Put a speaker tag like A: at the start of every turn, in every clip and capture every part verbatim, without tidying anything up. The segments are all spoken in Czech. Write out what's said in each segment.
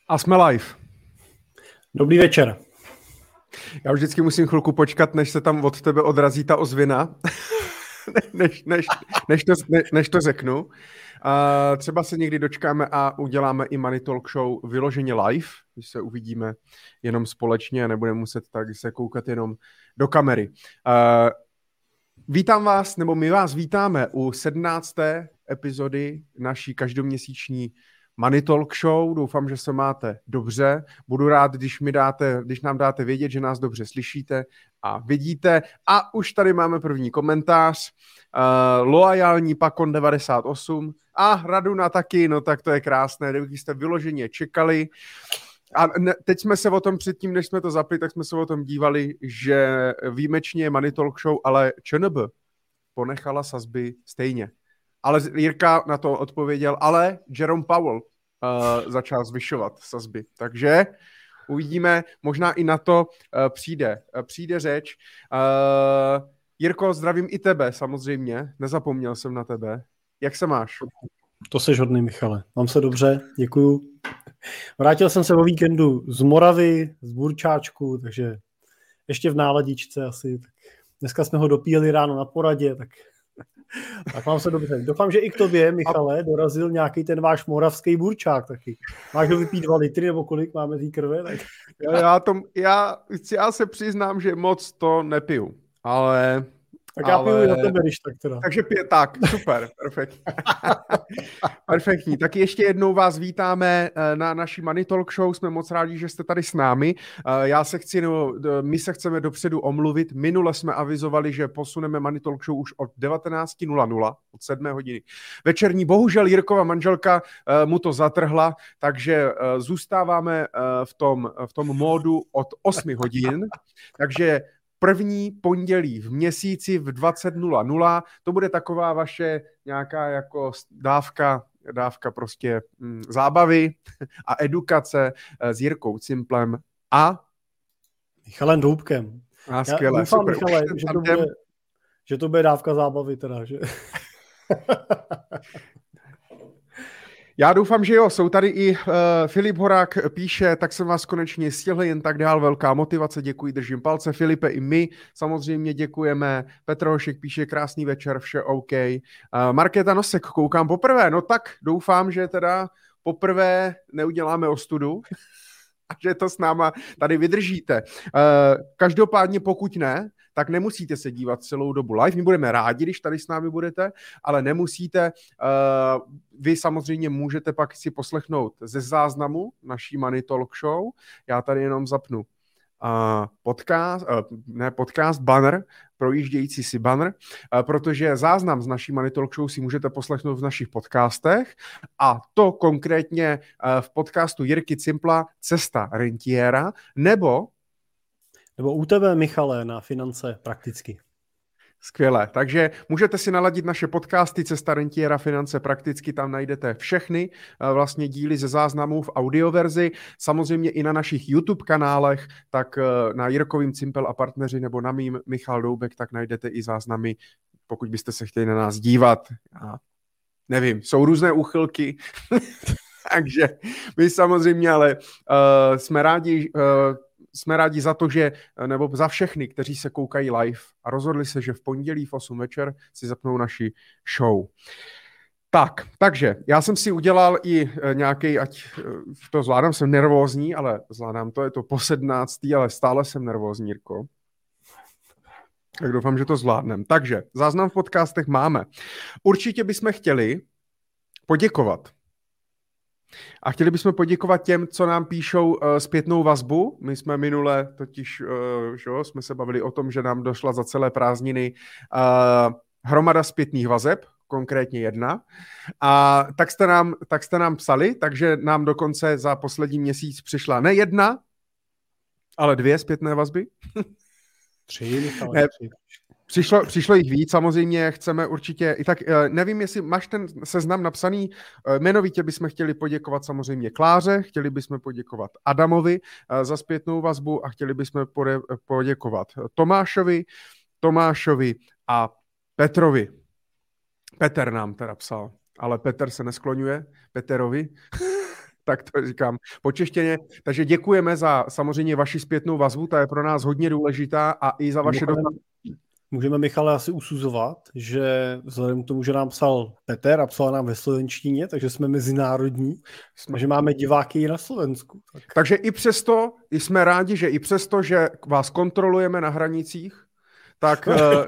A: A jsme live.
B: Dobrý večer.
A: Já už vždycky musím chvilku počkat, než se tam od tebe odrazí ta ozvěna, než, než, než, to, ne, než to řeknu. Uh, třeba se někdy dočkáme a uděláme i Money Talk Show vyloženě live, když se uvidíme jenom společně a nebudeme muset tak se koukat jenom do kamery. Uh, vítám vás, nebo my vás vítáme u sedmnácté epizody naší každoměsíční Money Talk Show. Doufám, že se máte dobře. Budu rád, když, mi dáte, když nám dáte vědět, že nás dobře slyšíte a vidíte. A už tady máme první komentář. Uh, loajální Pakon devadesát osm. A Raduna taky, no tak to je krásné. Kdyby jste vyloženě čekali. A ne, teď jsme se o tom předtím, než jsme to zapli, tak jsme se o tom dívali, že výjimečně je Money Talk Show, ale ČNB ponechala sazby stejně. Ale Jirka na to odpověděl, ale Jerome Powell uh, začal zvyšovat sazby. Takže uvidíme, možná i na to uh, přijde, uh, přijde řeč. Uh, Jirko, zdravím i tebe samozřejmě, nezapomněl jsem na tebe. Jak se máš?
B: To seš hodný, Michale. Mám se dobře, děkuju. Vrátil jsem se o víkendu z Moravy, z Burčáčku, takže ještě v náladičce asi. Tak dneska jsme ho dopíjeli ráno na poradě, tak... Tak mám se dobře. Doufám, že i k tobě, Michale, dorazil nějaký ten váš moravský burčák taky. Máš ho vypít dva litry, nebo kolik máme tý krve? Tak...
A: Já, já, tom, já, já se přiznám, že moc to nepiju, ale...
B: Tak já
A: ale...
B: piju na tebe, když tak teda.
A: Takže pije, tak, super, perfektní. Perfektní. Tak ještě jednou vás vítáme na naší Money Talk Show. Jsme moc rádi, že jste tady s námi. Já se chci, no, my se chceme dopředu omluvit. Minule jsme avizovali, že posuneme Money Talk Show už od devatenáct nula nula, od sedmé hodiny večerní. Bohužel Jirkova manželka mu to zatrhla, takže zůstáváme v tom, v tom módu od osmi hodin. Takže první pondělí v měsíci v dvacet nula nula, to bude taková vaše nějaká jako dávka, dávka prostě hm, zábavy a edukace s Jirkou Cimplem a
B: Michalem Doubkem.
A: A skvěle,
B: Já doufám,
A: super.
B: Michale, že to, bude, že to bude dávka zábavy teda, že...
A: Já doufám, že jo, jsou tady i uh, Filip Horák píše, tak jsem vás konečně stihl, jen tak dál, velká motivace, děkuji, držím palce. Filipe, i my samozřejmě děkujeme. Petr Hošek píše, krásný večer, vše OK. Uh, Markéta Nosek, koukám poprvé, no tak doufám, že teda poprvé neuděláme ostudu a že to s náma tady vydržíte. Uh, každopádně pokud ne, tak nemusíte se dívat celou dobu live. My budeme rádi, když tady s námi budete, ale nemusíte. Uh, vy samozřejmě můžete pak si poslechnout ze záznamu naší Money Talk Show. Já tady jenom zapnu uh, podcast, uh, ne podcast, banner, projíždějící si banner, uh, protože záznam z naší Money Talk Show si můžete poslechnout v našich podcastech a to konkrétně uh, v podcastu Jirky Cimpla Cesta rentiéra, nebo
B: Nebo u tebe, Michale, na finance prakticky.
A: Skvěle, takže můžete si naladit naše podcasty Cesta rentiéra, finance prakticky, tam najdete všechny vlastně díly ze záznamů v audioverzi, samozřejmě i na našich YouTube kanálech, tak na Jirkovým Cimpel a partneři nebo na mým Michal Doubek, tak najdete i záznamy, pokud byste se chtěli na nás dívat. Já nevím, jsou různé úchylky, takže my samozřejmě, ale uh, jsme rádi, uh, Jsme rádi za to, že, nebo za všechny, kteří se koukají live a rozhodli se, že v pondělí v osm večer si zapnou naši show. Tak, takže já jsem si udělal i nějaký, ať to zvládám, jsem nervózní, ale zvládám to, je to po sedmnáctý, ale stále jsem nervózní, Jirko. Tak doufám, že to zvládnem. Takže záznam v podcastech máme. Určitě bychom chtěli poděkovat. A chtěli bychom poděkovat těm, co nám píšou uh, zpětnou vazbu. My jsme minule totiž, uh, že, jsme se bavili o tom, že nám došla za celé prázdniny uh, hromada zpětných vazeb, konkrétně jedna. A tak jste, nám, tak jste nám psali, takže nám dokonce za poslední měsíc přišla ne jedna, ale dvě zpětné vazby.
B: Tři, Michale, tři.
A: Přišlo, přišlo jich víc, samozřejmě chceme určitě, i tak nevím, jestli máš ten seznam napsaný, jmenovitě bychom chtěli poděkovat samozřejmě Kláře, chtěli bychom poděkovat Adamovi za zpětnou vazbu a chtěli bychom poděkovat Tomášovi, Tomášovi a Petrovi. Petr nám teda psal, ale Petr se neskloňuje, Peterovi. tak to říkám počeštěně. Takže děkujeme za samozřejmě vaši zpětnou vazbu, ta je pro nás hodně důležitá a i za vaše dotazy.
B: Můžeme, Michale, asi usuzovat, že vzhledem k tomu, že nám psal Petr a psal nám ve slovenštině, takže jsme mezinárodní, jsme, že máme diváky i na Slovensku. Tak.
A: Takže i přesto, jsme rádi, že i přesto, že vás kontrolujeme na hranicích, tak,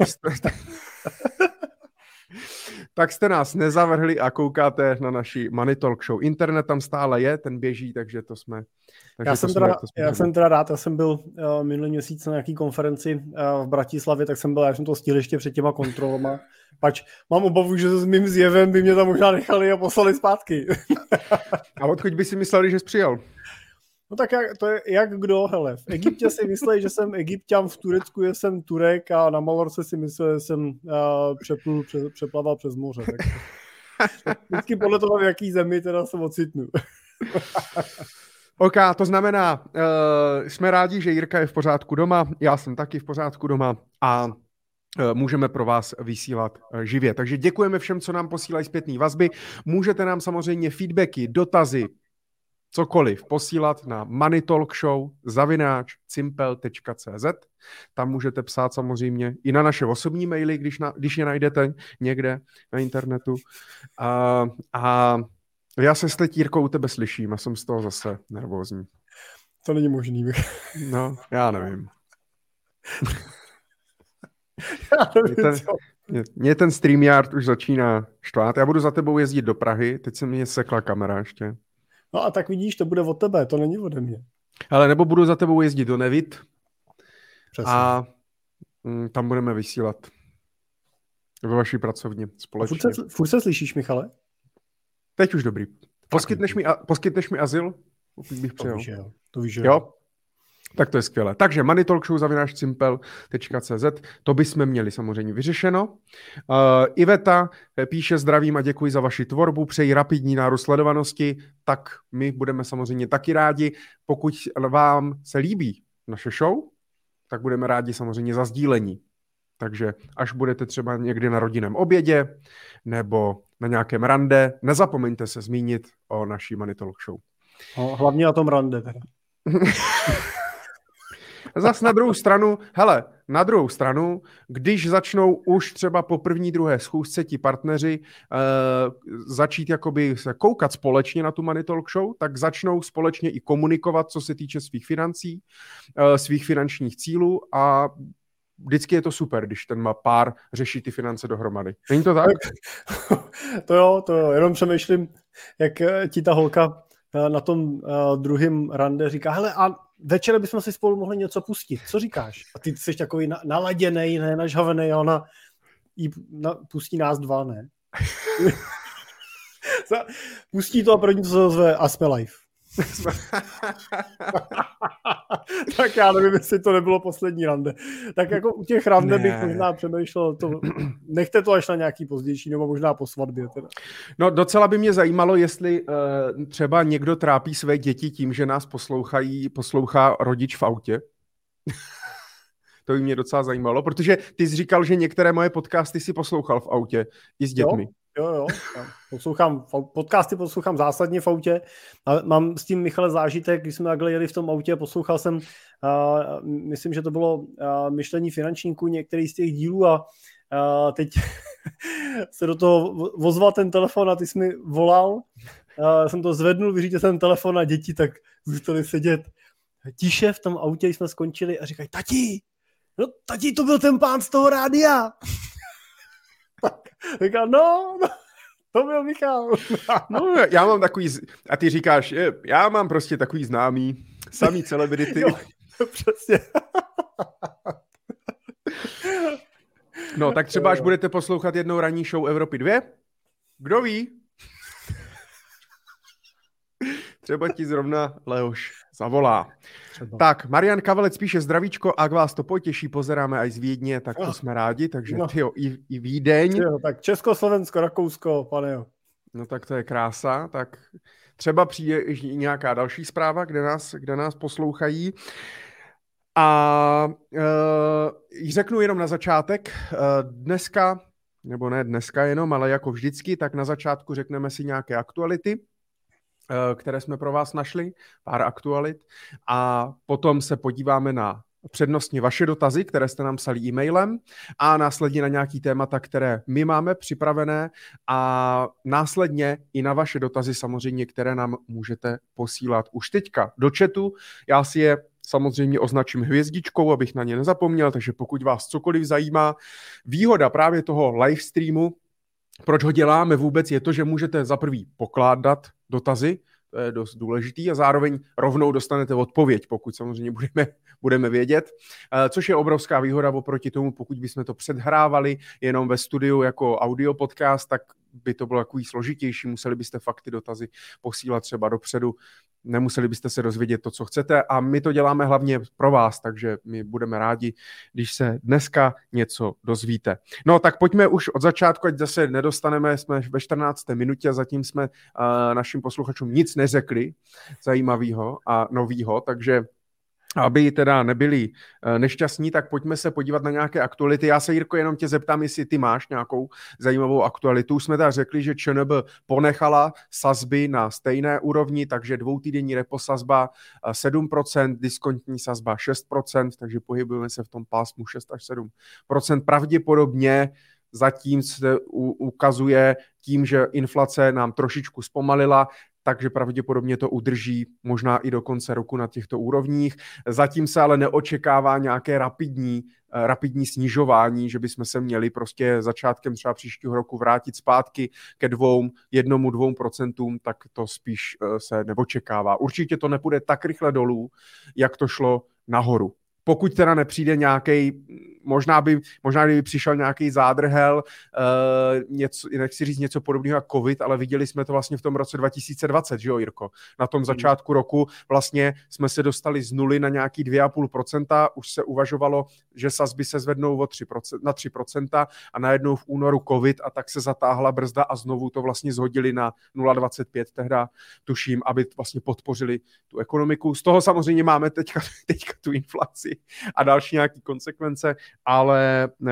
A: tak jste nás nezavrhli a koukáte na naši Money Talk Show. Internet tam stále je, ten běží, takže to jsme... Takže
B: já
A: to
B: jsem,
A: jsme,
B: teda,
A: to jsme
B: já jsem teda rád, já jsem byl uh, minulý měsíc na nějaký konferenci uh, v Bratislavě, tak jsem byl, já jsem to stihl ještě před těma kontrolama. Pač mám obavu, že s mým zjevem by mě tam možná nechali a poslali zpátky.
A: A odkud by si mysleli, že jsi přijel?
B: No tak jak, to je jak kdo, hele. V Egyptě si myslí, že jsem Egypťan, v Turecku že jsem Turek a na Malorce si myslel, že jsem uh, přeplul, pře, přeplaval přes moře. Tak vždycky podle toho, v jaký zemi teda se ocitnu.
A: OK, to znamená, uh, jsme rádi, že Jirka je v pořádku doma, já jsem taky v pořádku doma a uh, můžeme pro vás vysílat uh, živě. Takže děkujeme všem, co nám posílají zpětné vazby. Můžete nám samozřejmě feedbacky, dotazy, cokoliv posílat na moneytalkshow zavináč cimpel tečka cé zet. Tam můžete psát samozřejmě i na naše osobní maily, když, na, když je najdete někde na internetu. A, a já se s Jirkou u tebe slyším a jsem z toho zase nervózní.
B: To není možný.
A: No, já nevím.
B: já nevím
A: mě, ten, mě, mě ten StreamYard už začíná štvát. Já budu za tebou jezdit do Prahy, teď se mě sekla kamera ještě.
B: No a tak vidíš, to bude od tebe, to není ode mě.
A: Ale nebo budu za tebou jezdit do Nevit.
B: Přesně.
A: A mm, tam budeme vysílat ve vaší pracovně společně.
B: Furt se, furt se slyšíš, Michale?
A: Teď už dobrý. Poskytneš mi, poskytneš mi azyl? Pokud bych přijel.
B: To víš, jo. To víš, jo.
A: jo? Tak to je skvělé. Takže moneytalkshow zavináč cimpel tečka cé zet, to bychom měli samozřejmě vyřešeno. Uh, Iveta píše zdravím a děkuji za vaši tvorbu, přeji rapidní nárůst sledovanosti, tak my budeme samozřejmě taky rádi. Pokud vám se líbí naše show, tak budeme rádi samozřejmě za sdílení. Takže až budete třeba někdy na rodinném obědě nebo na nějakém rande, nezapomeňte se zmínit o naší Money Talk Show.
B: No, hlavně na tom rande teda.
A: Zas na druhou stranu, hele, na druhou stranu, když začnou už třeba po první, druhé schůzce ti partneři uh, začít jakoby se koukat společně na tu Money Talk Show, tak začnou společně i komunikovat, co se týče svých financí, uh, svých finančních cílů a vždycky je to super, když ten má pár řeší ty finance dohromady. Není to tak?
B: To jo, to jo, jenom přemýšlím, jak ti ta holka na tom uh, druhém rande říká, hele, a večer bychom si spolu mohli něco pustit. Co říkáš? A ty jsi takový na, naladěnej, ne, nažhavenej a ona jí na, pustí nás dva, ne? Pustí to a první, co se ozve, a jsme live. Tak já nevím, jestli to nebylo poslední rande. Tak jako u těch rande ne. bych možná přemýšlel, to, nechte to až na nějaký pozdější, nebo možná po svatbě. Teda.
A: No docela by mě zajímalo, jestli uh, třeba někdo trápí své děti tím, že nás poslouchají, poslouchá rodič v autě. To by mě docela zajímalo, protože ty jsi říkal, že některé moje podcasty si poslouchal v autě i s dětmi.
B: Jo, jo, jo. Poslouchám, podcasty poslouchám zásadně v autě. Mám s tím, Michale, zážitek, když jsme takhle jeli v tom autě, poslouchal jsem, uh, myslím, že to bylo uh, myšlení finančníků některý z těch dílů a uh, teď se do toho ozval ten telefon a ty jsi mi volal. Uh, jsem to zvednul, vyřídil ten telefon a děti tak zůstali sedět tiše v tom autě, jsme skončili a říkají, tati, no tati, to byl ten pán z toho rádia. Tak říká, no, no, to byl Michal.
A: No, já mám takový, a ty říkáš, já mám prostě takový známý, samý celebrity.
B: Jo, přesně.
A: No, tak třeba až budete poslouchat jednou ranní show Evropy dvě, kdo ví? Třeba ti zrovna Leoš zavolá. Třeba. Tak, Marian Kavalec píše zdravíčko, ak vás to potěší, pozeráme aj z Vídně, tak to no. jsme rádi, takže no. tyjo, i, i Vídeň.
B: Tyjo, tak Česko, Slovensko, Rakousko, pane jo.
A: No tak to je krása, tak třeba přijde i nějaká další zpráva, kde nás, kde nás poslouchají. A uh, řeknu jenom na začátek, uh, dneska, nebo ne dneska jenom, ale jako vždycky, tak na začátku řekneme si nějaké aktuality. které jsme pro vás našli, pár aktualit, a potom se podíváme na přednostně vaše dotazy, které jste nám psali e-mailem, a následně na nějaký témata, které my máme připravené, a následně i na vaše dotazy samozřejmě, které nám můžete posílat už teďka do chatu. Já si je samozřejmě označím hvězdičkou, abych na ně nezapomněl, takže pokud vás cokoliv zajímá, výhoda právě toho live streamu, proč ho děláme vůbec, je to, že můžete za prvý pokládat dotazy, to je dost důležitý, a zároveň rovnou dostanete odpověď, pokud samozřejmě budeme, budeme vědět, což je obrovská výhoda oproti tomu, pokud bychom to předhrávali jenom ve studiu jako audio podcast, tak by to bylo takový složitější, museli byste fakt ty dotazy posílat třeba dopředu, nemuseli byste se dozvědět to, co chcete, a my to děláme hlavně pro vás, takže my budeme rádi, když se dneska něco dozvíte. No tak pojďme už od začátku, ať zase nedostaneme, jsme ve čtrnácté minutě a zatím jsme uh, našim posluchačům nic neřekli zajímavého a novýho, takže aby teda nebyli nešťastní, tak pojďme se podívat na nějaké aktuality. Já se, Jirko, jenom tě zeptám, jestli ty máš nějakou zajímavou aktualitu. Jsme teda řekli, že ČNB ponechala sazby na stejné úrovni, takže dvoutýdenní repo sazba sedm procent, diskontní sazba šest procent, takže pohybujeme se v tom pásmu šest až sedm procent. Pravděpodobně zatím se ukazuje tím, že inflace nám trošičku zpomalila, takže pravděpodobně to udrží možná i do konce roku na těchto úrovních. Zatím se ale neočekává nějaké rapidní, rapidní snižování, že bychom se měli prostě začátkem třeba příštího roku vrátit zpátky ke dvou, jednomu, dvou procentům, tak to spíš se neočekává. Určitě to nepůjde tak rychle dolů, jak to šlo nahoru. Pokud teda nepřijde nějaký, možná by, možná by přišel nějaký zádrhel, uh, něco, nechci říct něco podobného jako covid, ale viděli jsme to vlastně v tom roce dva tisíce dvacet, že jo, Jirko? Na tom začátku roku vlastně jsme se dostali z nuly na nějaký dvě celá pět procenta, už se uvažovalo, že sazby se zvednou o tři procenta, na tři procenta, a najednou v únoru covid, a tak se zatáhla brzda a znovu to vlastně zhodili na nula celá dvacet pět tehda, tuším, aby vlastně podpořili tu ekonomiku. Z toho samozřejmě máme teďka, teďka tu inflaci a další nějaké konsekvence, ale uh,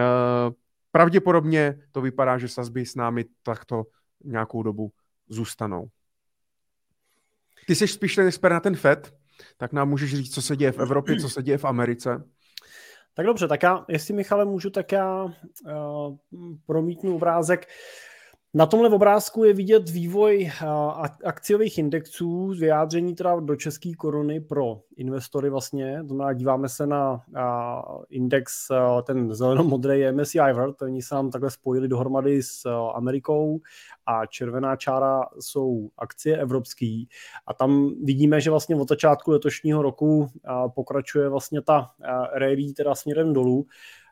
A: pravděpodobně to vypadá, že sazby s námi takto nějakou dobu zůstanou. Ty jsi spíš ten expert na ten Fed, tak nám můžeš říct, co se děje v Evropě, co se děje v Americe.
B: Tak dobře, tak já, jestli Michale můžu, tak já uh, promítnu obrázek. Na tomhle obrázku je vidět vývoj akciových indexů, vyjádření teda do české koruny pro investory vlastně. To znamená, díváme se na index, ten zelenomodrý M S C I World, oni se nám takhle spojili dohromady s Amerikou, a červená čára jsou akcie evropský. A tam vidíme, že vlastně od začátku letošního roku pokračuje vlastně ta rally teda směrem dolů.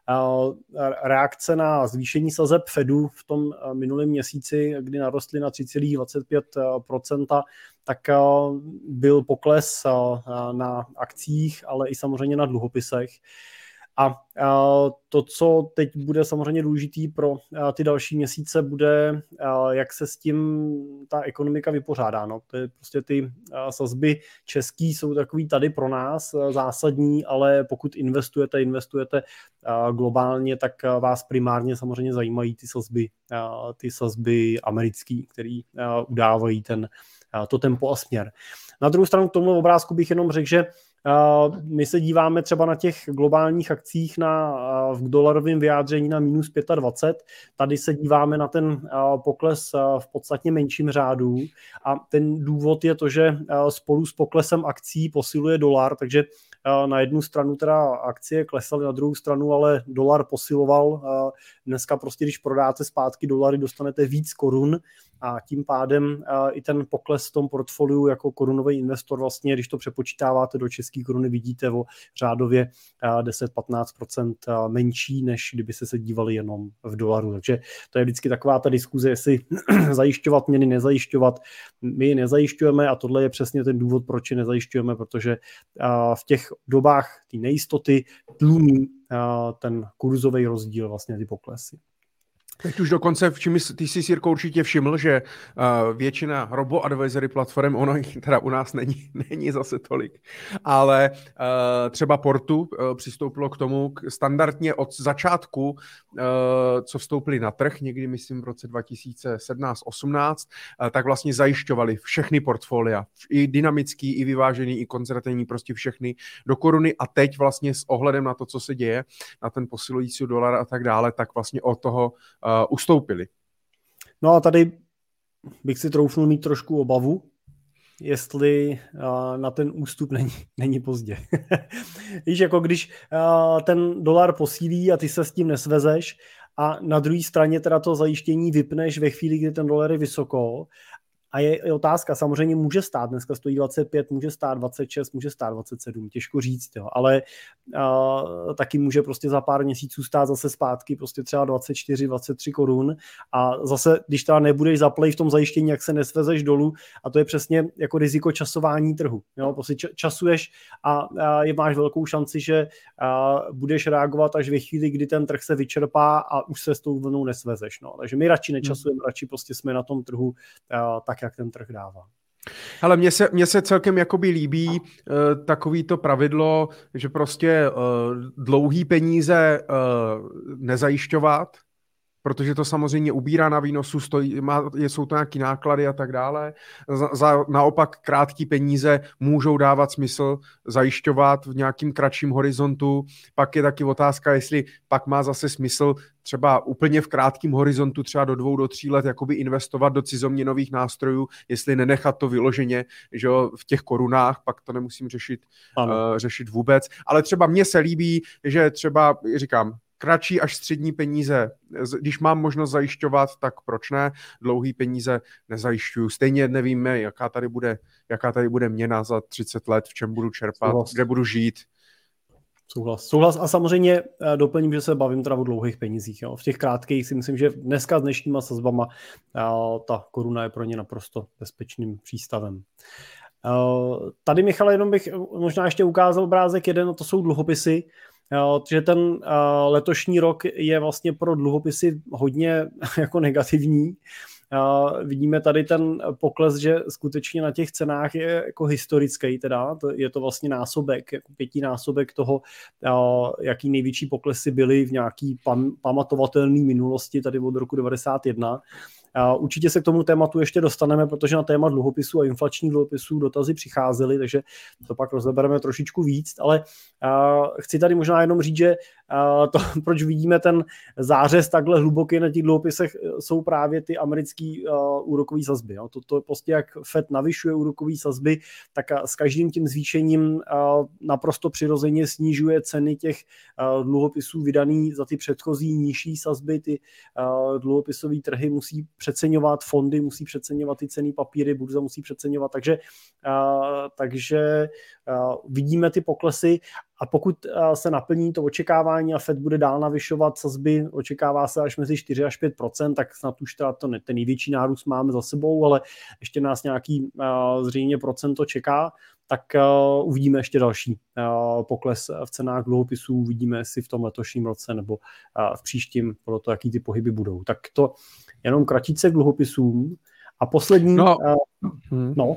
B: Reakce na zvýšení sazeb Fedu v tom minulém měsíci, kdy narostly na tři celá dvacet pět procenta, tak byl pokles na akcích, ale i samozřejmě na dluhopisech. A to, co teď bude samozřejmě důležitý pro ty další měsíce, bude, jak se s tím ta ekonomika vypořádá. No, to je prostě ty sazby český jsou takový tady pro nás zásadní, ale pokud investujete, investujete globálně, tak vás primárně samozřejmě zajímají ty sazby, ty sazby americký, který udávají ten, to tempo a směr. Na druhou stranu k tomu obrázku bych jenom řekl, že Uh, my se díváme třeba na těch globálních akcích na, uh, v dolarovém vyjádření na minus dvacet pět. Tady se díváme na ten uh, pokles uh, v podstatně menším řádu, a ten důvod je to, že uh, spolu s poklesem akcí posiluje dolar, takže uh, na jednu stranu teda akcie klesaly, na druhou stranu ale dolar posiloval. Uh, dneska prostě, když prodáte zpátky dolary, dostanete víc korun, a tím pádem uh, i ten pokles v tom portfoliu jako korunový investor vlastně, když to přepočítáváte do české koruny, vidíte o řádově uh, deset až patnáct procent uh, menší, než kdyby se se dívali jenom v dolaru. Takže to je vždycky taková ta diskuze, jestli zajišťovat měny, nezajišťovat. My je nezajišťujeme, a tohle je přesně ten důvod, proč je nezajišťujeme, protože uh, v těch dobách té nejistoty tlumí uh, ten kurzový rozdíl, vlastně ty poklesy.
A: Teď už dokonce, všimli, ty jsi si, Jirko, určitě všiml, že uh, většina robo-advisory platform, ono jich teda u nás není, není zase tolik, ale uh, třeba Portu uh, přistoupilo k tomu k standardně od začátku, uh, co vstoupili na trh, někdy myslím v roce dva tisíce sedmnáct osmnáct, uh, tak vlastně zajišťovali všechny portfolia, i dynamický, i vyvážený, i konzervativní, prostě všechny do koruny a teď vlastně s ohledem na to, co se děje, na ten posilující dolar a tak dále, tak vlastně od toho Uh, ustoupili.
B: No a tady bych si troufnul mít trošku obavu, jestli uh, na ten ústup není, není pozdě. Víš, jako když uh, ten dolar posílí a ty se s tím nesvezeš a na druhé straně teda to zajištění vypneš ve chvíli, kdy ten dolar je vysoko. A je, je otázka, samozřejmě může stát, dneska stojí dvacet pět, může stát dvacet šest, může stát dvacet sedm, těžko říct, jo. Ale uh, taky může prostě za pár měsíců stát zase zpátky prostě třeba dvacet čtyři, dvacet tři korun a zase, když teda nebudeš zaplej v tom zajištění, jak se nesvezeš dolů a to je přesně jako riziko časování trhu, jo, prostě časuješ a, a je, máš velkou šanci, že uh, budeš reagovat až ve chvíli, kdy ten trh se vyčerpá a už se s tou vlnou nesvezeš, no. Takže my radši nečasujeme, hmm. radši prostě jsme na tom trhu uh, tak, jak ten trh dává.
A: Ale mně se, mně se celkem jakoby líbí uh, takový to pravidlo, že prostě uh, dlouhý peníze uh, nezajišťovat, protože to samozřejmě ubírá na výnosu, stojí, má, jsou to nějaké náklady a tak dále. Za, za, naopak krátký peníze můžou dávat smysl zajišťovat v nějakým kratším horizontu. Pak je taky otázka, jestli pak má zase smysl třeba úplně v krátkém horizontu, třeba do dvou, do tří let, jakoby investovat do cizoměnových nástrojů, jestli nenechat to vyloženě, že jo, v těch korunách, pak to nemusím řešit, uh, řešit vůbec. Ale třeba mně se líbí, že třeba, říkám, kratší až střední peníze, když mám možnost zajišťovat, tak proč ne? Dlouhý peníze nezajišťuju. Stejně nevíme, jaká tady bude, jaká tady bude měna za třicet let, v čem budu čerpat, Souhlas. Kde budu žít.
B: Souhlas. Souhlas a samozřejmě doplním, že se bavím teda o dlouhých penězích. Jo. V těch krátkých si myslím, že dneska s dnešníma sazbama ta koruna je pro ně naprosto bezpečným přístavem. Tady, Michale, jenom bych možná ještě ukázal obrázek jeden, to jsou dluhopisy. Takže ten uh, letošní rok je vlastně pro dluhopisy hodně jako negativní. Uh, vidíme tady ten pokles, že skutečně na těch cenách je jako historický, teda to, je to vlastně násobek, jako pětinásobek toho, uh, jaký největší poklesy byly v nějaký pam, pamatovatelné minulosti, tady od roku devadesát jedna. Uh, určitě se k tomu tématu ještě dostaneme, protože na téma dluhopisů a inflačních dluhopisů dotazy přicházely, takže to pak rozebereme trošičku víc, ale uh, chci tady možná jenom říct, že uh, to, proč vidíme ten zářez takhle hluboký na těch dluhopisech, jsou právě ty americké uh, úrokové sazby. No. To, to prostě, jak Fed navyšuje úrokové sazby, tak s každým tím zvýšením uh, naprosto přirozeně snižuje ceny těch uh, dluhopisů vydaný za ty předchozí nižší sazby, ty uh, dluhopisové trhy musí přeceňovat, fondy musí přeceňovat ty cenný papíry, burza musí přeceňovat, takže, uh, takže uh, vidíme ty poklesy a pokud uh, se naplní to očekávání a Fed bude dál navyšovat sazby, očekává se až mezi čtyři až pět procent, tak snad už teda to ne, ten největší nárůst máme za sebou, ale ještě nás nějaký uh, zřejmě procento čeká, tak uh, uvidíme ještě další uh, pokles v cenách dluhopisů, uvidíme si v tom letošním roce nebo uh, v příštím, podle toho, jaký ty pohyby budou. Tak to jenom kratice k dluhopisům. A poslední...
A: No,
B: uh, no.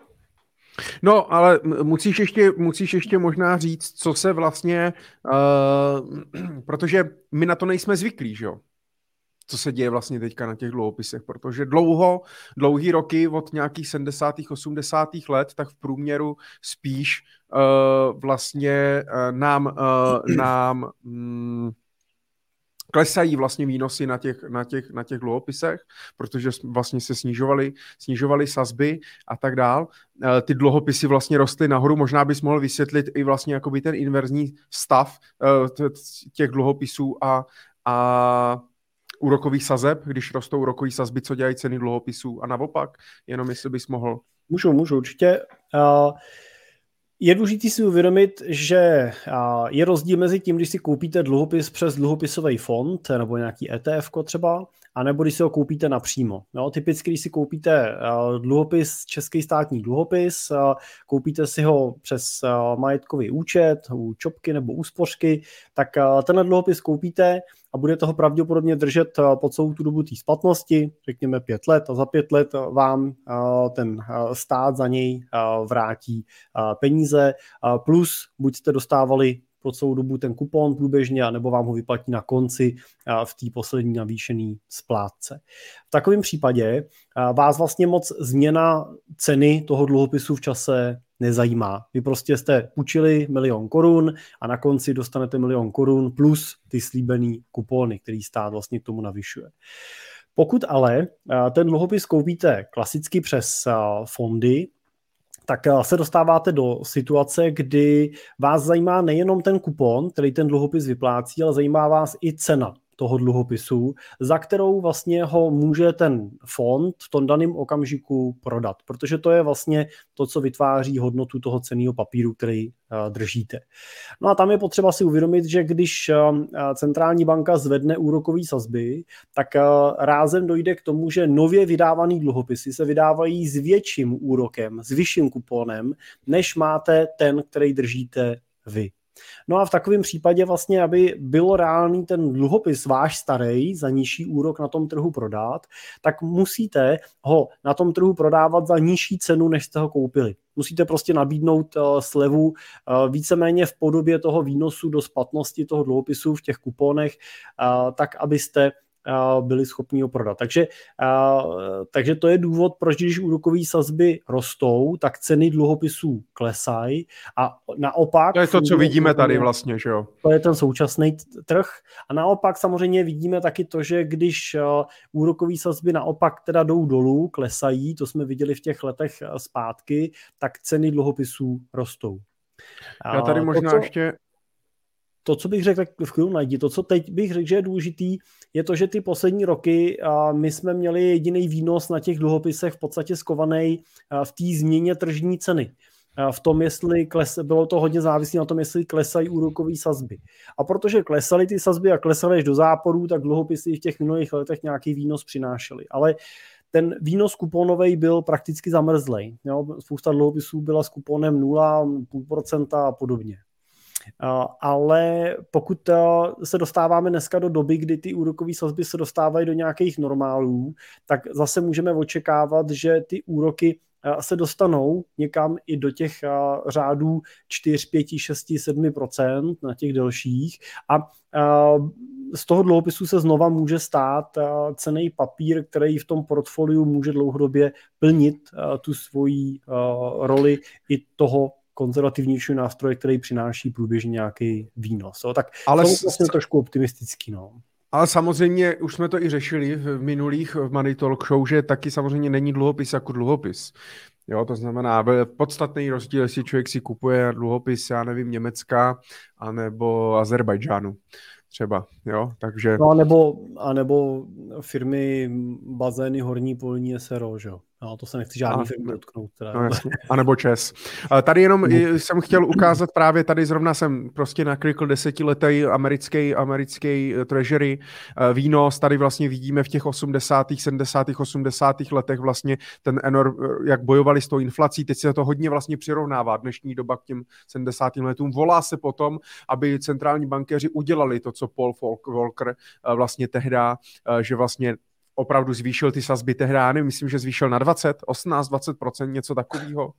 A: no ale musíš ještě, musíš ještě možná říct, co se vlastně... Uh, protože my na to nejsme zvyklí, že jo? Co se děje vlastně teďka na těch dluhopisech, protože dlouho, dlouhý roky od nějakých sedmdesátých osmdesátých let, tak v průměru spíš uh, vlastně uh, nám, uh, nám um, klesají vlastně výnosy na těch, na těch, na těch dluhopisech, protože vlastně se snižovaly, snižovaly sazby a tak dál. Uh, ty dluhopisy vlastně rostly nahoru, možná bys mohl vysvětlit i vlastně jakoby ten inverzní stav uh, těch dluhopisů a, a úrokových sazeb, když rostou úrokové sazby, co dělají ceny dluhopisů a naopak, jenom jestli bys mohl.
B: Můžu, můžu, určitě. Uh, je důležité si uvědomit, že uh, je rozdíl mezi tím, když si koupíte dluhopis přes dluhopisový fond nebo nějaký E T F ko třeba anebo když si ho koupíte napřímo. No, typicky, když si koupíte uh, dluhopis, český státní dluhopis, uh, koupíte si ho přes uh, majetkový účet, u Čopky nebo u Spořky, tak uh, tenhle dluhopis koupíte a budete ho pravděpodobně držet uh, po celou tu dobu té splatnosti, řekněme pět let, a za pět let vám uh, ten uh, stát za něj uh, vrátí uh, peníze, uh, plus buď jste dostávali po celou dobu ten kupon průběžně, nebo vám ho vyplatí na konci v té poslední navýšené splátce. V takovém případě vás vlastně moc změna ceny toho dluhopisu v čase nezajímá. Vy prostě jste půjčili milion korun a na konci dostanete milion korun plus ty slíbený kupony, který stát vlastně k tomu navyšuje. Pokud ale ten dluhopis koupíte klasicky přes fondy, tak se dostáváte do situace, kdy vás zajímá nejenom ten kupon, který ten dluhopis vyplácí, ale zajímá vás i cena toho dluhopisu, za kterou vlastně ho může ten fond v tom daném okamžiku prodat, protože to je vlastně to, co vytváří hodnotu toho cenného papíru, který uh, držíte. No a tam je potřeba si uvědomit, že když uh, centrální banka zvedne úrokové sazby, tak uh, rázem dojde k tomu, že nově vydávané dluhopisy se vydávají s větším úrokem, s vyšším kuponem, než máte ten, který držíte vy. No a v takovém případě vlastně, aby bylo reálný ten dluhopis váš starý za nižší úrok na tom trhu prodat, tak musíte ho na tom trhu prodávat za nižší cenu, než jste ho koupili. Musíte prostě nabídnout uh, slevu uh, víceméně v podobě toho výnosu do splatnosti toho dluhopisu v těch kuponech, uh, tak abyste byli schopni ho prodat. Takže, takže to je důvod, proč když úrokové sazby rostou, tak ceny dluhopisů klesají a naopak...
A: To je to, co vidíme tady vlastně, že jo?
B: To je ten současný trh a naopak samozřejmě vidíme taky to, že když úrokové sazby naopak teda jdou dolů, klesají, to jsme viděli v těch letech zpátky, tak ceny dluhopisů rostou.
A: Já tady možná
B: to, co...
A: ještě...
B: To, co bych řekl, tak v chvíli najdi. To, co teď bych řekl, že je důležitý, je to, že ty poslední roky a my jsme měli jediný výnos na těch dluhopisech v podstatě skovaný v té změně tržní ceny. V tom, jestli kles, bylo to hodně závislé na tom, jestli klesají úrokové sazby. A protože klesaly ty sazby a klesaly až do záporů, tak dluhopisy v těch minulých letech nějaký výnos přinášely. Ale ten výnos kuponovej byl prakticky zamrzlej. Jo? Spousta dluhopisů byla s kuponem nula, půl procenta a podobně. Ale pokud se dostáváme dneska do doby, kdy ty úrokové sazby se dostávají do nějakých normálů, tak zase můžeme očekávat, že ty úroky se dostanou někam i do těch řádů čtyři, pět, šest, sedm procent na těch delších a z toho dluhopisu se znova může stát cenný papír, který v tom portfoliu může dlouhodobě plnit tu svoji roli i toho konzervativnější nástroje, který přináší průběžně nějaký výnos. So, tak ale to je vlastně s... trošku optimistický. No.
A: Ale samozřejmě, už jsme to i řešili v minulých v Money Talk Show, že taky samozřejmě není dluhopis jako dluhopis. Jo, to znamená, podstatný rozdíl, jestli člověk si kupuje dluhopis, já nevím, Německa, anebo Azerbajdžánu třeba, jo, takže...
B: No, anebo, anebo firmy bazény Horní Polní es er o, že jo. No, to se nechci žádný firmy dotknout. Teda.
A: No, jasně. A nebo ČES. Tady jenom jsem chtěl ukázat právě, tady zrovna jsem prostě naklikl desetiletý americký, americký treasury výnos, tady vlastně vidíme v těch osmdesátých, sedmdesátých, osmdesátých letech vlastně ten enorm, jak bojovali s tou inflací, teď se to hodně vlastně přirovnává dnešní doba k těm sedmdesátým letům. Volá se potom, aby centrální bankéři udělali to, co Paul Volcker vlastně tehda, že vlastně opravdu zvýšil ty sazby tehdy, nevím, myslím, že zvýšil na dvacet, osmnáct, dvacet procent, něco takového.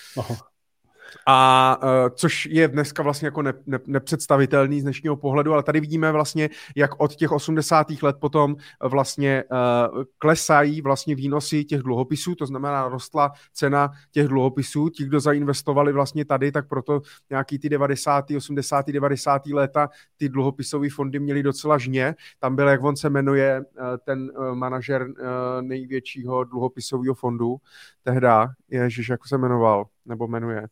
A: A uh, což je dneska vlastně jako ne, ne, nepředstavitelný z dnešního pohledu, ale tady vidíme vlastně, jak od těch osmdesátých let potom vlastně uh, klesají vlastně výnosy těch dluhopisů, to znamená rostla cena těch dluhopisů, ti, kdo zainvestovali vlastně tady, tak proto nějaký ty devadesátá, osmdesátá, devadesátá léta ty dluhopisové fondy měly docela žně. Tam byl, jak on se jmenuje, uh, ten uh, manažer uh, největšího dluhopisového fondu tehda, ježiš, jak se jmenoval, nebo jmenuje.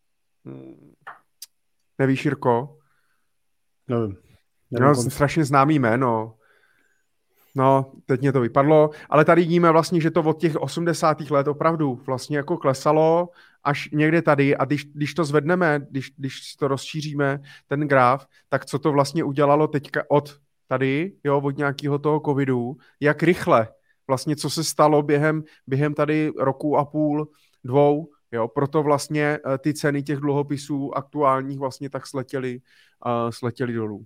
A: Nevíš, Jirko?
B: Nevím.
A: No, strašně známý jméno. No, teď mě to vypadlo, ale tady vidíme vlastně, že to od těch osmdesátých let opravdu vlastně jako klesalo až někde tady a když, když to zvedneme, když, když to rozšíříme, ten graf, tak co to vlastně udělalo teďka od tady, jo, od nějakého toho covidu, jak rychle, vlastně co se stalo během, během tady roku a půl, dvou, jo, proto vlastně ty ceny těch dluhopisů aktuálních vlastně tak sletěly, uh, sletěly dolů.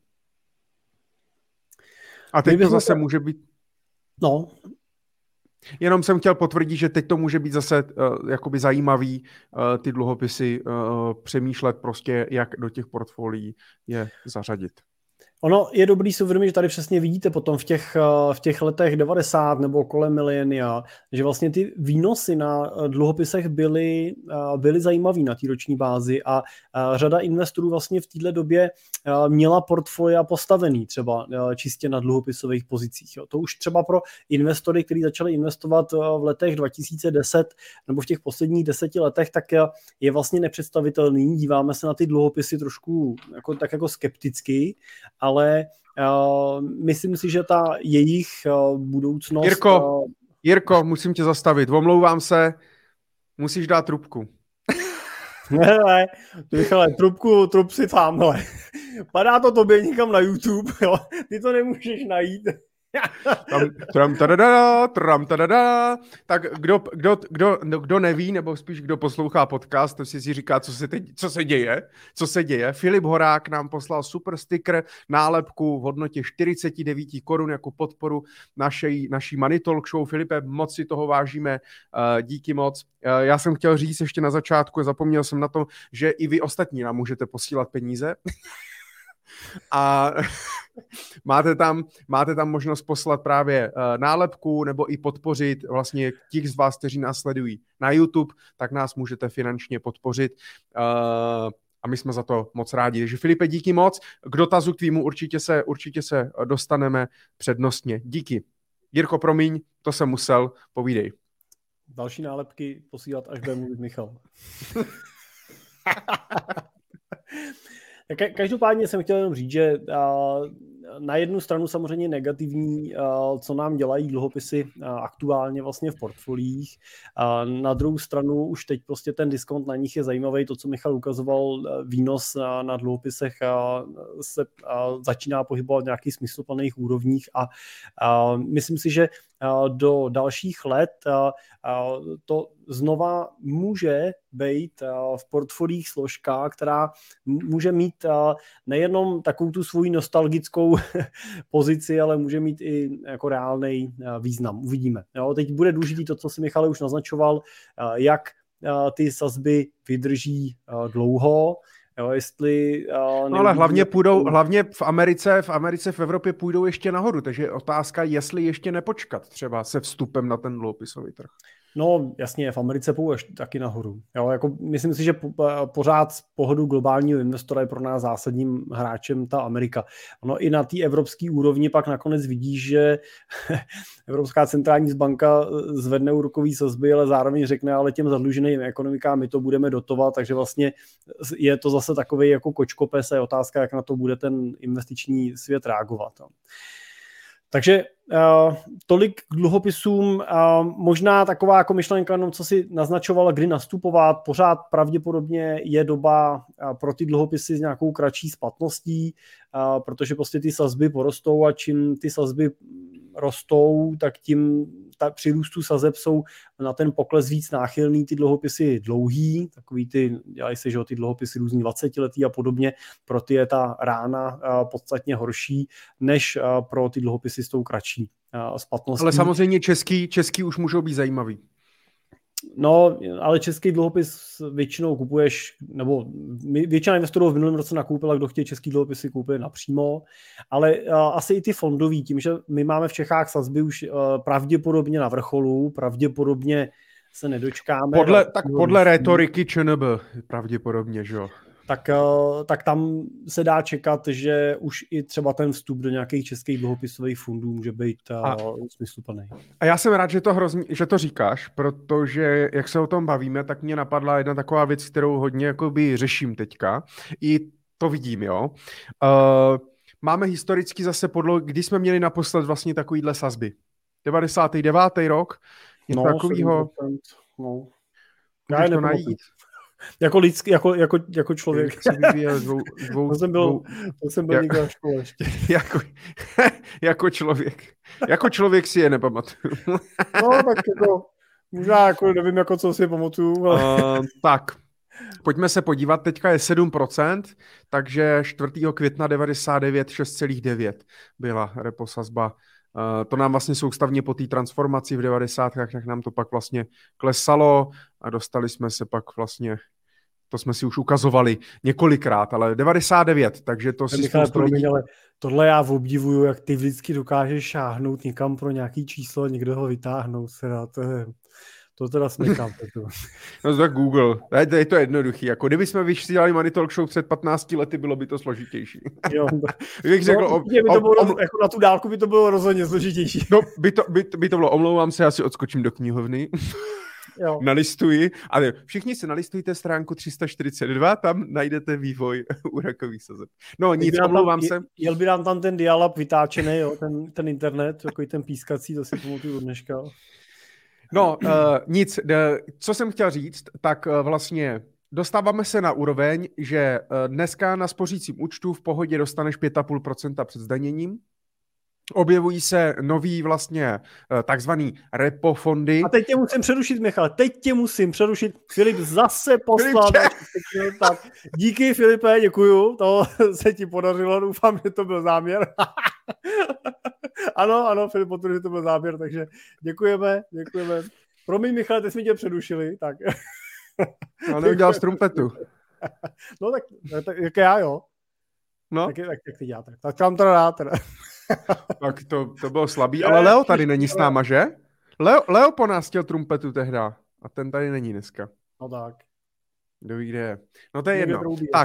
A: A teď to zase může být...
B: No.
A: Jenom jsem chtěl potvrdit, že teď to může být zase uh, jakoby zajímavý uh, ty dluhopisy uh, přemýšlet prostě, jak do těch portfolií je zařadit.
B: Ono je dobrý si uvědomit, že tady přesně vidíte potom v těch, v těch letech devadesát nebo kolem milénia, že vlastně ty výnosy na dluhopisech byly, byly zajímavý na té roční bázi a řada investorů vlastně v této době měla portfolia postavený třeba čistě na dluhopisových pozicích. To už třeba pro investory, kteří začali investovat v letech dva tisíce deset nebo v těch posledních deseti letech, tak je vlastně nepředstavitelný. Díváme se na ty dluhopisy trošku jako, tak jako skepticky, ale uh, myslím si, že ta jejich uh, budoucnost...
A: Jirko,
B: uh...
A: Jirko, musím tě zastavit. Omlouvám se, musíš dát trubku.
B: Ne, ne, Michale, trubku, trub si tamhle. Padá to tobě někam na YouTube, jo? Ty to nemůžeš najít.
A: Tam, tram, tadada, tram, tadada. Tak kdo, kdo, kdo, kdo neví, nebo spíš kdo poslouchá podcast, to si si říká, co se, teď, co se děje, co se děje. Filip Horák nám poslal super sticker, nálepku v hodnotě čtyřicet devět korun jako podporu naší, naší Money Talk Show. Filipe, moc si toho vážíme, díky moc. Já jsem chtěl říct ještě na začátku, zapomněl jsem na to, že i vy ostatní nám můžete posílat peníze. A máte tam, máte tam možnost poslat právě uh, nálepku nebo i podpořit vlastně těch z vás, kteří nás sledují na YouTube, tak nás můžete finančně podpořit uh, a my jsme za to moc rádi. Takže Filipe, díky moc. K dotazu k tvýmu určitě se, určitě se dostaneme přednostně. Díky. Jirko, promiň, to jsem musel, povídej.
B: Další nálepky posílat, až bude mluvit Michal. Každopádně jsem chtěl jenom říct, že na jednu stranu samozřejmě negativní, co nám dělají dluhopisy aktuálně vlastně v portfoliích. Na druhou stranu už teď prostě ten diskont na nich je zajímavý. To, co Michal ukazoval, výnos na dluhopisech se začíná pohybovat v nějakých smysluplných úrovních a myslím si, že do dalších let to znova může být v portfoliích složka, která může mít nejenom takovou tu svoji nostalgickou pozici, ale může mít i jako reálný význam. Uvidíme. Jo, teď bude důležitý to, co si Michal už naznačoval, jak ty sazby vydrží dlouho. Jo, jestli, uh,
A: no ale hlavně půjdou, hlavně v Americe, v Americe, v Evropě půjdou ještě nahoru, takže je otázka, jestli ještě nepočkat třeba se vstupem na ten dluhopisový trh.
B: No jasně, v Americe půjdou ještě taky nahoru. Jo, jako myslím si, že pořád z pohledu globálního investora je pro nás zásadním hráčem ta Amerika. Ono i na té evropské úrovni pak nakonec vidí, že Evropská centrální banka zvedne úrokové sazby, ale zároveň řekne, ale těm zadluženým ekonomikám my to budeme dotovat, takže vlastně je to zase takový jako kočkopes a je otázka, jak na to bude ten investiční svět reagovat. Takže uh, tolik k dluhopisům, uh, možná taková jako myšlenka, jenom co si naznačovala, kdy nastupovat, pořád pravděpodobně je doba uh, pro ty dluhopisy s nějakou kratší splatností, uh, protože prostě ty sazby porostou a čím ty sazby rostou, tak tím ta, při růstu sazeb jsou na ten pokles víc náchylný ty dluhopisy dlouhý, takový ty, dělají se, že ty dluhopisy různý dvacetiletý a podobně, pro ty je ta rána uh, podstatně horší, než uh, pro ty dluhopisy s tou kratší uh, splatností.
A: Ale samozřejmě český, český už můžou být zajímavý.
B: No, ale český dluhopis většinou kupuješ, nebo většina investorů v minulém roce nakoupila, kdo chtějí český dluhopisy koupit napřímo, ale uh, asi i ty fondový, tím, že my máme v Čechách sazby už uh, pravděpodobně na vrcholu, pravděpodobně se nedočkáme.
A: Podle, tak podle rétoriky ČNB pravděpodobně, že jo?
B: Tak, tak tam se dá čekat, že už i třeba ten vstup do nějakých českých dluhopisových fondů může být a, smysluplný.
A: A já jsem rád, že to, hrozně, že to říkáš, protože jak se o tom bavíme, tak mě napadla jedna taková věc, kterou hodně jakoby řeším teďka. I to vidím, jo. Uh, máme historicky zase podlo, kdy jsme měli naposled vlastně takovýhle sazby. devadesátý devátý rok, něco
B: no,
A: takovýho.
B: No.
A: Můžeš to najít.
B: Jako lidský, jako, jako, jako člověk.
A: Jak se vyvíjel dvou, dvou,
B: to jsem byl,
A: dvou,
B: to jsem byl jak, někde na škole ještě.
A: Jako, jako člověk. Jako člověk si je nepamatuju.
B: No, tak jako, možná jako, nevím, jako co si pamatuju. Ale...
A: Uh, tak, pojďme se podívat. Teďka je sedm procent, takže čtvrtého května devadesát devět šest celá devět byla repo sazba. Uh, to nám vlastně soustavně po té transformaci v devadesátkách, jak nám to pak vlastně klesalo a dostali jsme se pak vlastně, to jsme si už ukazovali několikrát, ale devadesát devět, takže to si
B: spoustu lidí... Ale tohle já obdivuju, jak ty vždycky dokážeš šáhnout někam pro nějaký číslo a někdo ho vytáhnout. Teda, to, je, to teda smykám.
A: No tak Google, je, je to jednoduchý. Jako kdybychom vysílali Money Talk Show před patnácti lety, bylo by to složitější.
B: Jo.
A: Bych řekl,
B: no, by to bylo, om, jako na tu dálku by to bylo rozhodně složitější.
A: No, by to, by, by to bylo, omlouvám se, já si odskočím do knihovny. Jo. Nalistuji, ale všichni si nalistujte stránku tři sta čtyřicet dva, tam najdete vývoj úrokových sazeb. No nic, omlouvám
B: tam,
A: se.
B: Jel by nám tam ten dial-up vytáčený, jo, ten, ten internet, takový ten pískací, to si pamatuju od dneška.
A: No, uh, nic, uh, co jsem chtěl říct, tak uh, vlastně dostáváme se na úroveň, že uh, dneska na spořícím účtu v pohodě dostaneš pět celá pět procenta před zdaněním. Objevují se nový vlastně takzvaný repo fondy.
B: A teď tě musím přerušit, Michal, teď tě musím přerušit. Filip zase poslal. Tak, díky, Filipe, děkuju, to se ti podařilo, doufám, že to byl záměr. Ano, ano, Filip potvrdil, že to byl záměr, takže děkujeme, děkujeme. Promiň, Michal, teď jsme tě předušili, tak.
A: Ale neudělal z trumpetu.
B: No tak, tak jak já, jo.
A: No.
B: Tak, tak, tak ty děláte. Tak vám to rád teda.
A: Tak to, to bylo slabý, ale Leo tady není s náma, že? Leo, Leo po nás chtěl trumpetu tehda a ten tady není dneska.
B: No tak.
A: Kdo ví, kde je. No to je jedno. Tak,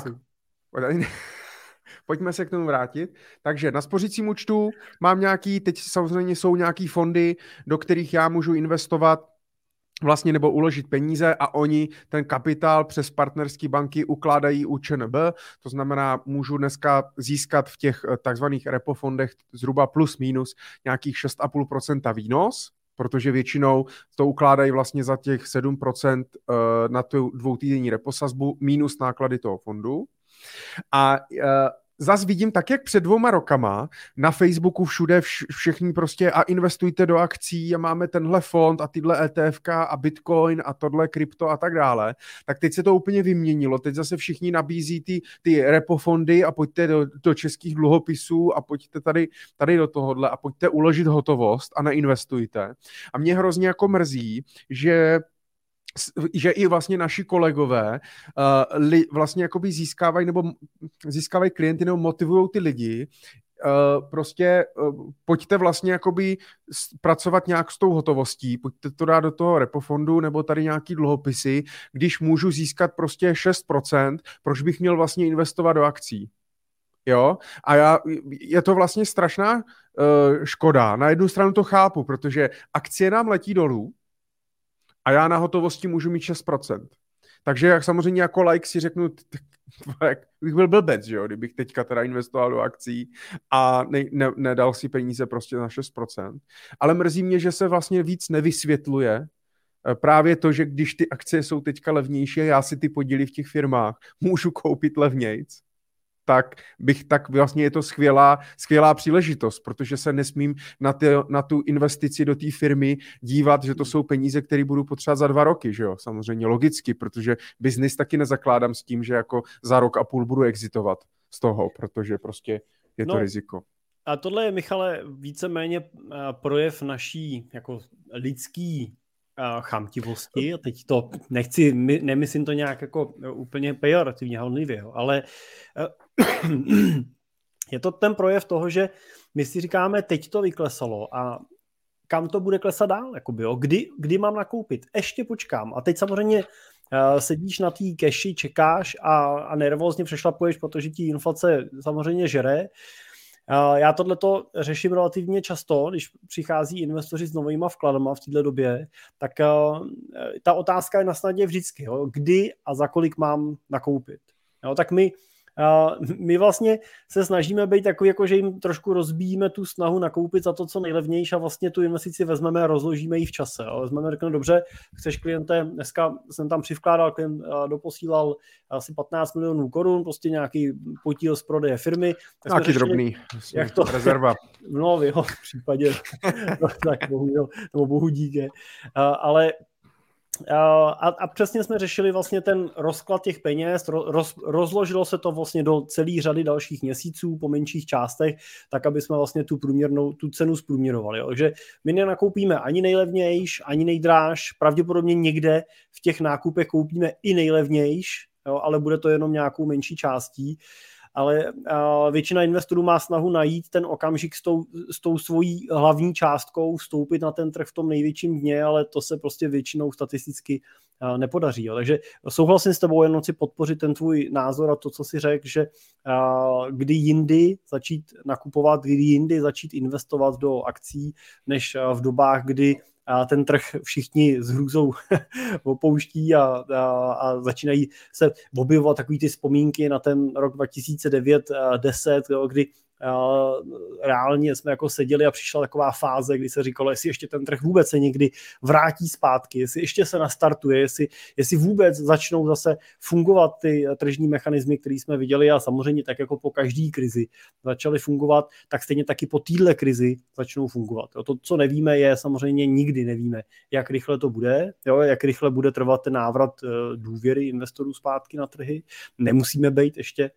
A: pojďme se k tomu vrátit. Takže na spořícím účtu mám nějaký, teď samozřejmě jsou nějaký fondy, do kterých já můžu investovat vlastně nebo uložit peníze a oni ten kapitál přes partnerské banky ukládají u ČNB, to znamená, můžu dneska získat v těch takzvaných repo fondech zhruba plus minus nějakých šest celá pět procenta výnos, protože většinou to ukládají vlastně za těch sedm procent na tu dvoutýdenní repo sazbu minus náklady toho fondu. A zas vidím tak, jak před dvouma rokama na Facebooku všude vš- všichni prostě a investujte do akcí a máme tenhle fond a tyhle E T F ka a Bitcoin a tohle krypto a tak dále, tak teď se to úplně vyměnilo. Teď zase všichni nabízí ty, ty repo fondy a pojďte do, do českých dluhopisů a pojďte tady, tady do tohohle a pojďte uložit hotovost a neinvestujte. A mě hrozně jako mrzí, že že i vlastně naši kolegové uh, li, vlastně jakoby získávají nebo získávají klienty nebo motivují ty lidi, uh, prostě uh, pojďte vlastně jakoby pracovat nějak s tou hotovostí, pojďte to dát do toho repo fondu nebo tady nějaký dluhopisy, když můžu získat prostě šest procent, proč bych měl vlastně investovat do akcí? Jo, a já, je to vlastně strašná uh, škoda. Na jednu stranu to chápu, protože akcie nám letí dolů, a já na hotovosti můžu mít šest procent. Takže jak samozřejmě jako like si řeknu, tak bych byl blbec, že jo, kdybych teďka teda investoval do akcí a ne, ne, nedal si peníze prostě na šest procent. Ale mrzí mě, že se vlastně víc nevysvětluje právě to, že když ty akcie jsou teďka levnější a já si ty podíly v těch firmách můžu koupit levnějc, tak bych tak vlastně je to skvělá, skvělá příležitost, protože se nesmím na, ty, na tu investici do té firmy dívat, že to jsou peníze, které budu potřebovat za dva roky, že jo, samozřejmě logicky, protože biznis taky nezakládám s tím, že jako za rok a půl budu exitovat z toho, protože prostě je to no, riziko.
B: A tohle je, Michale, víceméně projev naší jako lidský chamtivosti, a teď to nechci, nemyslím to nějak jako úplně pejorativně, hanlivě, ale je to ten projev toho, že my si říkáme, teď to vyklesalo a kam to bude klesat dál, jakoby, jo? Kdy, kdy mám nakoupit? Ještě počkám. A teď samozřejmě uh, sedíš na té keši, čekáš a, a nervózně přešlapuješ, protože ti inflace samozřejmě žere. Uh, já tohleto řeším relativně často, když přichází investoři s novýma vkladama v této době, tak uh, ta otázka je na snadě vždycky, jo? Kdy a za kolik mám nakoupit. Jo? Tak my my vlastně se snažíme být takový, jako že jim trošku rozbíjíme tu snahu nakoupit za to, co nejlevnější a vlastně tu investici vezmeme a rozložíme ji v čase. Jo. Vezmeme, řekneme, dobře, chceš kliente, dneska jsem tam přivkládal, klient doposílal asi patnáct milionů korun, prostě nějaký podíl z prodeje firmy.
A: Nějaký drobný,
B: jak to,
A: rezerva.
B: No v jeho případě, no, tak bohužel, nebo bohu díky, ale A, a přesně jsme řešili vlastně ten rozklad těch peněz, roz, rozložilo se to vlastně do celé řady dalších měsíců po menších částech, tak aby jsme vlastně tu průměrnou, tu cenu zprůměrovali. Jo. Takže my nenakoupíme ani nejlevnějš, ani nejdráž, pravděpodobně někde v těch nákupech koupíme i nejlevnějš, jo, ale bude to jenom nějakou menší částí. Ale uh, většina investorů má snahu najít ten okamžik s tou, s tou svojí hlavní částkou, vstoupit na ten trh v tom největším dně, ale to se prostě většinou statisticky uh, nepodaří. Jo. Takže souhlasím s tebou, jenom si podpořit ten tvůj názor a to, co si řekl, že uh, kdy jindy začít nakupovat, kdy jindy začít investovat do akcí, než uh, v dobách, kdy a ten trh všichni s hrůzou opouští a, a, a začínají se objevovat takový ty vzpomínky na ten rok dva tisíce devět deset, kdy a, reálně jsme jako seděli a přišla taková fáze, kdy se říkalo, jestli ještě ten trh vůbec se někdy vrátí zpátky, jestli ještě se nastartuje, jestli, jestli vůbec začnou zase fungovat ty tržní mechanismy, které jsme viděli a samozřejmě tak jako po každý krizi začaly fungovat, tak stejně taky po téhle krizi začnou fungovat. Jo, to, co nevíme, je samozřejmě nikdy nevíme, jak rychle to bude, jo, jak rychle bude trvat ten návrat důvěry investorů zpátky na trhy. Nemusíme být ještě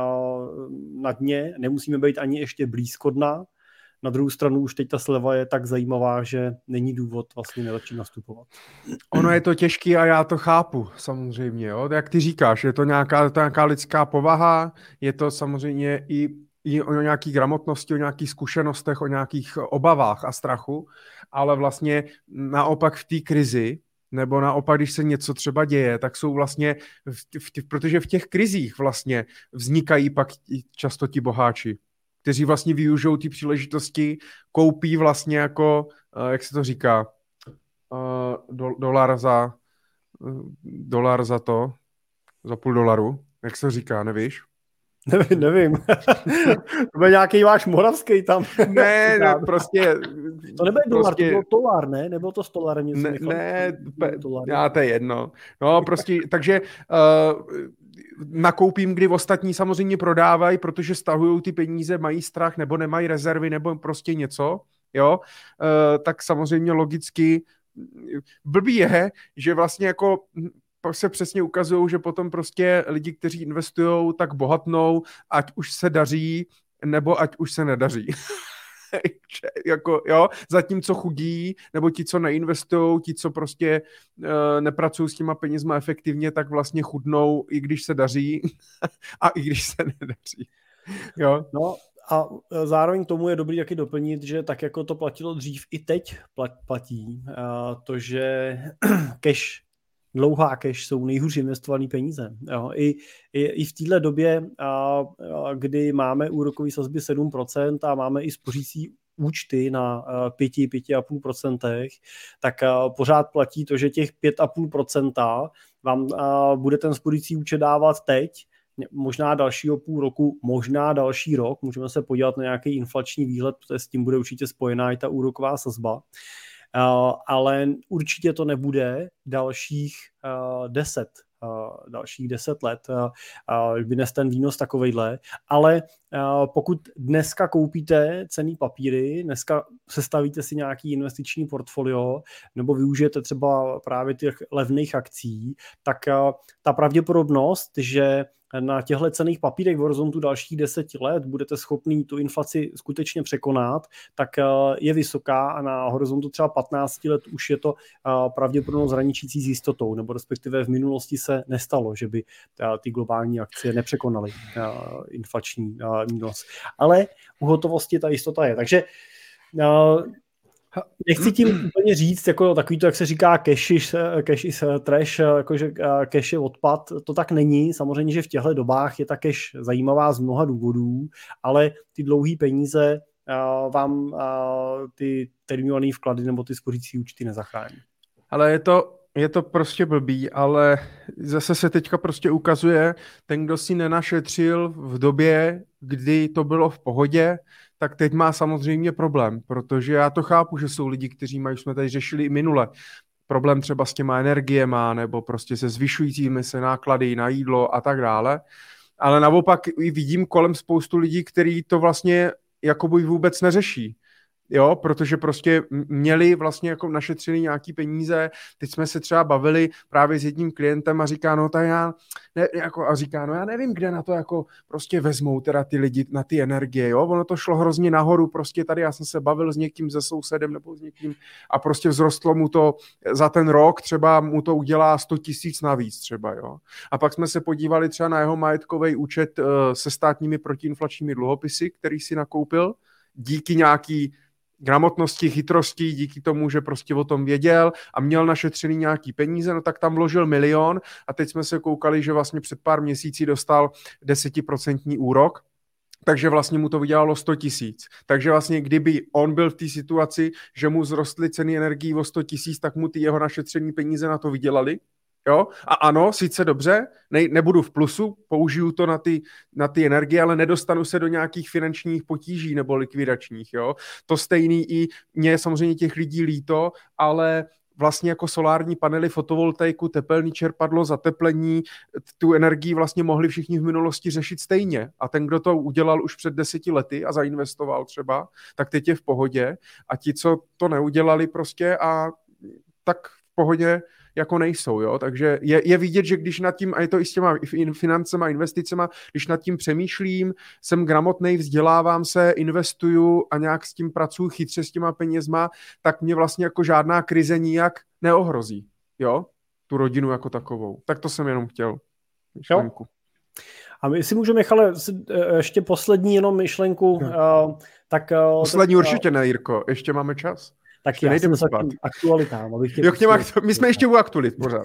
B: na dně, nemusíme být ani ještě blízko dna. Na druhou stranu už teď ta sleva je tak zajímavá, že není důvod vlastně nezačít nastupovat.
A: Ono je to těžký a já to chápu samozřejmě. Jo? Jak ty říkáš, je to nějaká, to nějaká lidská povaha, je to samozřejmě i, i o nějaký gramotnosti, o nějakých zkušenostech, o nějakých obavách a strachu, ale vlastně naopak v té krizi nebo naopak, když se něco třeba děje, tak jsou vlastně, v, v, protože v těch krizích vlastně vznikají pak často ti boháči, kteří vlastně využijou ty příležitosti, koupí vlastně jako, jak se to říká, do, dolar za dolar za to, za půl dolaru, jak se to říká, nevíš?
B: Nevím, nevím. To byl nějaký váš moravský tam.
A: Ne, ne, prostě...
B: To nebyl dolar,
A: prostě,
B: to byl tolar, ne? Nebyl to stolar?
A: Ne, ne já to je jedno. No, prostě, takže uh, nakoupím, kdy ostatní samozřejmě prodávají, protože stahují ty peníze, mají strach, nebo nemají rezervy, nebo prostě něco, jo, uh, tak samozřejmě logicky blbý je, že vlastně jako pak se přesně ukazují, že potom prostě lidi, kteří investujou, tak bohatnou, ať už se daří, nebo ať už se nedaří. jako, jo, zatímco chudí, nebo ti, co neinvestují, ti, co prostě uh, nepracují s těma penězma efektivně, tak vlastně chudnou, i když se daří a i když se nedaří. Jo.
B: No a zároveň tomu je dobrý taky doplnit, že tak jako to platilo dřív, i teď platí uh, to, že cash dlouhá cash jsou nejhůř investované peníze. Jo. I, i, I v této době, a, a, kdy máme úrokový sazby sedm procent a máme i spořící účty na pět až pět celá pět procenta, tak a, pořád platí to, že těch pět celá pět procenta vám a, bude ten spořící účet dávat teď, možná dalšího půl roku, možná další rok. Můžeme se podívat na nějaký inflační výhled, protože s tím bude určitě spojená i ta úroková sazba. Uh, ale určitě to nebude dalších uh, deset, uh, dalších deset let, uh, uh, by nes ten výnos takovejhle, ale uh, pokud dneska koupíte cenný papíry, dneska sestavíte si nějaký investiční portfolio, nebo využijete třeba právě těch levných akcí, tak uh, ta pravděpodobnost, že na těchto cenných papírech v horizontu dalších deseti let budete schopný tu inflaci skutečně překonat, tak je vysoká a na horizontu třeba patnáct let už je to pravděpodobnost hraničící s jistotou, nebo respektive v minulosti se nestalo, že by ty globální akcie nepřekonaly inflační výnos. Ale u hotovosti ta jistota je. Takže nechci tím úplně říct, jako takový to, jak se říká cash is, cash is trash, jakože cash je odpad, to tak není. Samozřejmě, že v těchto dobách je ta cash zajímavá z mnoha důvodů, ale ty dlouhé peníze vám ty termínované vklady nebo ty spořící účty nezachrání.
A: Ale je to, je to prostě blbý, ale zase se teďka prostě ukazuje, ten, kdo si nenašetřil v době, kdy to bylo v pohodě, tak teď má samozřejmě problém, protože já to chápu, že jsou lidi, kteří mají, jsme tady řešili i minule, problém třeba s těma energiema nebo prostě se zvyšujícími se náklady na jídlo a tak dále. Ale naopak vidím kolem spoustu lidí, kteří to vlastně jakoby vůbec neřeší. Jo, protože prostě měli vlastně jako našetřili nějaký peníze, teď jsme se třeba bavili právě s jedním klientem a říká, no tak já, ne, jako, a říká, no já nevím, kde na to jako prostě vezmou teda ty lidi na ty energie, jo, ono to šlo hrozně nahoru, prostě tady já jsem se bavil s někým, se sousedem nebo s někým a prostě vzrostlo mu to za ten rok, třeba mu to udělá sto tisíc navíc třeba, jo. A pak jsme se podívali třeba na jeho majetkový účet uh, se státními protiinflačními dluhopisy, který si nakoupil, díky nějaký gramotnosti, chytrosti, díky tomu, že prostě o tom věděl a měl našetřený nějaký peníze, no tak tam vložil milion a teď jsme se koukali, že vlastně před pár měsíci dostal desetiprocentní úrok, takže vlastně mu to vydělalo sto tisíc. Takže vlastně kdyby on byl v té situaci, že mu zrostly ceny energií o sto tisíc, tak mu ty jeho našetřený peníze na to vydělali. Jo? A ano, sice dobře, ne, nebudu v plusu, použiju to na ty, na ty energie, ale nedostanu se do nějakých finančních potíží nebo likvidačních. Jo? To stejný i mě samozřejmě těch lidí líto, ale vlastně jako solární panely, fotovoltaiku, tepelný čerpadlo, zateplení, tu energii vlastně mohli všichni v minulosti řešit stejně. A ten, kdo to udělal už před deseti lety a zainvestoval třeba, tak teď je v pohodě. A ti, co to neudělali prostě a tak v pohodě jako nejsou, jo, takže je, je vidět, že když nad tím, a je to i s těma financema, investicema, když nad tím přemýšlím, jsem gramotnej, vzdělávám se, investuju a nějak s tím pracuji chytře s těma penězma, tak mě vlastně jako žádná krize nijak neohrozí, jo, tu rodinu jako takovou. Tak to jsem jenom chtěl. Myšlenku.
B: A my si můžeme, Michale, ještě poslední jenom myšlenku. Uh, tak, uh,
A: poslední
B: tak,
A: určitě ne, Jirko, ještě máme čas.
B: Tak ještě já jsem se k aktualitám. Abych
A: jo, k těm aktu... My jsme ještě u aktualit pořád.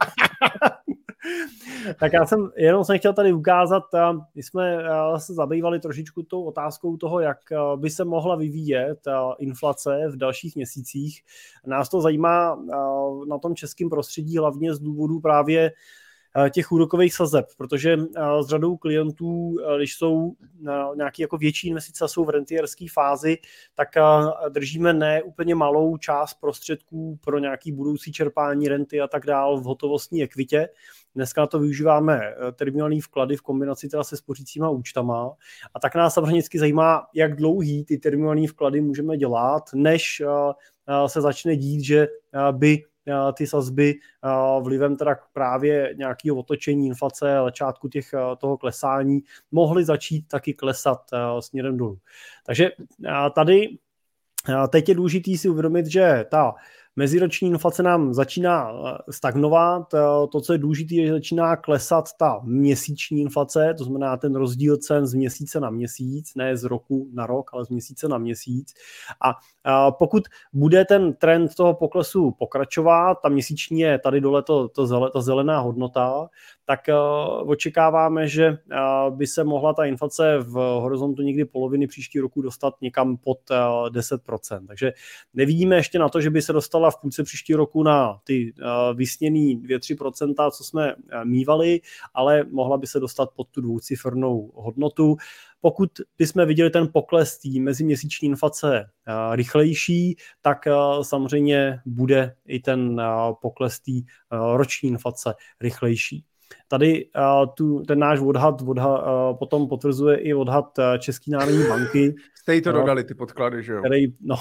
B: Tak já jsem jenom jsem chtěl tady ukázat, my jsme se zabývali trošičku tou otázkou toho, jak by se mohla vyvíjet inflace v dalších měsících. Nás to zajímá na tom českém prostředí hlavně z důvodu právě těch úrokových sazeb, protože s řadou klientů, když jsou nějaké jako větší investice, jsou v rentierské fázi, tak držíme ne úplně malou část prostředků pro nějaké budoucí čerpání renty a tak dál v hotovostní ekvitě. Dneska na to využíváme terminální vklady v kombinaci teda se spořícíma účtama a tak nás samozřejmě vždycky zajímá, jak dlouhý ty terminální vklady můžeme dělat, než se začne dít, že by ty sazby vlivem teda právě nějakého otočení inflace a začátku těch, toho klesání mohly začít taky klesat směrem dolů. Takže tady teď je důležité si uvědomit, že ta meziroční inflace nám začíná stagnovat. To, co je důležité, je, že začíná klesat ta měsíční inflace, to znamená ten rozdíl cen z měsíce na měsíc, ne z roku na rok, ale z měsíce na měsíc. A pokud bude ten trend toho poklesu pokračovat, ta měsíční je tady dole to, to zele, ta zelená hodnota, tak uh, očekáváme, že uh, by se mohla ta inflace v horizontu někdy poloviny příští roku dostat někam pod uh, deset procent. Takže nevidíme ještě na to, že by se dostala v půlce příští roku na ty uh, vysněný dvě až tři procenta, co jsme uh, mívali, ale mohla by se dostat pod tu dvoucifernou hodnotu. Pokud bychom viděli ten pokles té meziměsíční inflace uh, rychlejší, tak uh, samozřejmě bude i ten uh, pokles té uh, roční inflace rychlejší. Tady uh, tu, ten náš odhad, odhad uh, potom potvrzuje i odhad uh, České národní banky.
A: Jste jí to dodali, ty podklady, že jo?
B: Který, no,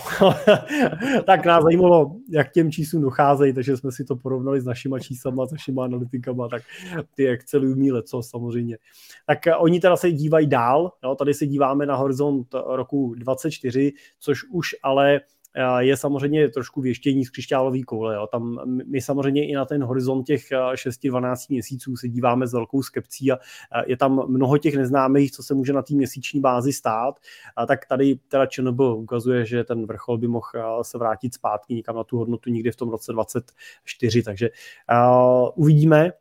B: tak nás zajímalo, jak těm číslům docházejí, takže jsme si to porovnali s našima číslama, s našima analytikama, tak ty Excely umí leco samozřejmě. Tak uh, oni teda se dívají dál, jo, tady se díváme na horizont roku dvacet čtyři, což už ale je samozřejmě trošku věštění z křišťálové koule. Jo. Tam my samozřejmě i na ten horizont těch šest až dvanáct měsíců se díváme s velkou skepcí a je tam mnoho těch neznámých, co se může na té měsíční bázi stát. A tak tady teda ČNB ukazuje, že ten vrchol by mohl se vrátit zpátky někam na tu hodnotu někdy v tom roce dvacet čtyři. Takže uh, uvidíme.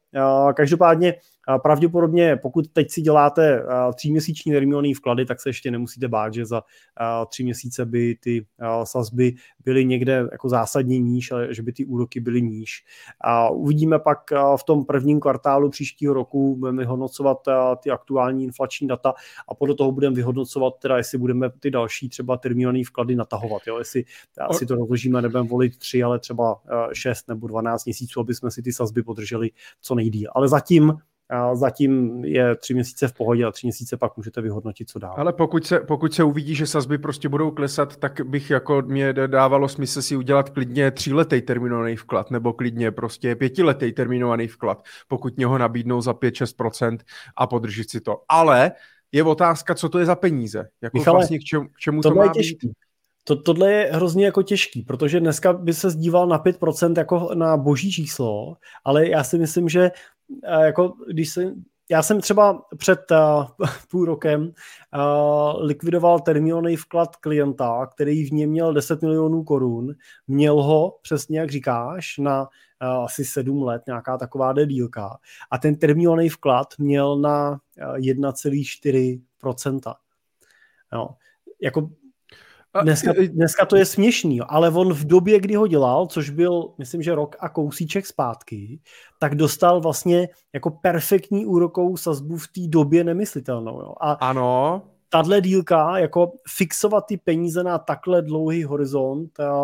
B: Každopádně pravděpodobně, pokud teď si děláte tříměsíční termínové vklady, tak se ještě nemusíte bát, že za tři měsíce by ty sazby byly někde jako zásadně níž, ale že by ty úroky byly níž. A uvidíme pak v tom prvním kvartálu příštího roku, budeme vyhodnocovat ty aktuální inflační data a podle toho budeme vyhodnocovat, teda jestli budeme ty další třeba termínové vklady natahovat. Jo? Jestli si to rozložíme, nebudeme volit tři, ale třeba šest nebo dvanáct měsíců, aby jsme si ty sazby podrželi co nejdýl. Ale zatím Zatím je tři měsíce v pohodě a tři měsíce pak můžete vyhodnotit, co dál.
A: Ale pokud se, pokud se uvidí, že sazby prostě budou klesat, tak bych jako mě dávalo smysl si udělat klidně tříletý termínovaný vklad nebo klidně prostě pětiletý termínovaný vklad, pokud něho nabídnou za pět až šest procent a podržit si to. Ale je otázka, co to je za peníze. Jako
B: Michale,
A: vlastně k čemu, k čemu to má být?
B: Těžký. To, tohle je hrozně jako těžký, protože dneska by se zdíval na pět procent jako na boží číslo, ale já si myslím, že jako když se, já jsem třeba před uh, půl rokem uh, likvidoval termínovaný vklad klienta, který v něm měl deset milionů korun, měl ho, přesně jak říkáš, na uh, asi sedm let, nějaká taková dílka a ten termínovaný vklad měl na uh, jedna celá čtyři procenta. No, jako Dneska, dneska to je směšný, ale on v době, kdy ho dělal, což byl, myslím, že rok a kousíček zpátky, tak dostal vlastně jako perfektní úrokovou sazbu v té době nemyslitelnou. Jo. A
A: ano.
B: Tahle dílka, jako fixovat ty peníze na takhle dlouhý horizont, a, a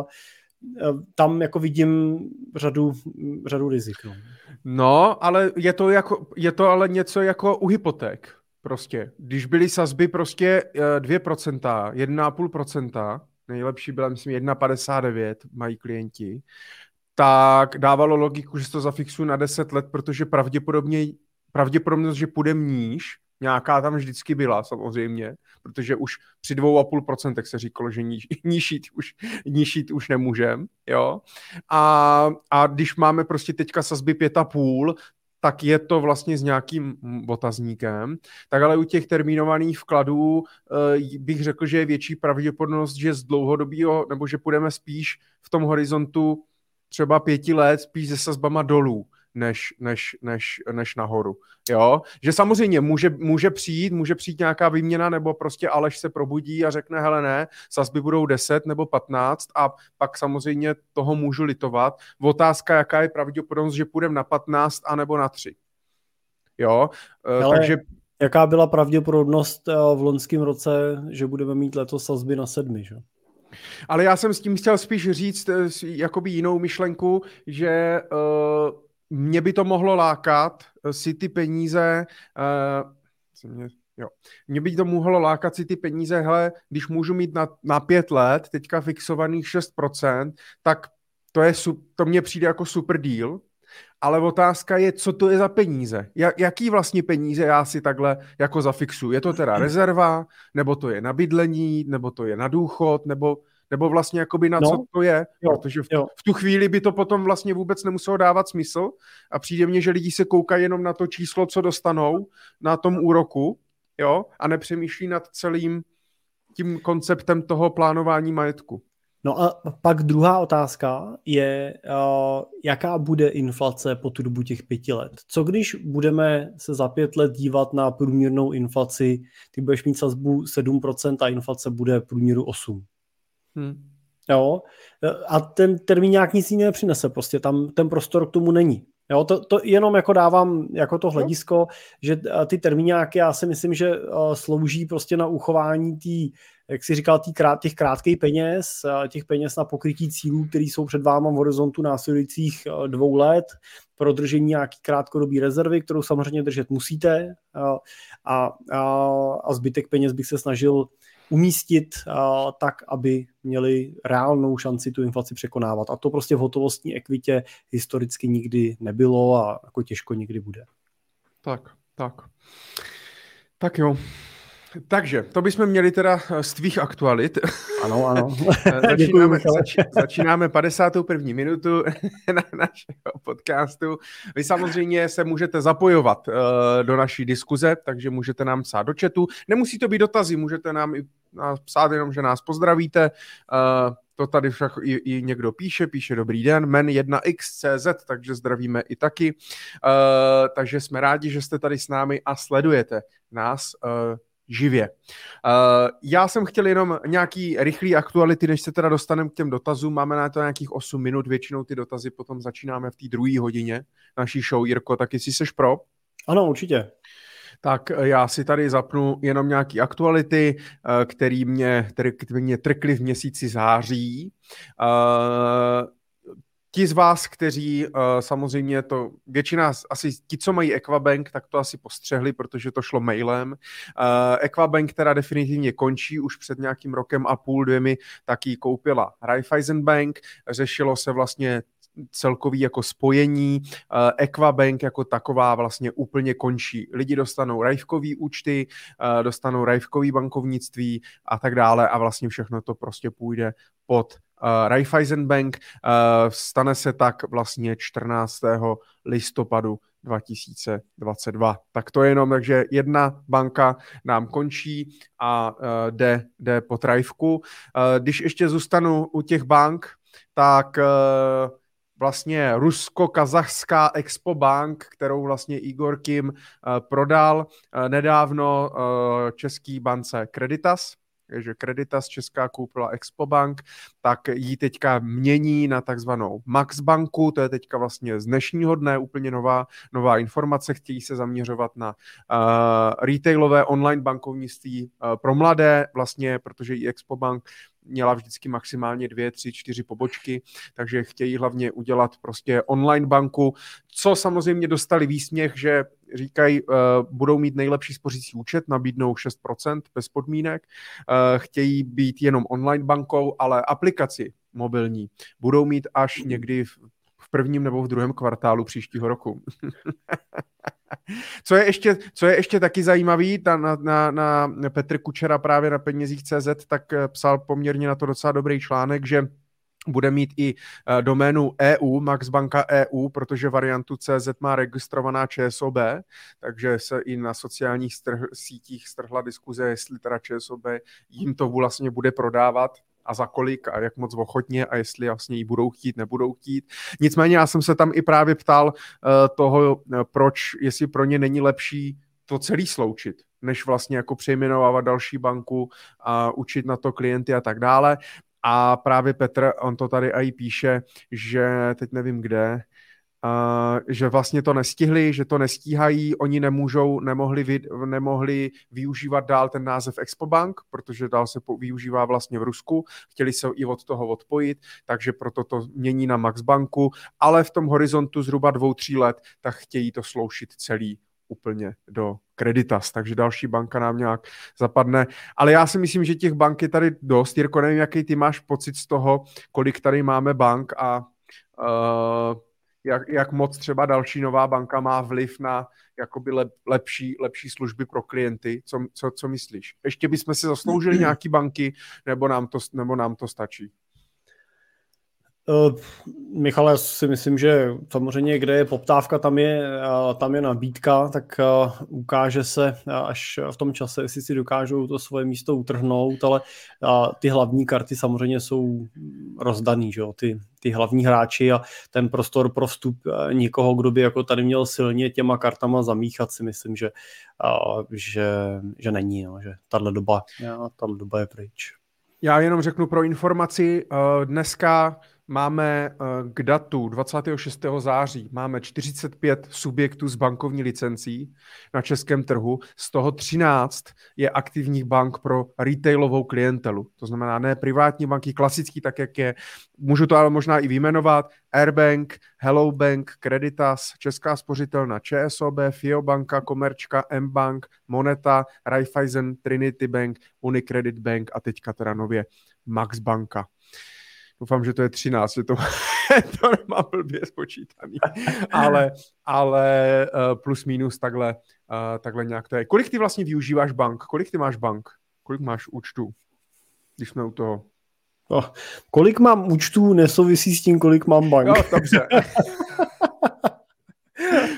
B: tam jako vidím řadu, řadu rizik. No.
A: no, ale je to, jako, je to ale něco jako u hypoték. Prostě, když byly sazby prostě dvě procenta, jedna celá pět procenta, nejlepší byla, myslím, jedna celá padesát devět mají klienti, tak dávalo logiku, že se to zafixují na deset let, protože pravděpodobně, pravděpodobnost, že půjde níž, nějaká tam vždycky byla samozřejmě, protože už při dvou a půl procentech se říkalo, že níž, nížit už, nížit už nemůžem, jo. A, a když máme prostě teďka sazby pět a půl, tak je to vlastně s nějakým otazníkem. Tak ale u těch termínovaných vkladů e, bych řekl, že je větší pravděpodobnost, že z dlouhodobého, nebo že půjdeme spíš v tom horizontu třeba pěti let, spíš se sazbama dolů, než, než, než, než nahoru. Jo? Že samozřejmě může, může přijít, může přijít nějaká výměna, nebo prostě Aleš se probudí a řekne, hele ne, sazby budou deset nebo patnáct a pak samozřejmě toho můžu litovat. Otázka, jaká je pravděpodobnost, že půjdeme na patnáct anebo na tři. Jo?
B: Ale takže jaká byla pravděpodobnost v loňském roce, že budeme mít letos sazby na sedmi, že?
A: Ale já jsem s tím chtěl spíš říct jakoby jinou myšlenku, že uh, mě by to mohlo lákat si ty peníze, uh, mě, jo, mě by to mohlo lákat si ty peníze, hele, když můžu mít na, na pět let, teďka fixovaných šest procent, tak to, je, to mně přijde jako super deal, ale otázka je, co to je za peníze. Jak, jaký vlastně peníze já si takhle jako zafixuju? Je to teda rezerva, nebo to je na bydlení, nebo to je na důchod, nebo... Nebo vlastně jakoby na no, co to je, jo, protože v, v tu chvíli by to potom vlastně vůbec nemuselo dávat smysl a přijde mně, že lidi se koukají jenom na to číslo, co dostanou na tom úroku, jo, a nepřemýšlí nad celým tím konceptem toho plánování majetku.
B: No a pak druhá otázka je, uh, jaká bude inflace po tu dobu těch pěti let. Co když budeme se za pět let dívat na průměrnou inflaci, ty budeš mít sazbu sedm procent a inflace bude průměru osm procent. Hmm. Jo, a ten termín nějak nic jiného nepřinese, prostě tam ten prostor k tomu není. Jo, to, to jenom jako dávám jako to hledisko, že ty termíňáky, já si myslím, že slouží prostě na uchování tý, jak si říkal, tý krát, těch krátkých peněz, těch peněz na pokrytí cílů, které jsou před váma v horizontu následujících dvou let, pro držení nějaký krátkodobý rezervy, kterou samozřejmě držet musíte a, a, a zbytek peněz bych se snažil umístit uh, tak, aby měli reálnou šanci tu inflaci překonávat. A to prostě v hotovostní ekvitě historicky nikdy nebylo a jako těžko nikdy bude.
A: Tak, tak. Tak jo. Takže, to bychom měli teda z tvých aktualit.
B: Ano, ano.
A: začínáme, zač, začínáme padesátou první minutu na našeho podcastu. Vy samozřejmě se můžete zapojovat uh, do naší diskuze, takže můžete nám psát do chatu. Nemusí to být dotazy, můžete nám i nás psát jenom, že nás pozdravíte. Uh, to tady však i, i někdo píše, píše dobrý den, men jedna x tečka cz, takže zdravíme i taky. Uh, takže jsme rádi, že jste tady s námi a sledujete nás uh, živě. Uh, já jsem chtěl jenom nějaký rychlý aktuality, než se teda dostaneme k těm dotazům. Máme na to nějakých osm minut, většinou ty dotazy potom začínáme v té druhé hodině naší show. Jirko, tak jestli seš pro?
B: Ano, určitě.
A: Tak já si tady zapnu jenom nějaký aktuality, který mě, který mě trkly v měsíci září. Uh, Ti z vás, kteří uh, samozřejmě to, většina, asi ti, co mají Equabank, tak to asi postřehli, protože to šlo mailem. Uh, Equabank teda definitivně končí, už před nějakým rokem a půl, dvěmi, tak ji koupila Raiffeisen Bank, řešilo se vlastně celkový jako spojení, uh, Equabank jako taková vlastně úplně končí. Lidi dostanou Raifkový účty, uh, dostanou Raifkový bankovnictví a tak dále a vlastně všechno to prostě půjde pod Uh, Raiffeisen Bank. Uh, stane se tak vlastně čtrnáctého listopadu dva tisíce dvacet dva. Tak to je jenom, takže jedna banka nám končí a uh, jde, jde pod Raifku. Uh, když ještě zůstanu u těch bank, tak uh, vlastně rusko-kazachská Expo Bank, kterou vlastně Igor Kim uh, prodal uh, nedávno uh, český bance Creditas, že Creditas česká koupila Expo Bank, tak ji teďka mění na takzvanou Max banku, to je teďka vlastně z dnešního dne úplně nová, nová informace, chtějí se zaměřovat na uh, retailové online bankovnictví uh, pro mladé, vlastně, protože i Expo Bank měla vždycky maximálně dvě, tři, čtyři pobočky, takže chtějí hlavně udělat prostě online banku, co samozřejmě dostali výsměch, že říkají, uh, budou mít nejlepší spořící účet, nabídnou šest procent bez podmínek, uh, chtějí být jenom online bankou, ale aplikaci mobilní budou mít až někdy v, v prvním nebo v druhém kvartálu příštího roku. Co je ještě, co je ještě taky zajímavý, ta, na, na, na Petr Kučera právě na penězích tečka cé zet, tak psal poměrně na to docela dobrý článek, že bude mít i doménu E U, Maxbanka E U, protože variantu C Z má registrovaná ČSOB, takže se i na sociálních strh, sítích strhla diskuze, jestli teda ČSOB jim to vlastně bude prodávat a za kolik a jak moc ochotně a jestli vlastně ji budou chtít, nebudou chtít. Nicméně já jsem se tam i právě ptal uh, toho, uh, proč, jestli pro ně není lepší to celý sloučit, než vlastně jako přejmenovávat další banku a učit na to klienty a tak dále. A právě Petr, on to tady i píše, že teď nevím kde, Uh, že vlastně to nestihli, že to nestíhají, oni nemůžou, nemohli, vy, nemohli využívat dál ten název Expo Bank, protože dál se využívá vlastně v Rusku, chtěli se i od toho odpojit, takže proto to mění na Max banku, ale v tom horizontu zhruba dvou, tří let, tak chtějí to sloušit celý úplně do Creditas, takže další banka nám nějak zapadne. Ale já si myslím, že těch bank je tady dost. Jirko, nevím, jaký ty máš pocit z toho, kolik tady máme bank a uh, Jak, jak moc třeba další nová banka má vliv na jakoby lep, lepší, lepší služby pro klienty. Co, co, co myslíš? Ještě bychom si zasloužili nějaký banky, nebo nám to, nebo nám to stačí?
B: Uh, Michale, já si myslím, že samozřejmě, kde je poptávka, tam je, uh, tam je nabídka, tak uh, ukáže se uh, až v tom čase, jestli si dokážou to svoje místo utrhnout, ale uh, ty hlavní karty samozřejmě jsou rozdaný, že jo? Ty, ty hlavní hráči a ten prostor pro vstup uh, nikoho, kdo by jako tady měl silně těma kartama zamíchat, si myslím, že, uh, že, že není, no, že tahle doba, ja, tahle doba je pryč.
A: Já jenom řeknu pro informaci, uh, dneska máme k datu dvacátého šestého září máme čtyřicet pět subjektů s bankovní licencí na českém trhu, z toho třináct je aktivních bank pro retailovou klientelu. To znamená ne privátní banky, klasický, tak jak je. Můžu to ale možná i vyjmenovat. Airbank, Hello Bank, Creditas, Česká spořitelna, ČSOB, Fiobanka, Komerčka, M-Bank, Moneta, Raiffeisen, Trinity Bank, Unicredit Bank a teďka teda nově Max banka. Doufám, že to je třináct, že to, to nemá blbě spočítaný, ale, ale plus minus takhle, takhle nějak to je. Kolik ty vlastně využíváš bank? Kolik ty máš bank? Kolik máš účtů, když jsme u toho?
B: No, kolik mám účtů nesouvisí s tím, kolik mám bank.
A: Jo, dobře.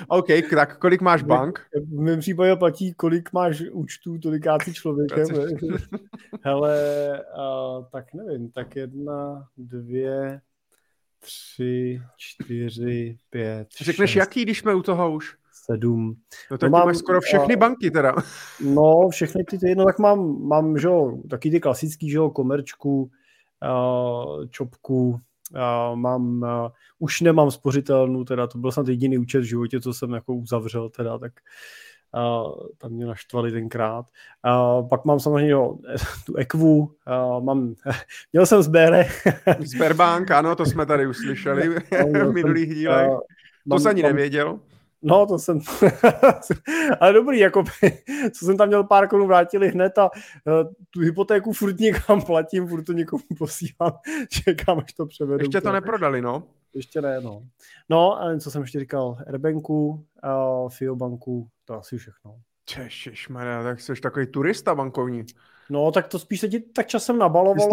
A: OK, tak kolik máš bank?
B: V mém případě platí, kolik máš účtů, toliká si člověkem. Hele, uh, tak nevím, tak jedna, dvě, tři, čtyři, pět,
A: Řekneš
B: šest,
A: jaký, když jsme u toho už?
B: sedm.
A: No tak no, máš skoro všechny uh, banky teda.
B: No, všechny ty, ty no tak mám, mám, že jo, taky ty klasický, že jo, Komerčku, uh, Čopku, uh, mám, uh, už nemám spořitelnu, teda to byl snad jediný účet v životě, co jsem jako uzavřel, teda, tak uh, tam mě naštvali tenkrát. Uh, pak mám samozřejmě, jo, tu Equvu, uh, mám, měl jsem Sbere.
A: Sberbank, ano, to jsme tady uslyšeli v minulých dílech. Uh, to mám, jsem ani nevěděl.
B: No, to jsem, ale dobrý, jako, co jsem tam měl pár korun, vrátili hned a uh, tu hypotéku furt někam platím, furt to někomu posílám, čekám, až to převedu.
A: Ještě to neprodali, no?
B: Ještě ne, no. No, a co jsem ještě říkal, Airbanku, uh, Fiobanku, to asi všechno.
A: Češišmarja, tak jsi takový turista bankovní.
B: No, tak to spíš se ti tak časem nabalovalo.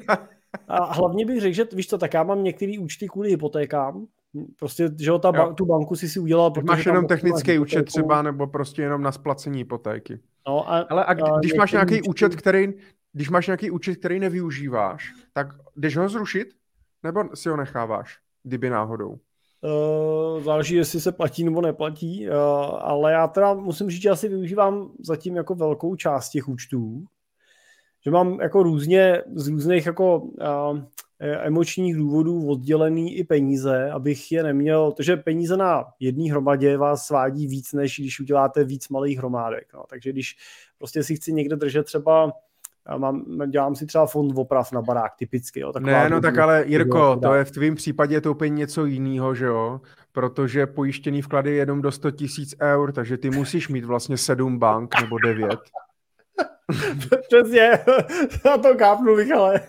B: A hlavně bych řekl, že víš co, tak já mám některé účty kvůli hypotékám. Prostě, že ta ba- tu banku si si udělal.
A: Máš jenom technický účet třeba, nebo prostě jenom na splacení hypotéky.
B: No a,
A: ale a kdy, když máš nějaký účty... účet, který, když máš nějaký účet, který nevyužíváš, tak jdeš ho zrušit, nebo si ho necháváš, kdyby náhodou?
B: Uh, záleží, jestli se platí nebo neplatí, uh, ale já teda musím říct, že asi využívám zatím jako velkou část těch účtů, že mám jako různě z různých jako uh, emočních důvodů oddělený i peníze, abych je neměl, protože peníze na jedné hromadě vás svádí víc, než když uděláte víc malých hromádek. No. Takže když prostě si chci někde držet třeba, mám, dělám si třeba fond oprav na barák, typicky. Jo,
A: ne, no tak ale Jirko, to je v tvým případě je to úplně něco jiného, že jo? Protože pojištěný vklady je jenom do sto tisíc eur, takže ty musíš mít vlastně sedm bank nebo devět.
B: Přesně, na to kápnu, Michale.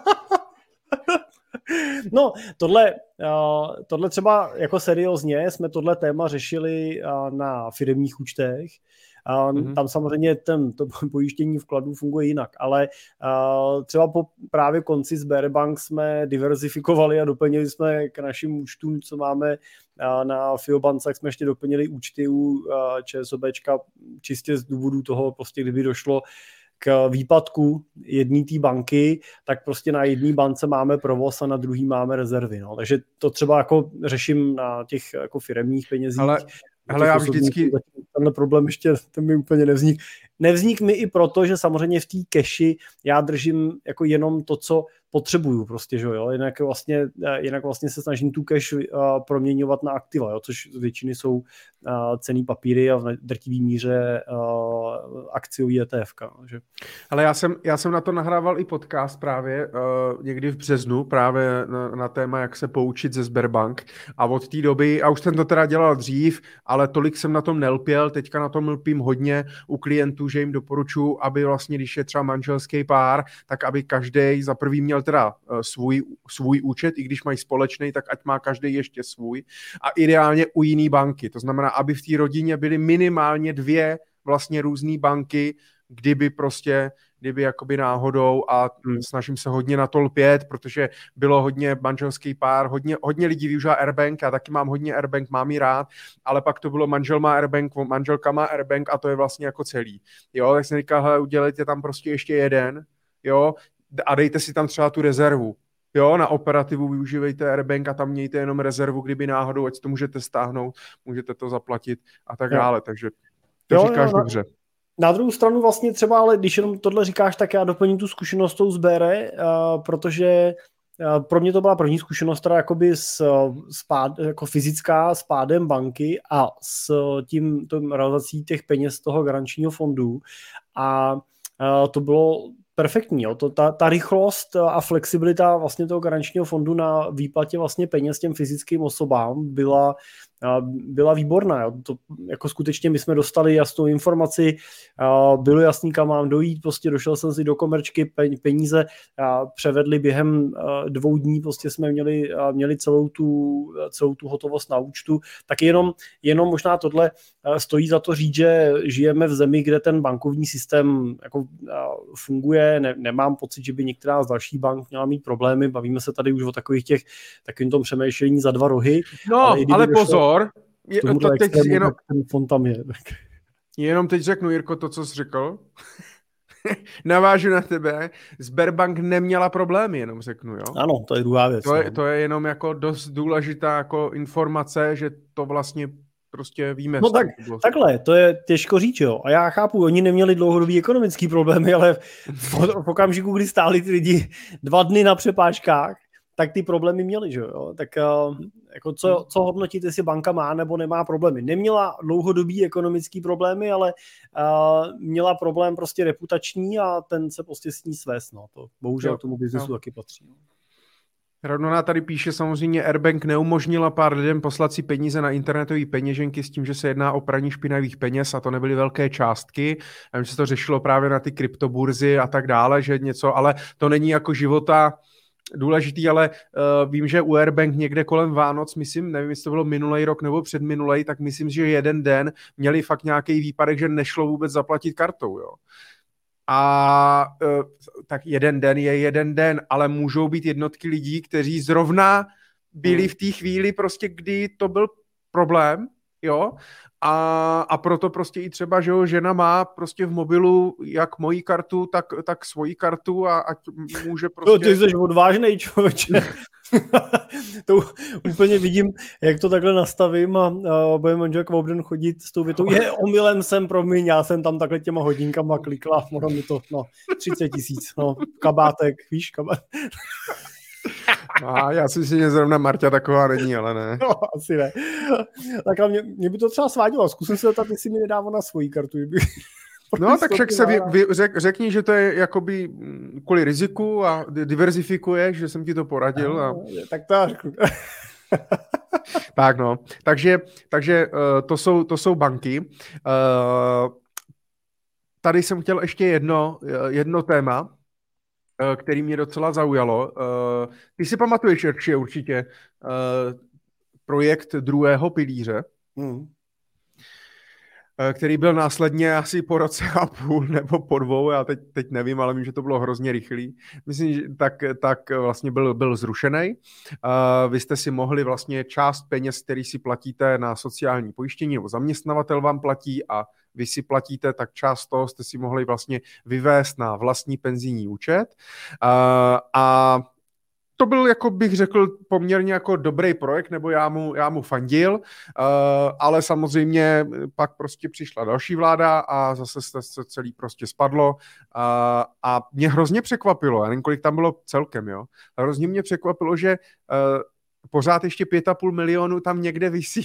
B: No, tohle, uh, tohle třeba jako seriózně jsme tohle téma řešili uh, na firemních účtech. Uh, mm-hmm. Tam samozřejmě ten, to pojištění vkladů funguje jinak, ale uh, třeba po právě konci Sberbank jsme diverzifikovali a doplnili jsme k našim účtům, co máme uh, na Fiobance, tak jsme ještě doplnili účty u uh, ČSOBčka čistě z důvodu toho, prostě kdyby došlo k výpadku jedné té banky, tak prostě na jedné bance máme provoz a na druhý máme rezervy. No. Takže to třeba jako řeším na těch jako firemních penězích.
A: Ale, ale já vždycky...
B: Tenhle problém ještě ten mi úplně nevznik. Nevznik mi i proto, že samozřejmě v té keši já držím jako jenom to, co potřebuju prostě, že jo. Jinak vlastně, jinak vlastně se snažím tu cash uh, proměňovat na aktiva, jo, což z většiny jsou uh, cenný papíry a v drtivé míře uh, akciový E T F ka. Že?
A: Ale já jsem, já jsem na to nahrával i podcast právě uh, někdy v březnu, právě na, na téma, jak se poučit ze Sberbank a od té doby, a už jsem to teda dělal dřív, ale tolik jsem na tom nelpěl, teďka na tom lpím hodně u klientů, že jim doporučuji, aby vlastně, když je třeba manželský pár, tak aby každý za prvý měl teda svůj, svůj účet, i když mají společný, tak ať má každý ještě svůj a ideálně u jiný banky. To znamená, aby v té rodině byly minimálně dvě vlastně různé banky, kdyby prostě, kdyby jakoby náhodou a hmm. snažím se hodně na to lpět, protože bylo hodně manželský pár, hodně, hodně lidí využívá Airbank, já taky mám hodně Airbank, mám ji rád, ale pak to bylo manžel má Airbank, manželka má Airbank a to je vlastně jako celý. Jo, tak jsem říkal, hele, udělejte tam prostě ještě jeden, jo, a dejte si tam třeba tu rezervu. Jo, na operativu využívejte Airbank a tam mějte jenom rezervu, kdyby náhodou, ať to můžete stáhnout, můžete to zaplatit a tak dále, takže to jo, říkáš jo, dobře.
B: Na druhou stranu vlastně třeba, ale když jenom tohle říkáš, tak já doplním tu zkušenost tou Sbere, uh, protože uh, pro mě to byla první zkušenost, teda jakoby s, s pád, jako fyzická s pádem banky a s tím, tím realizací těch peněz z toho garančního fondu a uh, to bylo perfektní. Jo. To, ta, ta rychlost a flexibilita vlastně toho garančního fondu na výplatě vlastně peněz těm fyzickým osobám byla, byla výborná. Jo. To, jako skutečně my jsme dostali jasnou informaci, bylo jasný, kam mám dojít, prostě došel jsem si do Komerčky, peníze převedli během dvou dní, prostě jsme měli, měli celou, tu, celou tu hotovost na účtu. Tak jenom, jenom možná tohle stojí za to říct, že žijeme v zemi, kde ten bankovní systém jako funguje. Ne, nemám pocit, že by některá z dalších bank měla mít problémy. Bavíme se tady už o takových těch, takovým tom přemýšlení za dva rohy.
A: No, ale, ale došlo... pozor, Je, to teď jenom,
B: ten fond tam je. Tak.
A: Jenom teď řeknu, Jirko, to, co jsi řekl. Navážu na tebe. Sberbank neměla problémy, jenom řeknu, jo?
B: Ano, to je druhá věc.
A: To je, to je jenom jako dost důležitá jako informace, že to vlastně prostě víme.
B: No tak, takhle, to je těžko říct, jo. A já chápu, oni neměli dlouhodobý ekonomický problémy, ale v, v okamžiku, kdy stáli ty lidi dva dny na přepážkách, tak ty problémy měli, že jo. Tak jako co, co hodnotit, jestli banka má nebo nemá problémy. Neměla dlouhodobý ekonomický problémy, ale uh, měla problém prostě reputační a ten se prostě s ní svést, no. To bohužel jo, tomu biznesu taky patří. No.
A: Radnona tady píše, samozřejmě Airbank neumožnila pár lidem poslat si peníze na internetové peněženky s tím, že se jedná o praní špinavých peněz a to nebyly velké částky. Já vím, že se to řešilo právě na ty kryptoburzy a tak dále, že něco, ale to není jako života důležitý, ale uh, vím, že u Airbank někde kolem Vánoc, myslím, nevím, jestli to bylo minulej rok nebo předminulej, tak myslím, že jeden den měli fakt nějaký výpadek, že nešlo vůbec zaplatit kartou, jo. A uh, tak jeden den je jeden den, ale můžou být jednotky lidí, kteří zrovna byli v té chvíli prostě, kdy to byl problém, jo, a, a proto prostě i třeba, že jo, žena má prostě v mobilu jak moji kartu, tak, tak svoji kartu a ať může prostě...
B: No, ty jsi odvážnej, člověče. To úplně vidím, jak to takhle nastavím a, a bude manželka obden chodit s tou větou, je, omylem jsem, promiň, já jsem tam takhle těma hodinkama klikla, ono mi to, no, třicet tisíc, no, kabátek, víš, kabátek.
A: A já si myslím, že zrovna Marta taková není, ale ne.
B: No, asi ne. Tak a mě, mě by to třeba svádilo. Zkusím se zeptat, jestli mi nedává na svoji kartu.
A: No, tak však se vy, vy, řek, řekni, že to je jakoby kvůli riziku a diverzifikuješ, že jsem ti to poradil. A...
B: Tak to řeknu.
A: Tak no, takže, takže uh, to, jsou, to jsou banky. Uh, tady jsem chtěl ještě jedno, jedno téma, který mě docela zaujalo. Ty si pamatuješ, Jirči, určitě projekt druhého pilíře, hmm. který byl následně asi po roce a půl nebo po dvou, já teď, teď nevím, ale vím, že to bylo hrozně rychlý. Myslím, že tak, tak vlastně byl, byl zrušený. Vy jste si mohli vlastně část peněz, který si platíte na sociální pojištění, nebo zaměstnavatel vám platí a vy si platíte, tak část toho jste si mohli vlastně vyvést na vlastní penzijní účet. A, a to byl, jako bych řekl, poměrně jako dobrý projekt, nebo já mu, já mu fandil, ale samozřejmě pak prostě přišla další vláda a zase se celý prostě spadlo a, a mě hrozně překvapilo, já nevím, kolik tam bylo celkem, jo, hrozně mě překvapilo, že pořád ještě pět a půl milionu tam někde visí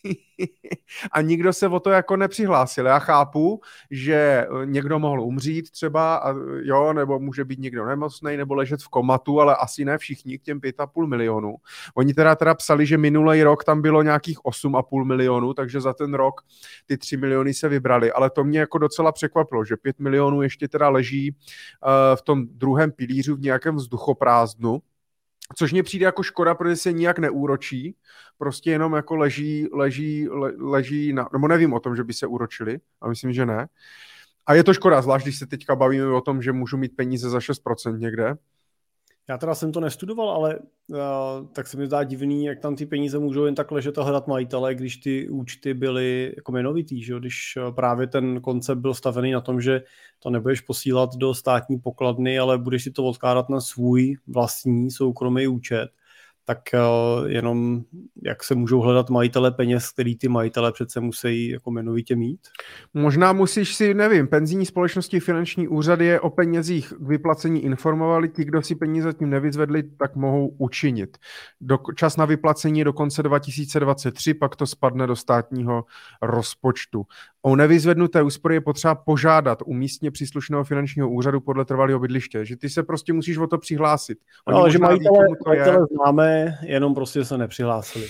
A: a nikdo se o to jako nepřihlásil. Já chápu, že někdo mohl umřít třeba, a jo, nebo může být někdo nemocnej, nebo ležet v komatu, ale asi ne všichni k těm pět a půl milionu. Oni teda teda psali, že minulý rok tam bylo nějakých osm a půl milionu, takže za ten rok ty tři miliony se vybrali, ale to mě jako docela překvapilo, že pět milionů ještě teda leží uh, v tom druhém pilíři v nějakém vzduchoprázdnu, což mně přijde jako škoda, protože se nijak neúročí, prostě jenom jako leží, leží, le, leží na, nebo nevím o tom, že by se úročili, a myslím, že ne. A je to škoda, zvlášť když se teďka bavíme o tom, že můžu mít peníze za šest procent někde.
B: Já teda jsem to nestudoval, ale uh, tak se mi zdá divný, jak tam ty peníze můžou jen tak ležet a hledat majitele, když ty účty byly jako jmenovitý, že? Když uh, právě ten koncept byl stavený na tom, že to nebudeš posílat do státní pokladny, ale budeš si to odkládat na svůj vlastní soukromý účet, tak uh, jenom jak se můžou hledat majitele peněz, který ty majitele přece musí jako jmenovitě mít?
A: Možná musíš si, nevím, penzijní společnosti, finanční úřady je o penězích k vyplacení informovali, ti, kdo si peníze tím nevyzvedli, tak mohou učinit. Do, čas na vyplacení do konce dva tisíce dvacet tři, pak to spadne do státního rozpočtu. O nevyzvednuté úspory je potřeba požádat u místně příslušného finančního úřadu podle trvalého bydliště, že ty se prostě musíš o to přihlásit.
B: Oni no, ale že majitele, majitele známe, jenom prostě se nepřihlásili.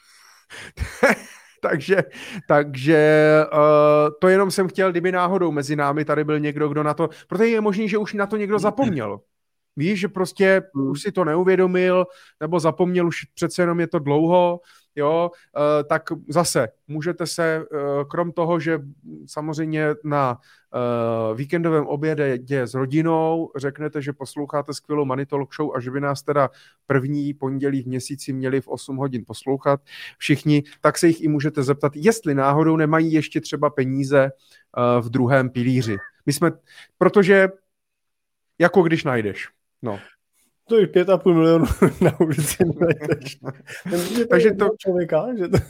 A: takže takže uh, to jenom jsem chtěl, kdyby náhodou mezi námi tady byl někdo, kdo na to, protože je možný, že už na to někdo zapomněl. Víš, že prostě hmm. už si to neuvědomil, nebo zapomněl, už přece jenom je to dlouho, jo, tak zase můžete se, krom toho, že samozřejmě na víkendovém obědě s rodinou řeknete, že posloucháte skvělou Money Talk Show a že by nás teda první pondělí v měsíci měli v osm hodin poslouchat všichni, tak se jich i můžete zeptat, jestli náhodou nemají ještě třeba peníze v druhém pilíři. My jsme, protože jako když najdeš, no.
B: To je pět a půl milionu na ulici.
A: Takže to...
B: člověka, že to...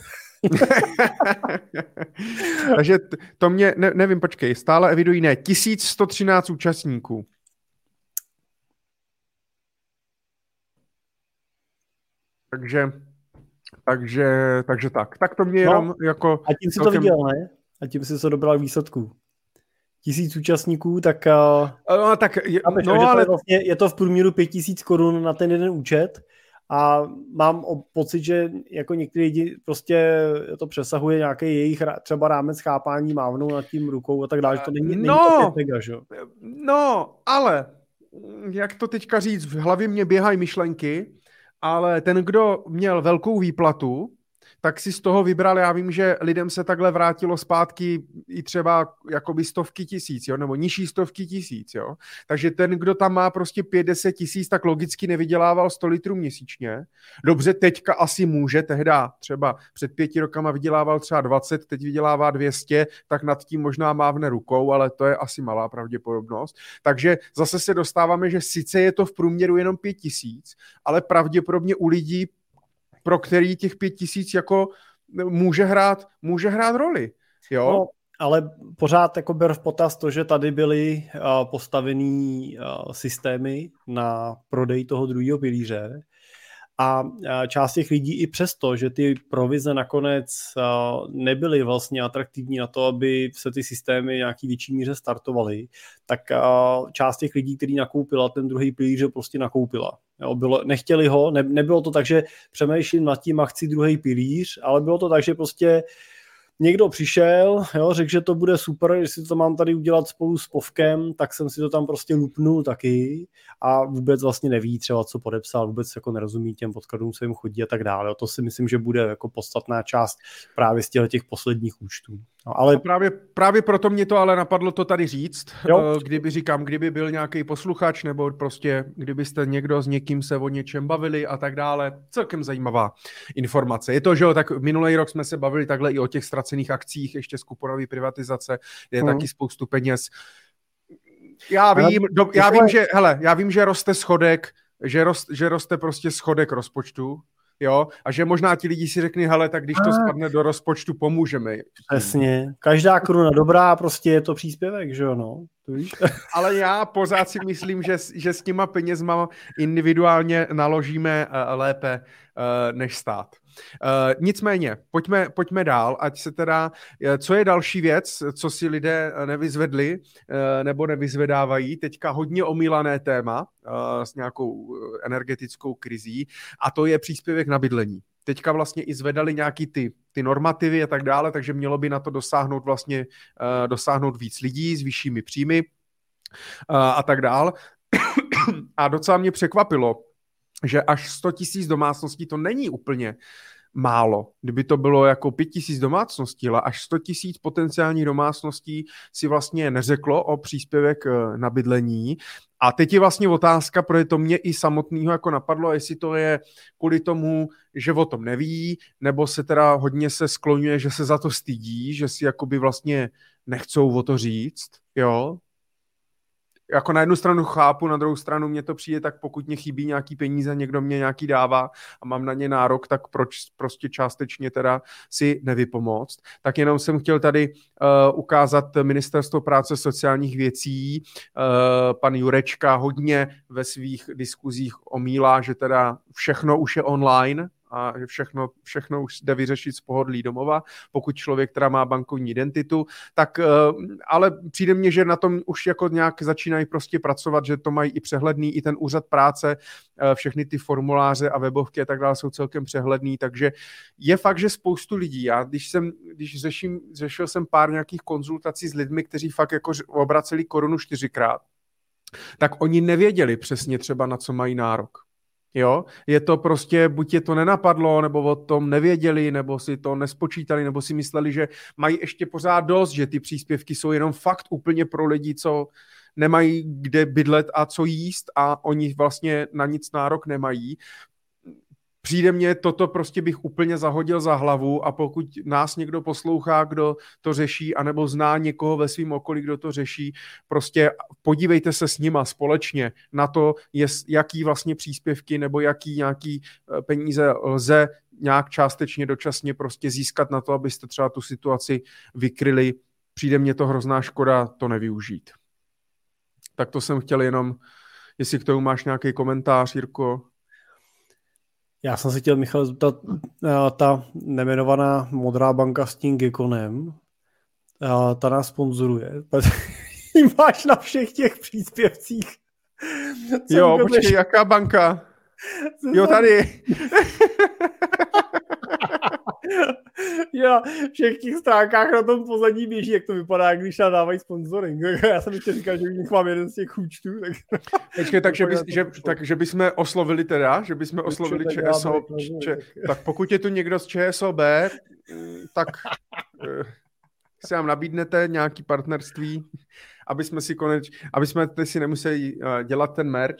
A: Takže to mě, ne, nevím, počkej, stále evidují, ne, tisíc sto třináct účastníků. Takže, takže, takže tak. Tak to mě jenom no, jako...
B: A tím si celkem... to viděl, ne? A tím si to dobral výsledků. Tisíc účastníků, tak...
A: No, tak je,
B: no, ale... to je, vlastně, je to v průměru pět tisíc korun na ten jeden účet a mám pocit, že jako některý lidi prostě to přesahuje nějaký jejich třeba rámec chápání, mávnou nad tím rukou a tak dále, že to není, není
A: no,
B: to mega, že?
A: No, ale jak to teďka říct, v hlavě mě běhají myšlenky, ale ten, kdo měl velkou výplatu, tak si z toho vybral, já vím, že lidem se takhle vrátilo zpátky i třeba jakoby stovky tisíc, jo, nebo nižší stovky tisíc, jo. Takže ten, kdo tam má prostě pět deset tisíc, tak logicky nevydělával sto litrů měsíčně. Dobře, teďka asi může, tehda třeba před pěti rokama vydělával třeba dvacet, teď vydělává dvě stě, tak nad tím možná mávne rukou, ale to je asi malá pravděpodobnost. Takže zase se dostáváme, že sice je to v průměru jenom pět tisíc, ale pravděpodobně u lidí, pro který těch pět tisíc jako může hrát, může hrát roli. Jo?
B: No, ale pořád jako ber v potaz to, že tady byly uh, postavený uh, systémy na prodej toho druhého pilíře a uh, část těch lidí i přesto, že ty provize nakonec uh, nebyly vlastně atraktivní na to, aby se ty systémy nějaký větší míře startovaly, tak uh, část těch lidí, který nakoupila ten druhý pilíř, prostě nakoupila. Jo, bylo, nechtěli ho, ne, nebylo to tak, že přemýšlím nad tím a chci druhý pilíř, ale bylo to tak, že prostě někdo přišel, jo, řekl, že to bude super, jestli to mám tady udělat spolu s Povkem, tak jsem si to tam prostě lupnul taky a vůbec vlastně neví třeba, co podepsal, vůbec jako nerozumí těm podkladům, co jim chodí a tak dále. To si myslím, že bude jako podstatná část právě z těch posledních účtů. No, ale...
A: právě, právě proto mě to ale napadlo to tady říct, jo. Kdyby říkám, kdyby byl nějaký posluchač nebo prostě kdybyste někdo s někým se o něčem bavili a tak dále, celkem zajímavá informace. Je to, že jo, tak minulý rok jsme se bavili takhle i o těch ztracených akcích, ještě z kuponové privatizace, je hmm. taky spoustu peněz. Já vím, do, já vím, že, hele, já vím, že roste schodek, že, rost, že roste prostě schodek rozpočtu, jo, a že možná ti lidi si řekli, hele, tak když to spadne do rozpočtu, pomůžeme.
B: Přesně. Každá koruna dobrá, prostě je to příspěvek, že jo, no. To víš?
A: Ale já pořád si myslím, že, že s těma penězma individuálně naložíme uh, lépe uh, než stát. Uh, nicméně, pojďme, pojďme dál, ať se teda, co je další věc, co si lidé nevyzvedli uh, nebo nevyzvedávají, teďka hodně omílané téma uh, s nějakou energetickou krizí, a to je příspěvek na bydlení. Teďka vlastně i zvedali nějaký ty, ty normativy a tak dále, takže mělo by na to dosáhnout vlastně uh, dosáhnout víc lidí s vyššími příjmy uh, a tak dále. A docela mě překvapilo, že až sto tisíc domácností to není úplně málo. Kdyby to bylo jako pět tisíc domácností, ale až sto tisíc potenciálních domácností si vlastně neřeklo o příspěvek na bydlení. A teď je vlastně otázka, protože to mě i samotného jako napadlo, jestli to je kvůli tomu, že o tom neví, nebo se teda hodně se skloňuje, že se za to stydí, že si jakoby vlastně nechcou o to říct, jo. Jako na jednu stranu chápu, na druhou stranu mě to přijde, tak pokud mě chybí nějaký peníze, někdo mě nějaký dává a mám na ně nárok, tak proč prostě částečně teda si nevypomoct. Tak jenom jsem chtěl tady uh, ukázat Ministerstvo práce sociálních věcí. Uh, pan Jurečka hodně ve svých diskuzích omílá, že teda všechno už je online, a že všechno, všechno už jde vyřešit z pohodlí domova, pokud člověk teda má bankovní identitu, tak ale přijde mně, že na tom už jako nějak začínají prostě pracovat, že to mají i přehledný, i ten úřad práce, všechny ty formuláře a webovky a tak dále jsou celkem přehledný, takže je fakt, že spoustu lidí, já když jsem, když řeším, řešil jsem pár nějakých konzultací s lidmi, kteří fakt jako obraceli korunu čtyřikrát, tak oni nevěděli přesně třeba na co mají nárok. Jo, je to prostě, buď je to nenapadlo, nebo o tom nevěděli, nebo si to nespočítali, nebo si mysleli, že mají ještě pořád dost, že ty příspěvky jsou jenom fakt úplně pro lidi, co nemají kde bydlet a co jíst a oni vlastně na nic nárok nemají. Přijde mně, toto prostě bych úplně zahodil za hlavu a pokud nás někdo poslouchá, kdo to řeší, anebo zná někoho ve svém okolí, kdo to řeší, prostě podívejte se s nima společně na to, jaký vlastně příspěvky nebo jaký nějaký peníze lze nějak částečně dočasně prostě získat na to, abyste třeba tu situaci vykryli. Přijde mně to hrozná škoda to nevyužít. Tak to jsem chtěl jenom, jestli k tomu máš nějaký komentář, Jirko.
B: Já jsem si chtěl, Michal, zeptat, ta nejmenovaná Modrá banka s tím Gekonem, ta nás sponzoruje. Máš na všech těch příspěvcích.
A: Jo, počkej, jaká banka? Jo, tady.
B: Já všech těch stránkách na tom pozadí běží, jak to vypadá, když nám dávají sponsoring. Já jsem ještě říkal, že u nich mám jeden z těch účtů. Tak...
A: Počkej, takže bys, že, tak, že bychom oslovili teda, že bychom oslovili ČSO, č, tak pokud je tu někdo z ČSOB, tak si nám nabídnete nějaký partnerství, aby jsme si konečně, aby jsme si nemuseli dělat ten merch.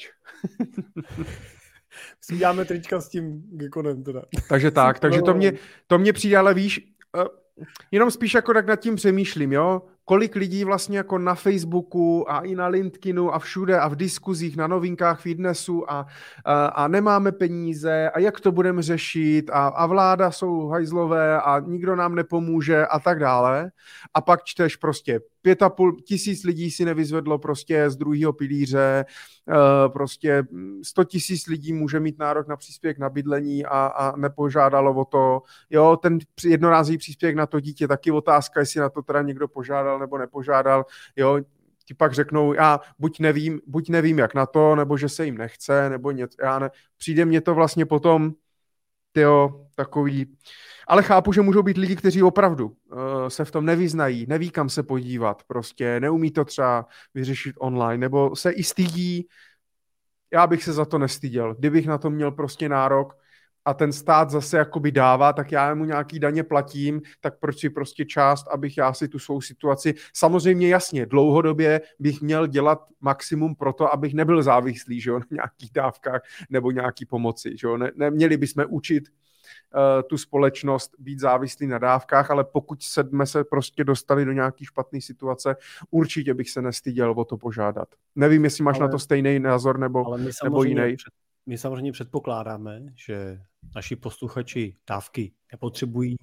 B: Si děláme trička s tím Gekonem teda.
A: Takže tak, takže to mě, to mě přijde, ale víš, uh, jenom spíš jako tak nad tím přemýšlím, jo, kolik lidí vlastně jako na Facebooku a i na LinkedInu a všude a v diskuzích na novinkách Fitnessu a, a, a nemáme peníze a jak to budeme řešit a, a vláda jsou hajzlové a nikdo nám nepomůže a tak dále. A pak čteš prostě pět a půl tisíc lidí si nevyzvedlo prostě z druhého pilíře, prostě sto tisíc lidí může mít nárok na příspěvek na bydlení a, a nepožádalo o to. Jo, ten jednorázový příspěvek na to dítě, taky otázka, jestli na to teda někdo požádal nebo nepožádal. Jo, ti pak řeknou, já buď nevím, buď nevím jak na to, nebo že se jim nechce, nebo něco, já ne. Přijde mně to vlastně potom, tyjo, takový... Ale chápu, že můžou být lidi, kteří opravdu uh, se v tom nevyznají, neví, kam se podívat, prostě neumí to třeba vyřešit online, nebo se i stydí. Já bych se za to nestyděl. Kdybych na to měl prostě nárok a ten stát zase jakoby dává, tak já mu nějaký daně platím, tak proč si prostě část, abych já si tu svou situaci... Samozřejmě jasně, dlouhodobě bych měl dělat maximum pro to, abych nebyl závislý, že jo, na nějakých dávkách nebo nějaký pomoci, že jo. Ne, neměli bychom učit tu společnost být závislý na dávkách, ale pokud jsme se prostě dostali do nějaký špatné situace, určitě bych se nestyděl o to požádat. Nevím, jestli máš ale, na to stejný názor nebo,
B: ale my
A: nebo jiný.
B: Před, my samozřejmě předpokládáme, že naši posluchači dávky nepotřebují,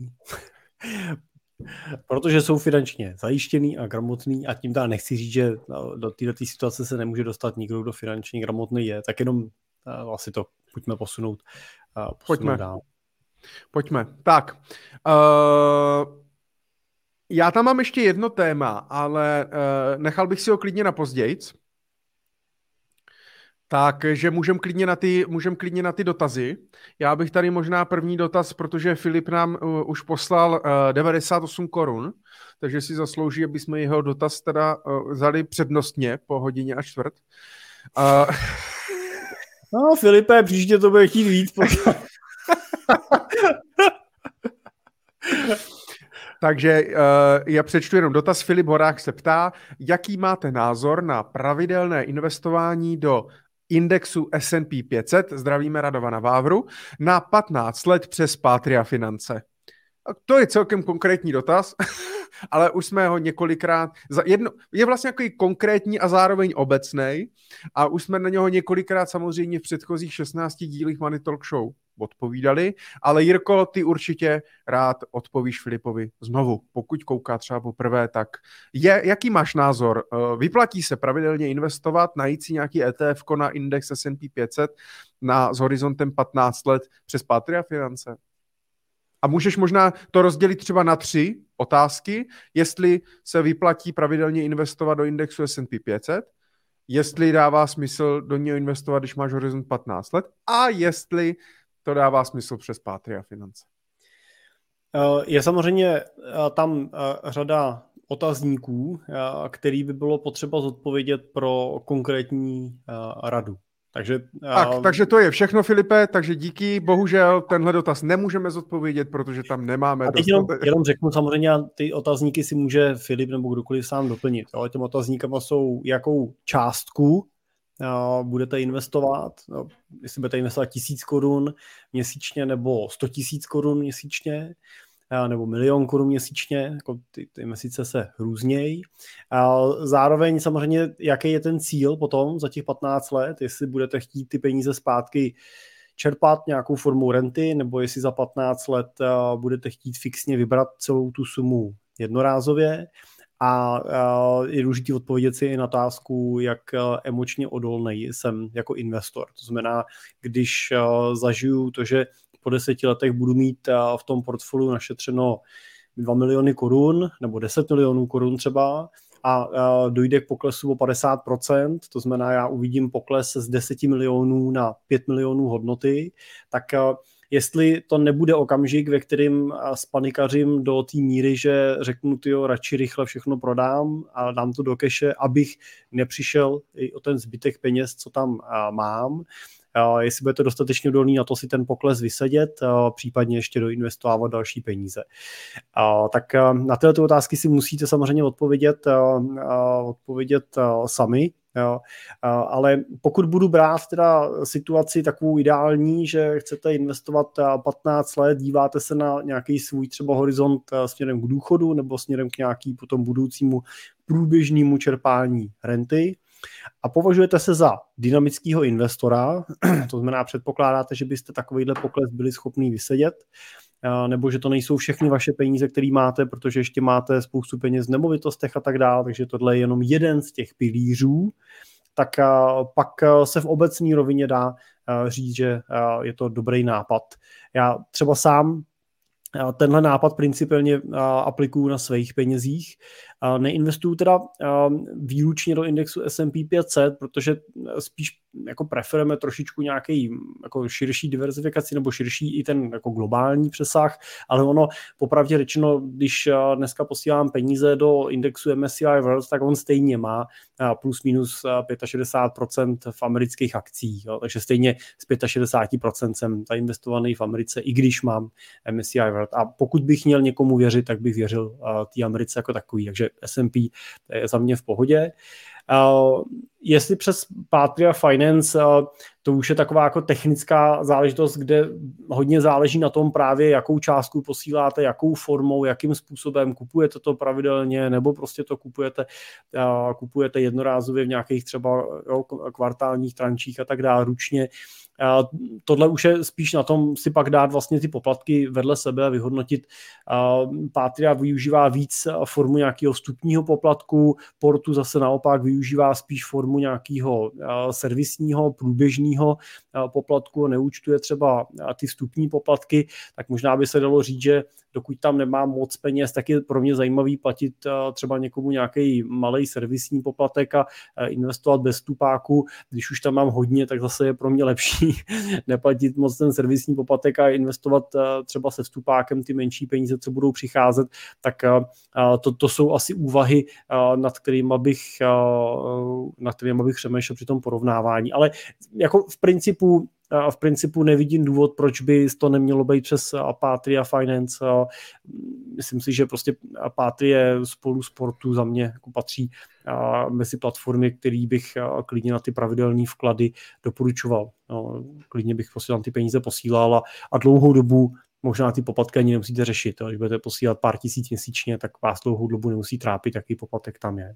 B: protože jsou finančně zajištěný a gramotný a tím dál nechci říct, že do této situace se nemůže dostat nikdo, kdo finančně gramotný je, tak jenom asi to pojďme posunout, posunout
A: pojďme.
B: dál.
A: Pojďme. Tak, uh, já tam mám ještě jedno téma, ale uh, nechal bych si ho klidně na pozdějc. Takže můžeme klidně na ty, můžem klidně na ty dotazy. Já bych tady možná první dotaz, protože Filip nám uh, už poslal uh, devadesát osm korun, takže si zaslouží, aby jsme jeho dotaz teda uh, vzali přednostně po hodině a čtvrt. Uh,
B: no, Filipe, příště to bude chtít víc.
A: Takže uh, já přečtu jenom dotaz. Filip Horák se ptá, jaký máte názor na pravidelné investování do indexu S and P pět set, zdravíme Radovana Vávru, na patnáct let přes Patria Finance. To je celkem konkrétní dotaz, ale už jsme ho několikrát, za jedno, je vlastně takový konkrétní a zároveň obecnej a už jsme na něho několikrát samozřejmě v předchozích šestnácti dílích Money Talk Show odpovídali, ale Jirko, ty určitě rád odpovíš Filipovi znovu. Pokud kouká třeba poprvé, tak je, jaký máš názor? Vyplatí se pravidelně investovat, najít si nějaký E T F na index S and P pět set na, s horizontem patnáct let přes Patria Finance? A můžeš možná to rozdělit třeba na tři otázky, jestli se vyplatí pravidelně investovat do indexu S and P pět set, jestli dává smysl do něj investovat, když máš horizont patnáct let a jestli to dává smysl přes Patria Finance.
B: Je samozřejmě tam řada otazníků, který by bylo potřeba zodpovědět pro konkrétní radu. Takže,
A: tak,
B: uh...
A: takže to je všechno, Filipe, takže díky, bohužel tenhle dotaz nemůžeme zodpovědět, protože tam nemáme
B: dost. Jenom, jenom řeknu samozřejmě, ty otazníky si může Filip nebo kdokoliv sám doplnit, ale těm otazníkama jsou, jakou částku uh, budete investovat, no, jestli budete investovat tisíc korun měsíčně nebo sto tisíc korun měsíčně, nebo milion korun měsíčně, jako ty, ty měsíce se různějí. A zároveň samozřejmě, jaký je ten cíl potom za těch patnáct let, jestli budete chtít ty peníze zpátky čerpat nějakou formou renty, nebo jestli za patnáct let budete chtít fixně vybrat celou tu sumu jednorázově. A je důležité odpovědět si i na otázku, jak emočně odolný jsem jako investor. To znamená, když zažiju to, že po deseti letech budu mít v tom portfoliu našetřeno dva miliony korun nebo deset milionů korun třeba a dojde k poklesu o padesát procent, to znamená, já uvidím pokles z deseti milionů na pět milionů hodnoty, tak jestli to nebude okamžik, ve kterým spanikařím do té míry, že řeknu, tyjo, radši rychle všechno prodám a dám to do keše, abych nepřišel i o ten zbytek peněz, co tam mám. Jestli budete dostatečně odolný na to si ten pokles vysedět, případně ještě doinvestovat další peníze. Tak na tyto otázky si musíte samozřejmě odpovědět, odpovědět sami. Jo. Ale pokud budu brát teda situaci takovou ideální, že chcete investovat patnáct let, díváte se na nějaký svůj třeba horizont směrem k důchodu nebo směrem k nějaký potom budoucímu průběžnému čerpání renty, a považujete se za dynamického investora, to znamená předpokládáte, že byste takovýhle pokles byli schopni vysedět, nebo že to nejsou všechny vaše peníze, které máte, protože ještě máte spoustu peněz v nemovitostech a tak dále, takže tohle je jenom jeden z těch pilířů, tak pak se v obecné rovině dá říct, že je to dobrý nápad. Já třeba sám tenhle nápad principiálně aplikuju na svých penězích. Neinvestuju teda výlučně do indexu S and P pět set, protože spíš jako preferujeme trošičku nějaký jako širší diverzifikaci nebo širší i ten jako globální přesah, ale ono popravdě řečeno, když dneska posílám peníze do indexu M S C I World, tak on stejně má plus minus šedesát pět procent v amerických akcích, jo? Takže stejně z šedesát pět procent jsem zainvestovaný v Americe, i když mám M S C I World. A pokud bych měl někomu věřit, tak bych věřil uh, té Americe jako takový. Takže S and P je za mě v pohodě. Uh, jestli přes Patria Finance, uh, to už je taková jako technická záležitost, kde hodně záleží na tom právě, jakou částku posíláte, jakou formou, jakým způsobem kupujete to pravidelně, nebo prostě to kupujete, uh, kupujete jednorázově v nějakých třeba jo, kvartálních trančích a tak dále ručně. Uh, tohle už je spíš na tom si pak dát vlastně ty poplatky vedle sebe a vyhodnotit. Uh, Patria využívá víc formu nějakého vstupního poplatku, Portu zase naopak využívá spíš formu nějakého uh, servisního, průběžného uh, poplatku, neúčtuje třeba uh, ty vstupní poplatky, tak možná by se dalo říct, že dokud tam nemám moc peněz, tak je pro mě zajímavý platit uh, třeba někomu nějaký malej servisní poplatek a uh, investovat bez vstupáku. Když už tam mám hodně, tak zase je pro mě lepší neplatit moc ten servisní poplatek a investovat uh, třeba se vstupákem ty menší peníze, co budou přicházet, tak uh, to, to jsou asi úvahy, uh, nad kterými bych, uh, nad kterými bych přemýšlel při tom porovnávání. Ale jako v principu A v principu nevidím důvod, proč by to nemělo být přes Patria Finance. Myslím si, že prostě Patria spolu sportu za mě jako patří mezi platformy, který bych klidně na ty pravidelné vklady doporučoval. Klidně bych prostě tam ty peníze posílal a, a dlouhou dobu možná ty poplatky ani nemusíte řešit. Když budete posílat pár tisíc měsíčně, tak vás dlouhou dobu nemusí trápit, jaký poplatek tam je.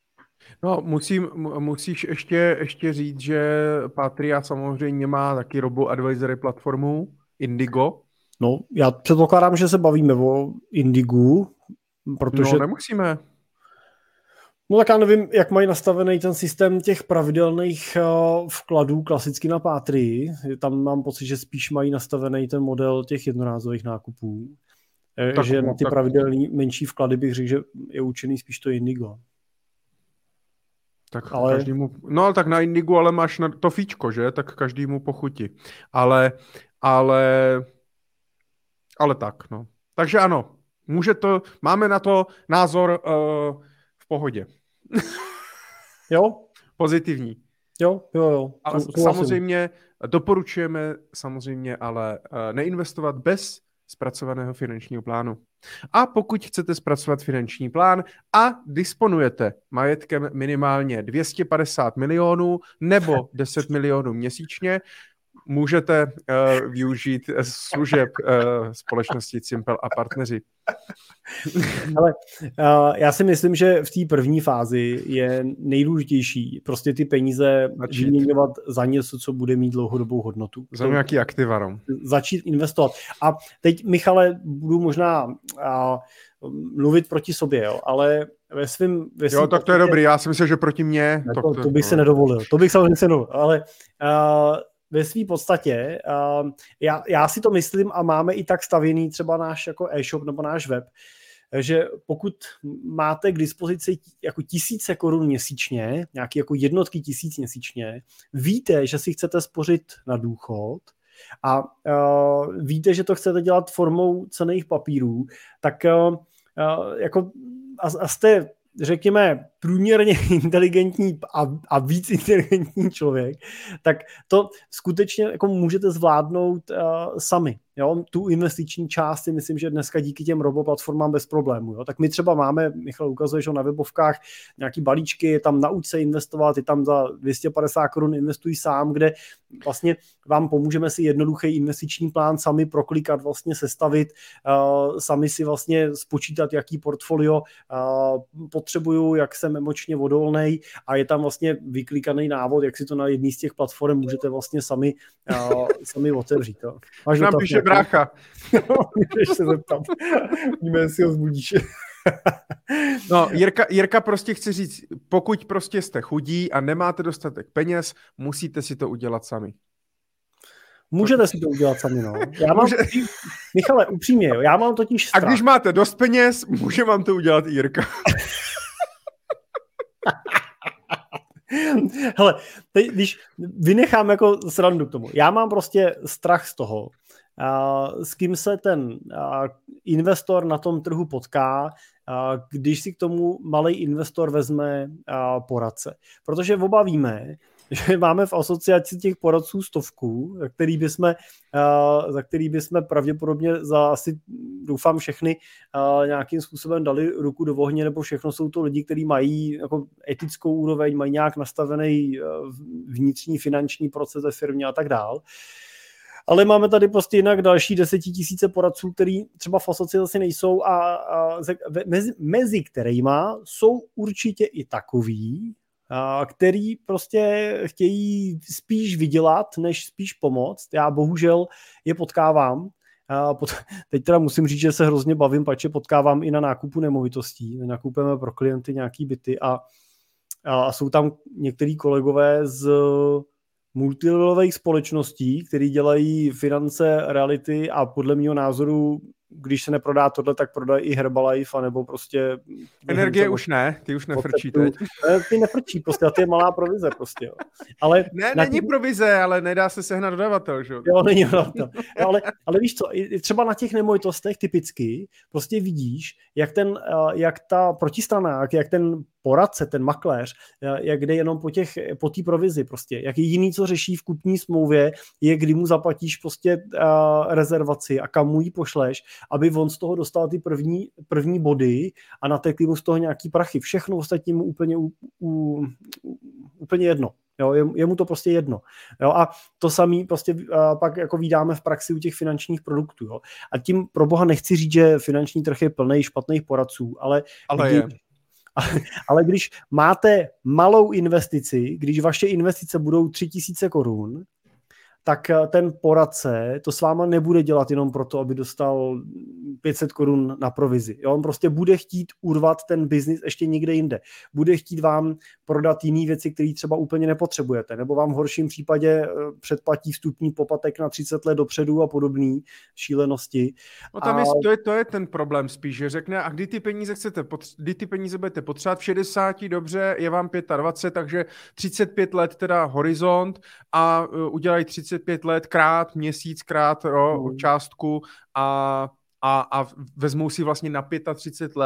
A: No, musím, musíš ještě, ještě říct, že Patria samozřejmě má taky robo-advisory platformu Indigo.
B: No, já předpokládám, že se bavíme o Indigu, protože...
A: No, nemusíme.
B: No tak já nevím, jak mají nastavený ten systém těch pravidelných uh, vkladů klasicky na Patrii. Tam mám pocit, že spíš mají nastavený ten model těch jednorázových nákupů. Tak, že na ty tak... pravidelné menší vklady bych řekl, že je určený spíš to Indigo.
A: Tak ale... každému, no ale tak na Indigu, ale máš na to fíčko, že? Tak každému pochutí. Ale, ale, ale tak, no. Takže ano, může to, máme na to názor uh, v pohodě.
B: Jo?
A: Pozitivní.
B: Jo, jo, jo.
A: Ale samozřejmě doporučujeme samozřejmě ale neinvestovat bez zpracovaného finančního plánu. A pokud chcete zpracovat finanční plán a disponujete majetkem minimálně dvě stě padesát milionů nebo deset milionů měsíčně, můžete uh, využít služeb uh, společnosti Cimpel a partneři.
B: Ale uh, já si myslím, že v té první fázi je nejdůležitější prostě ty peníze vyměňovat za něco, co bude mít dlouhodobou hodnotu.
A: Za nějaký aktiva, no.
B: Začít investovat. A teď, Michale, budu možná uh, mluvit proti sobě, jo, ale ve svým... Ve svým
A: jo, tak to je dobrý, já si myslím, že proti mně...
B: To, to, to bych se nedovolil, to bych samozřejmě se nedovolil, ale... Uh, ve své podstatě, uh, já, já si to myslím a máme i tak stavěný třeba náš jako e-shop nebo náš web, že pokud máte k dispozici jako tisíce korun měsíčně, nějaké jako jednotky tisíc měsíčně, víte, že si chcete spořit na důchod a uh, víte, že to chcete dělat formou cenných papírů, tak uh, uh, jako a, a jste řekněme, průměrně inteligentní a, a víc inteligentní člověk, tak to skutečně jako můžete zvládnout uh, sami. Jo? Tu investiční část si myslím, že dneska díky těm roboplatformám bez problémů. Jo? Tak my třeba máme, Michal ukazuje, že na webovkách nějaký balíčky, je tam nauč se investovat, je tam za dvě stě padesát korun investuj sám, kde vlastně vám pomůžeme si jednoduchý investiční plán sami proklikat, vlastně sestavit, uh, sami si vlastně spočítat, jaký portfolio uh, potřebuju, jak jsem emočně odolnej a je tam vlastně vyklikaný návod, jak si to na jedné z těch platform můžete vlastně sami, uh, sami otevřít. Jo.
A: Máš nám píše brácha.
B: Můžeš se zeptat. Víme, jestli ho zbudíš.
A: No, Jirka, Jirka prostě chci říct, pokud prostě jste chudí a nemáte dostatek peněz, musíte si to udělat sami.
B: Můžete si to udělat sami, no. Já mám, Může... Michale, upřímně, jo, já mám totiž strach.
A: A když máte dost peněz, může vám to udělat i Jirka.
B: Hele, teď, když vynechám jako srandu k tomu, já mám prostě strach z toho, uh, s kým se ten uh, investor na tom trhu potká, uh, když si k tomu malý investor vezme uh, poradce. Protože oba víme, že máme v asociaci těch poradců stovku, za který bychom, uh, za který bychom pravděpodobně za asi, doufám, všechny uh, nějakým způsobem dali ruku do ohně, nebo všechno jsou to lidi, kteří mají jako etickou úroveň, mají nějak nastavený uh, vnitřní finanční proces ve firmě a tak dál. Ale máme tady prostě jinak další desetitisíce poradců, který třeba v asociaci nejsou a, a mezi, mezi kterýma jsou určitě i takový, který prostě chtějí spíš vydělat, než spíš pomoct. Já bohužel je potkávám. Teď teda musím říct, že se hrozně bavím, pače potkávám i na nákupu nemovitostí. Nakupujeme pro klienty nějaký byty a, a jsou tam některý kolegové z multilevelových společností, který dělají finance, reality a podle mého názoru, když se neprodá tohle, tak prodají i Herbalife, anebo prostě...
A: Energie nevím, už ne, ty už nefrčí teď.
B: Ty nefrčí, prostě, a to je malá provize prostě. Jo. Ale
A: ne, není tím... provize, ale nedá se sehnat dodavatel, že jo?
B: Jo, není dodavatel. Jo, ale, ale víš co, třeba na těch nemovitostech typicky prostě vidíš, jak, ten, jak ta protistrana, jak ten poradce, ten makléř, jak jde jenom po těch, po té provizi prostě. Jak jediný, co řeší v kupní smlouvě, je, kdy mu zaplatíš prostě uh, rezervaci a kam mu ji pošleš, aby on z toho dostal ty první, první body a natekli mu z toho nějaký prachy. Všechno ostatní mu úplně, u, u, úplně jedno. Jo, je, je mu to prostě jedno. Jo, a to samé prostě uh, pak jako vídáme v praxi u těch finančních produktů. Jo. A tím pro boha nechci říct, že finanční trh je plný špatných poradců, ale...
A: Ale
B: kdy,
A: je.
B: Ale když máte malou investici, když vaše investice budou tři tisíce korun, tak ten poradce to s váma nebude dělat jenom proto, aby dostal pět set korun na provizi. Jo? On prostě bude chtít urvat ten biznis ještě někde jinde. Bude chtít vám prodat jiné věci, které třeba úplně nepotřebujete, nebo vám v horším případě předplatí vstupní poplatek na třicet let dopředu a podobné šílenosti.
A: No tam a... je, to, je, to je ten problém spíš, že řekne, a kdy ty peníze chcete, kdy ty peníze budete potřebovat, v šedesáti, dobře, je vám dvacet pět, takže třicet pět let teda horizont a udělají třicet pět let krát, měsíc krát ro, částku a, a, a vezmou si vlastně na třicet pět let,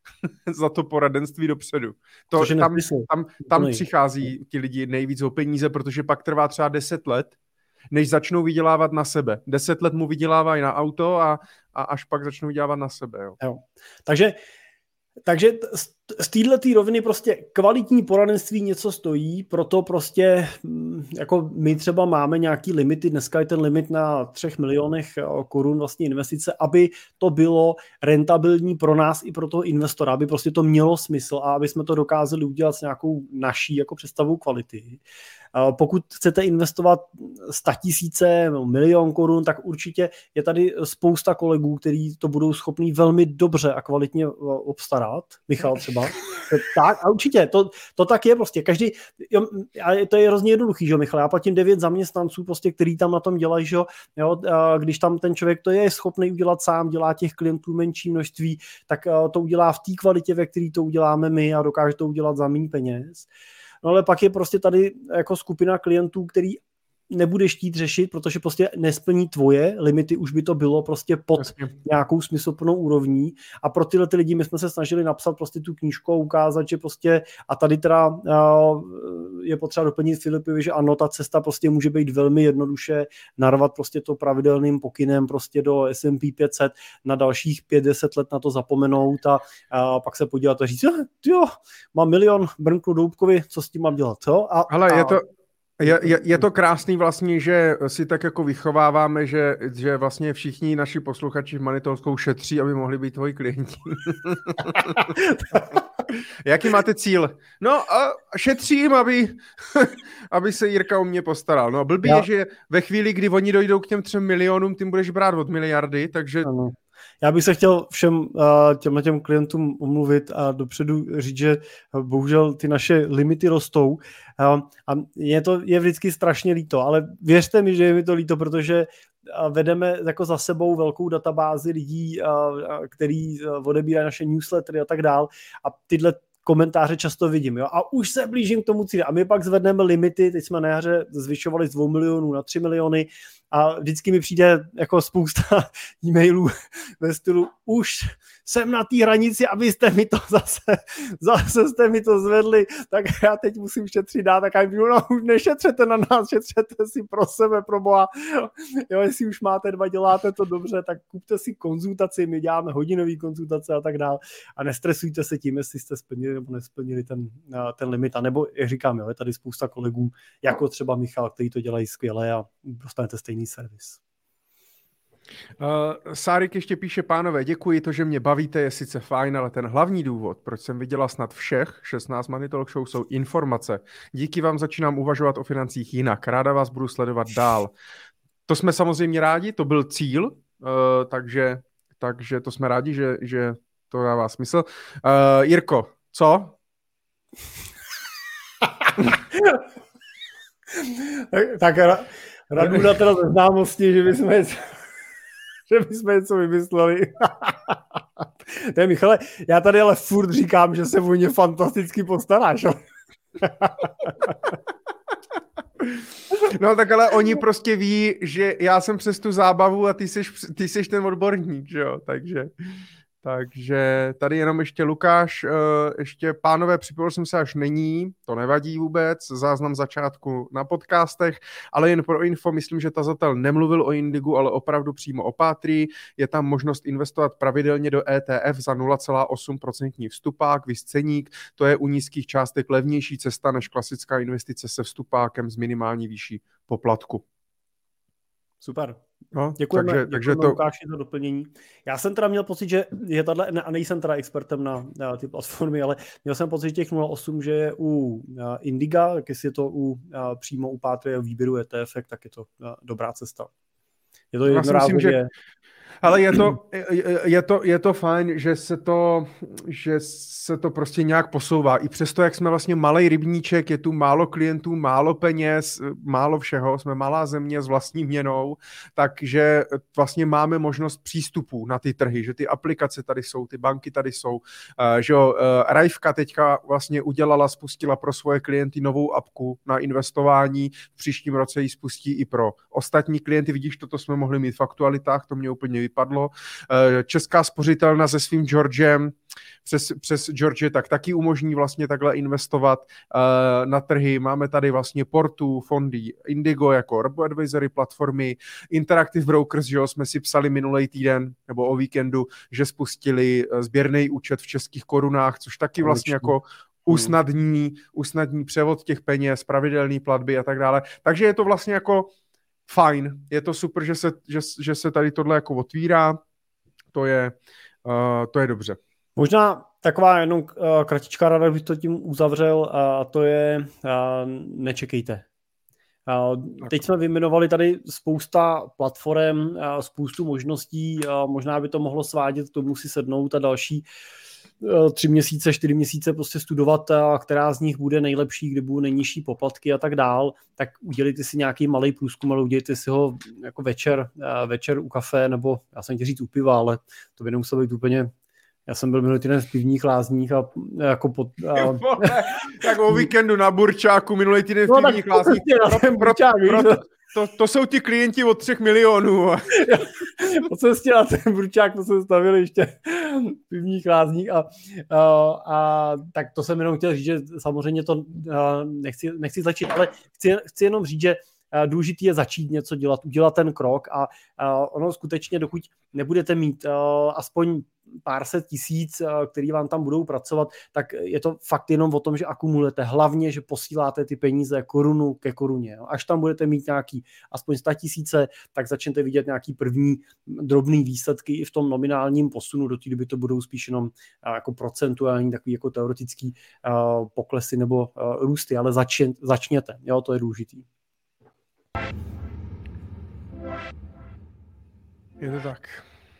A: za to poradenství dopředu. To, tam tam, tam přichází ti lidi nejvíc o peníze, protože pak trvá třeba deset let, než začnou vydělávat na sebe. Deset let mu vydělávají na auto a, a až pak začnou vydělávat na sebe. Jo.
B: Jo. Takže Takže z této roviny prostě kvalitní poradenství něco stojí, proto prostě jako my třeba máme nějaký limity, dneska je ten limit na třech milionech korun vlastně investice, aby to bylo rentabilní pro nás i pro toho investora, aby prostě to mělo smysl a aby jsme to dokázali udělat s nějakou naší jako představou kvality. Pokud chcete investovat statisíce, milion korun, tak určitě je tady spousta kolegů, kteří to budou schopní velmi dobře a kvalitně obstarat. Michal třeba. Tak a určitě, to, to tak je prostě. Každý, jo, a to je hrozně jednoduchý, že Michal, já platím devět zaměstnanců, prostě, který tam na tom dělají, že jo, a když tam ten člověk to je schopný udělat sám, dělá těch klientů menší množství, tak to udělá v té kvalitě, ve které to uděláme my a dokáže to udělat za méně peněz. No ale pak je prostě tady jako skupina klientů, který nebudeš chtít řešit, protože prostě nesplní tvoje limity, už by to bylo prostě pod Jasně. nějakou smysluplnou úrovní a pro tyhle ty lidi my jsme se snažili napsat prostě tu knížku a ukázat, že prostě a tady teda uh, je potřeba doplnit Filipovi, že ano, ta cesta prostě může být velmi jednoduše narvat prostě to pravidelným pokynem prostě do S and P pět set na dalších pět deset let na to zapomenout a, a pak se podívat a říct, jo, mám milion brnklu Doubkovi, co s tím mám dělat, jo? A,
A: Ale
B: a,
A: je to Je, je, je to krásný vlastně, že si tak jako vychováváme, že, že vlastně všichni naši posluchači v Money Talku šetří, aby mohli být tvoji klienti. Jaký máte cíl? No a šetřím, aby, aby se Jirka o mě postaral. No blbý je, že ve chvíli, kdy oni dojdou k těm třem milionům, ty budeš brát od miliardy, takže... Ano.
B: Já bych se chtěl všem těmhle těm klientům omluvit a dopředu říct, že bohužel ty naše limity rostou a je to je vždycky strašně líto, ale věřte mi, že je mi to líto, protože vedeme jako za sebou velkou databázi lidí, který odebírají naše newslettery a tak dál a tyhle komentáře často vidím, jo, a už se blížím k tomu cíli a my pak zvedneme limity, teď jsme na jaře zvyšovali z dvou milionů na tři miliony a vždycky mi přijde jako spousta e-mailů ve stylu už jsem na té hranici, abyste mi to zase, zase jste mi to zvedli, tak já teď musím šetřit dát, tak já jim no už nešetřete na nás, šetřete si pro sebe, pro boha, jo, jestli už máte dva, děláte to dobře, tak kupte si konzultaci, my děláme hodinové konzultace a tak dál a nestresujte se tím, jestli jste splnili nebo nesplnili ten, ten limit, a nebo, jak říkám, jo, je tady spousta kolegů, jako třeba Michal, který to dělají skvěle a dostanete stejný servis.
A: Uh, Sárik ještě píše, pánové, děkuji, to, že mě bavíte, je sice fajn, ale ten hlavní důvod, proč jsem viděla snad všech šestnáct Money Talk Show, jsou informace. Díky vám začínám uvažovat o financích jinak. Ráda vás budu sledovat dál. To jsme samozřejmě rádi, to byl cíl, uh, takže, takže to jsme rádi, že, že to dává smysl. Uh, Jirko, co?
B: tak tak radu na teda ze známosti, že bychom že bychom něco vymysleli. To je, Michale, já tady ale furt říkám, že se o ně fantasticky postaráš.
A: No tak ale oni prostě ví, že já jsem přes tu zábavu a ty seš, ty seš ten odborník, že jo, takže... Takže tady jenom ještě Lukáš, ještě pánové, připojil jsem se, až není, to nevadí vůbec, záznam začátku na podcastech, ale jen pro info, myslím, že tazatel nemluvil o Indigu, ale opravdu přímo o Patrii, je tam možnost investovat pravidelně do E T F za nula celá osm procenta vstupák, vysceník, to je u nízkých částek levnější cesta než klasická investice se vstupákem z minimální výší poplatku.
B: Super.
A: No,
B: děkujeme,
A: takže,
B: děkujeme
A: takže to...
B: Lukáši za doplnění. Já jsem teda měl pocit, že je tato, a nejsem teda expertem na, na ty platformy, ale měl jsem pocit, že těch nula celá osm, že je u Indiga, tak jestli je to u, přímo u Patrie výběru E T F, tak je to dobrá cesta. Je to jednorázově... Že...
A: Ale je to, je, to, je to fajn, že se to, že se to prostě nějak posouvá. I přesto, jak jsme vlastně malej rybníček, je tu málo klientů, málo peněz, málo všeho, jsme malá země s vlastní měnou, takže vlastně máme možnost přístupu na ty trhy, že ty aplikace tady jsou, ty banky tady jsou, že jo, Rajvka teďka vlastně udělala, spustila pro svoje klienty novou apku na investování, v příštím roce ji spustí i pro ostatní klienty, vidíš, toto jsme mohli mít v aktualitách, to mě úplně vypadlo. Česká spořitelna se svým Georgem přes, přes George, tak taky umožní vlastně takhle investovat uh, na trhy. Máme tady vlastně Portu, fondy, Indigo jako robo-advisory platformy, Interactive Brokers, že jo, jsme si psali minulý týden nebo o víkendu, že spustili sběrný účet v českých korunách, což taky vlastně jako usnadní, usnadní převod těch peněz, pravidelné platby a tak dále. Takže je to vlastně jako fajn. Je to super, že se, že, že se tady tohle jako otvírá. To je, uh, to je dobře.
B: Možná taková jenom uh, kratičká rada, bych to tím uzavřel, a to je uh, nečekejte. Uh, teď jsme vyjmenovali tady spousta platform, uh, spoustu možností, uh, možná by to mohlo svádět k tomu si sednout a další tři měsíce, čtyři měsíce prostě studovat, která z nich bude nejlepší, kde budou nejnižší poplatky a tak dál, tak udělejte si nějaký malý průzkum, ale udělejte si ho jako večer, večer u kafe, nebo já jsem chtěl říct u piva, ale to by nemuselo být úplně. Já jsem byl minulý týden v pivních lázních a jako pod... A...
A: tak o víkendu na Burčáku, minulý týden v
B: no,
A: pivních lázních. Pro, pro, pro, pro, to, to jsou ti klienti od třech milionů.
B: Po cestě na ten Burčák, to se stavili ještě v pivních lázních a, a, a tak to jsem jenom chtěl říct, že samozřejmě to nechci, nechci začít, ale chci, chci jenom říct, že důležitý je začít něco dělat, udělat ten krok a, a ono skutečně, dokud nebudete mít a, aspoň pár set tisíc, a, který vám tam budou pracovat, tak je to fakt jenom o tom, že akumulujete, hlavně, že posíláte ty peníze korunu ke koruně. Jo. Až tam budete mít nějaký aspoň sta tisíce, tak začnete vidět nějaký první drobný výsledky i v tom nominálním posunu, do té doby to budou spíš jenom a, jako procentuální, takový jako teoretický a, poklesy nebo a, růsty, ale začně, začněte, jo, to je důležitý.
A: Je to tak.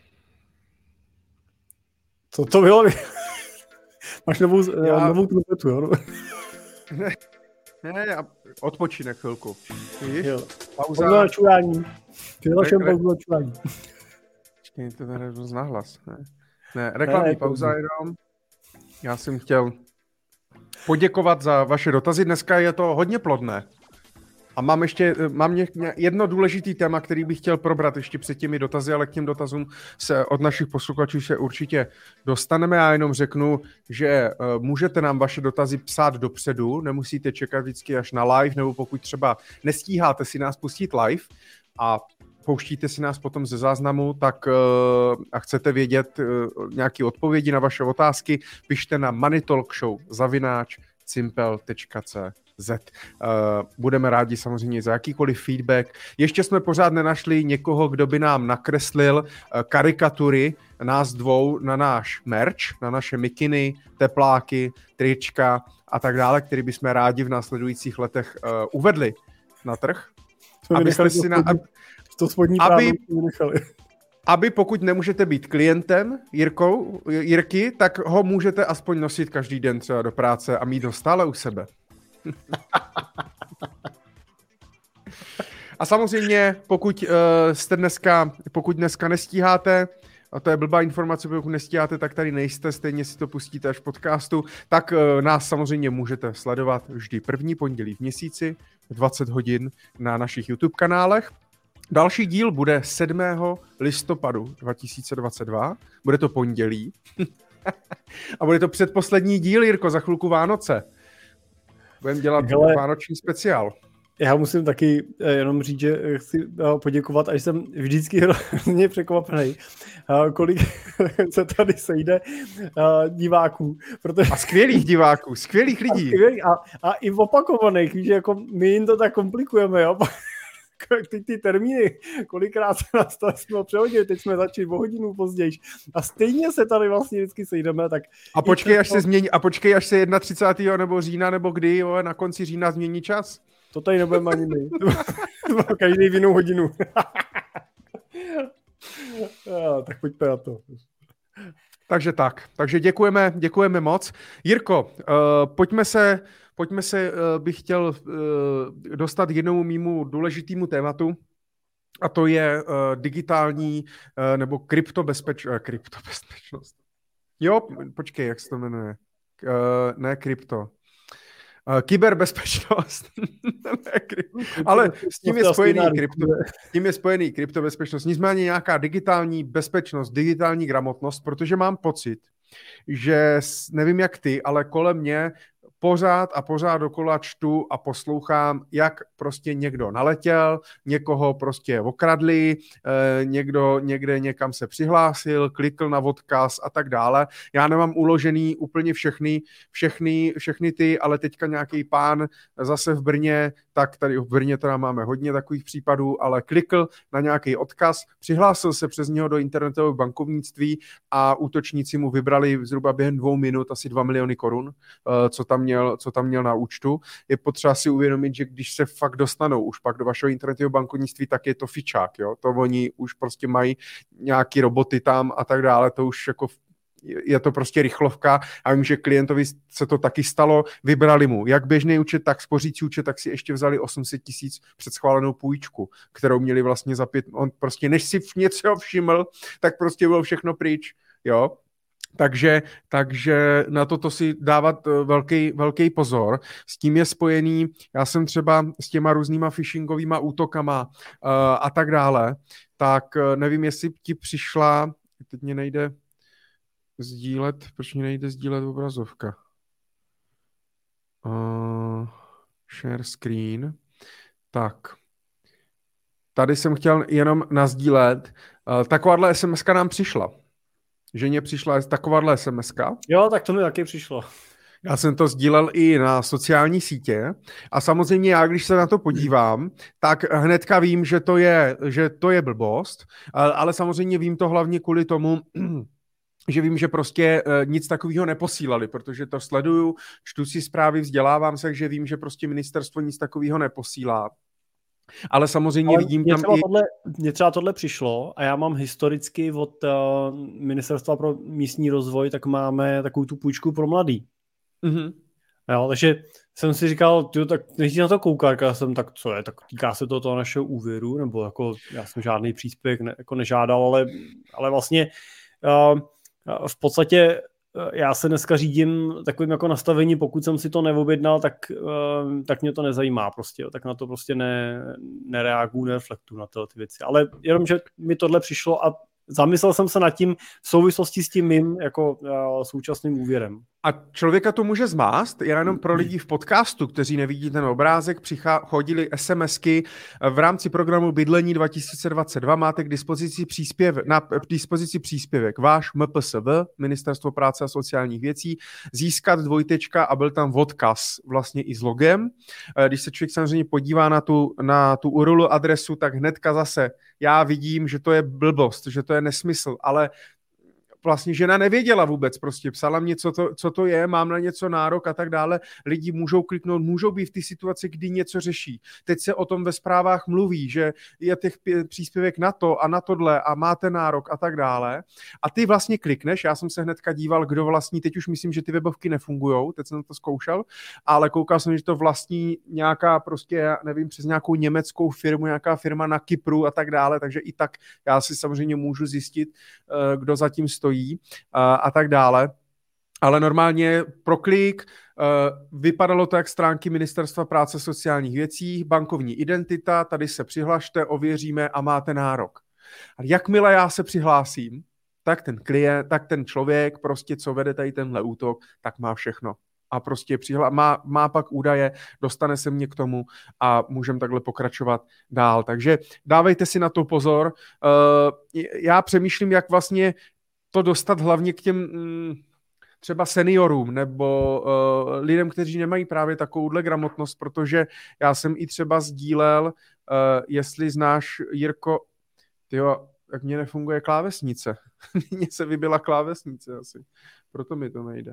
B: Co to bylo? Máš novou, Já... novou trumpetu, jo?
A: Ne, ne, odpočinek chvilku. Víš?
B: Jo. Pauza. Pauza čurání. Vyhlašujem pauzu čurání.
A: Počkej, to tady dost nahlas. Ne, ne reklamní ne, pauza jenom. Já jsem chtěl poděkovat za vaše dotazy. Dneska je to hodně plodné. A mám ještě mám jedno důležitý téma, který bych chtěl probrat ještě před těmi dotazy, ale k těm dotazům se od našich posluchačů se určitě dostaneme. Já jenom řeknu, že můžete nám vaše dotazy psát dopředu, nemusíte čekat vždycky až na live, nebo pokud třeba nestíháte si nás pustit live a pouštíte si nás potom ze záznamu, tak a chcete vědět nějaké odpovědi na vaše otázky, pište na moneytalkshow zavináč cimpel tečka cé zet. Budeme rádi samozřejmě za jakýkoliv feedback. Ještě jsme pořád nenašli někoho, kdo by nám nakreslil karikatury nás dvou na náš merch, na naše mikiny, tepláky, trička a tak dále, který bychom rádi v následujících letech uvedli na trh. Abyste si na, ab,
B: to spodní
A: aby, aby pokud nemůžete být klientem Jirkou, Jirky, tak ho můžete aspoň nosit každý den třeba do práce a mít ho stále u sebe. A samozřejmě, pokud uh, jste dneska, pokud dneska nestíháte, a to je blbá informace, pokud nestíháte, tak tady nejste, stejně si to pustíte až v podcastu, tak uh, nás samozřejmě můžete sledovat vždy první pondělí v měsíci v dvacet hodin na našich YouTube kanálech. Další díl bude sedmého listopadu dva tisíce dvacet dva, bude to pondělí a bude to předposlední díl, Jirko, za chvilku Vánoce. Budeme dělat Hele, vánoční speciál.
B: Já musím taky jenom říct, že chci poděkovat, až jsem vždycky hrozně překvapený, kolik se tady sejde diváků. Protože...
A: A skvělých diváků, skvělých lidí.
B: A, skvělých, a, a i opakovaných, že jako my jim to tak komplikujeme, jo. Ty, ty termíny, kolikrát se nás tady jsme přehodili, teď jsme začali o hodinu později a stejně se tady vlastně vždycky sejdeme, tak...
A: A počkej, až to... se změní, a počkej, až se třicátého prvního nebo října, nebo kdy, jo, na konci října změní čas?
B: To tady nebudeme ani my. Každý v jinou hodinu. Já, tak pojďme na to.
A: Takže tak, takže děkujeme, děkujeme moc. Jirko, uh, pojďme se... Pojďme se, bych chtěl dostat k jednomu mému důležitému tématu, a to je digitální nebo kryptobezpeč- kryptobezpečnost. Jo, počkej, jak se to jmenuje? Ne krypto. Kyberbezpečnost. Ale s tím je spojený krypto, s tím je spojený kryptobezpečnost. Nicméně nějaká digitální bezpečnost, digitální gramotnost, protože mám pocit, že nevím jak ty, ale kolem mě pořád a pořád dokola čtu a poslouchám, jak prostě někdo naletěl, někoho prostě okradli, eh, někdo někde někam se přihlásil, klikl na odkaz a tak dále. Já nemám uložený úplně všechny, všechny, všechny ty, ale teďka nějaký pán zase v Brně, tak tady v Brně teda máme hodně takových případů, ale klikl na nějaký odkaz, přihlásil se přes něho do internetového bankovnictví a útočníci mu vybrali zhruba během dvou minut asi dva miliony korun, eh, co tam Měl, co tam měl na účtu. Je potřeba si uvědomit, že když se fakt dostanou už pak do vašeho internetového bankovnictví, tak je to fičák, jo. To oni už prostě mají nějaký roboty tam a tak dále, to už jako je to prostě rychlovka a vím, že klientovi se to taky stalo, vybrali mu jak běžný účet, tak spořící účet, tak si ještě vzali osm set tisíc před schválenou půjčku, kterou měli vlastně za pět, on prostě než si něco všiml, tak prostě bylo všechno pryč, jo. Takže, takže na toto si dávat velký, velký pozor. S tím je spojený, já jsem třeba s těma různýma phishingovýma útokama uh, a tak dále, tak uh, nevím, jestli ti přišla, teď mě nejde sdílet, proč mě nejde sdílet obrazovka? Uh, share screen. Tak. Tady jsem chtěl jenom nazdílet. Uh, takováhle es em eska nám přišla. Že mně přišla takováhle es em eska.
B: Jo, tak to mi taky přišlo.
A: Já jsem to sdílel i na sociální sítě a samozřejmě já, když se na to podívám, tak hnedka vím, že to je, že to je blbost, ale samozřejmě vím to hlavně kvůli tomu, že vím, že prostě nic takového neposílali, protože to sleduju, čtu si zprávy, vzdělávám se, že vím, že prostě ministerstvo nic takového neposílá. Ale samozřejmě ale vidím tam i...
B: Tohle, mně třeba tohle přišlo a já mám historicky od uh, Ministerstva pro místní rozvoj, tak máme takovou tu půjčku pro mladý.
A: Mm-hmm.
B: Jo, takže jsem si říkal, tyjo, tak nechci na to koukat, já jsem tak, co je, tak týká se to toho našeho úvěru, nebo jako já jsem žádný příspěvek ne, jako nežádal, ale, ale vlastně uh, v podstatě já se dneska řídím takovým jako nastavení, pokud jsem si to neobjednal, tak, uh, tak mě to nezajímá prostě, jo. Tak na to prostě ne, nereaguju, nereflektuju na tyhle ty věci. Ale jenom, že mi tohle přišlo a zamyslel jsem se nad tím v souvislosti s tím mým jako uh, současným úvěrem.
A: A člověka to může zmást, já jenom pro lidi v podcastu, kteří nevidí ten obrázek, přichá, chodili SMSky v rámci programu Bydlení dva tisíce dvacet dva, máte k dispozici příspěvek, na k dispozici příspěvek váš M P S V, Ministerstvo práce a sociálních věcí, získat dvojtečka a byl tam odkaz vlastně i s logem. Když se člověk samozřejmě podívá na tu, na tu U R L adresu, tak hnedka zase já vidím, že to je blbost, že to je nesmysl, ale vlastně žena nevěděla vůbec, prostě psala mě, co to, co to je, mám na něco nárok a tak dále. Lidi můžou kliknout, můžou být v té situaci, kdy něco řeší. Teď se o tom ve zprávách mluví, že je těch příspěvek na to a na tohle a máte nárok a tak dále. A ty vlastně klikneš, já jsem se hnedka díval, kdo vlastní, teď už myslím, že ty webovky nefungujou, teď jsem to zkoušel, ale koukal jsem, že to vlastní nějaká prostě, nevím, přes nějakou německou firmu, nějaká firma na Kypru a tak dále, takže i tak já si samozřejmě můžu zjistit, kdo zatím stojí a, a tak dále. Ale normálně pro klik uh, vypadalo to jak stránky Ministerstva práce a sociálních věcí, bankovní identita, tady se přihlašte, ověříme a máte nárok. A jakmile já se přihlásím, tak ten klient, tak ten člověk, prostě co vede tady tenhle útok, tak má všechno. A prostě přihla- má, má pak údaje, dostane se mě k tomu a můžeme takhle pokračovat dál. Takže dávejte si na to pozor. Uh, já přemýšlím, jak vlastně to dostat hlavně k těm mm, třeba seniorům nebo uh, lidem, kteří nemají právě takovouhle gramotnost, protože já jsem i třeba sdílel, uh, jestli znáš, Jirko, tyjo, jak mě nefunguje klávesnice. Mně se vybila klávesnice asi, proto mi to nejde.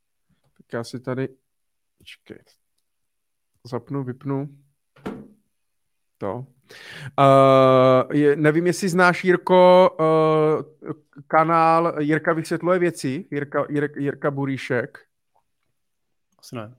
A: Tak já si tady, počkej, zapnu, vypnu to. Uh, je, nevím, jestli znáš, Jirko, uh, kanál Jirka vysvětluje věci, Jirka, Jirka, Jirka Buríšek.
B: Asi ne.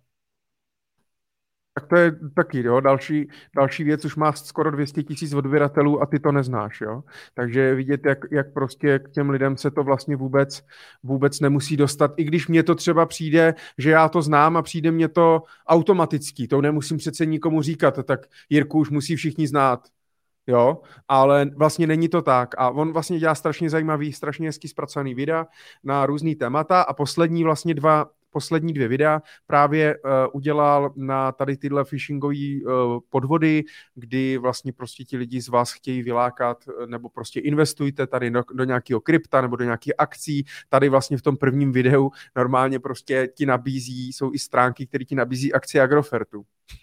A: Tak to je taky, jo, další, další věc, už má skoro dvě stě tisíc odběratelů a ty to neznáš, jo. Takže vidět, jak, jak prostě k těm lidem se to vlastně vůbec, vůbec nemusí dostat, i když mně to třeba přijde, že já to znám a přijde mně to automaticky, to nemusím přece nikomu říkat, tak Jirku už musí všichni znát. jo, ale vlastně není to tak. A on vlastně dělá strašně zajímavý, strašně hezky zpracovaný videa na různý témata a poslední vlastně dva poslední dvě videa právě uh, udělal na tady tyhle phishingové uh, podvody, kdy vlastně prostě ti lidi z vás chtějí vylákat, nebo prostě investujte tady do, do nějakého krypta nebo do nějakých akcí. Tady vlastně v tom prvním videu normálně prostě ti nabízí, jsou i stránky, které ti nabízí akcie Agrofertu.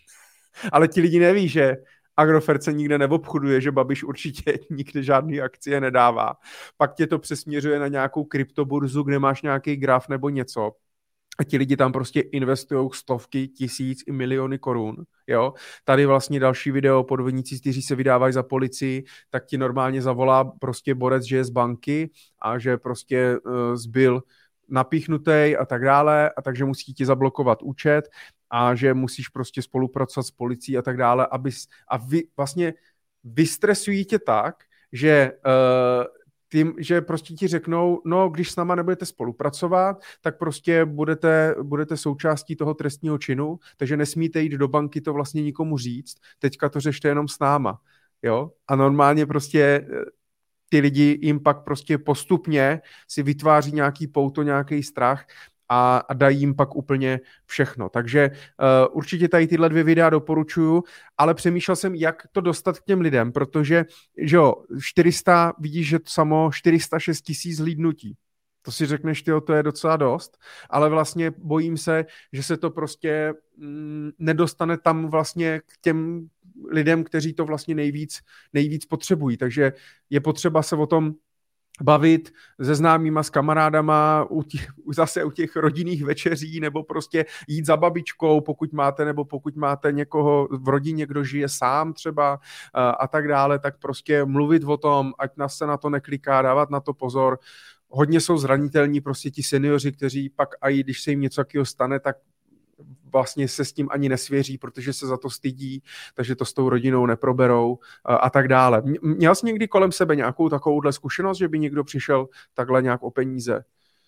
A: Ale ti lidi neví, že Agrofert se nikde neobchoduje, že Babiš určitě nikde žádný akcie nedává. Pak tě to přesměřuje na nějakou kryptoburzu, kde máš nějaký graf nebo něco. A ti lidi tam prostě investují stovky, tisíc i miliony korun, jo. Tady vlastně další video podvodníci, kteří se vydávají za policii, tak ti normálně zavolá prostě borec, že je z banky a že prostě uh, zbyl napíchnutej a tak dále, a takže musí ti zablokovat účet a že musíš prostě spolupracovat s policií a tak dále, abys, a vy vlastně vystresují tě tak, že uh, tím, že prostě ti řeknou, no, když s náma nebudete spolupracovat, tak prostě budete, budete součástí toho trestního činu, takže nesmíte jít do banky to vlastně nikomu říct, teďka to řešte jenom s náma, jo, a normálně prostě ty lidi jim pak prostě postupně si vytváří nějaký pouto, nějaký strach a, a dají jim pak úplně všechno. Takže uh, určitě tady tyhle dvě videa doporučuju, ale přemýšlel jsem, jak to dostat k těm lidem, protože, že jo, čtyři sta, vidíš, že to samo čtyři sta šest tisíc zhlídnutí. To si řekneš, tyjo, to je docela dost, ale vlastně bojím se, že se to prostě mm, nedostane tam vlastně k těm lidem, kteří to vlastně nejvíc, nejvíc potřebují. Takže je potřeba se o tom bavit se známýma, s kamarádama, u těch, zase u těch rodinných večeří, nebo prostě jít za babičkou, pokud máte, nebo pokud máte někoho v rodině, kdo žije sám třeba a, a tak dále, tak prostě mluvit o tom, ať nás se na to nekliká, dávat na to pozor. Hodně jsou zranitelní prostě ti seniori, kteří pak, a i když se jim něco takového stane, tak vlastně se s tím ani nesvěří, protože se za to stydí, takže to s tou rodinou neproberou a, a tak dále. Měl jsi někdy kolem sebe nějakou takovouhle zkušenost, že by někdo přišel takhle nějak o peníze?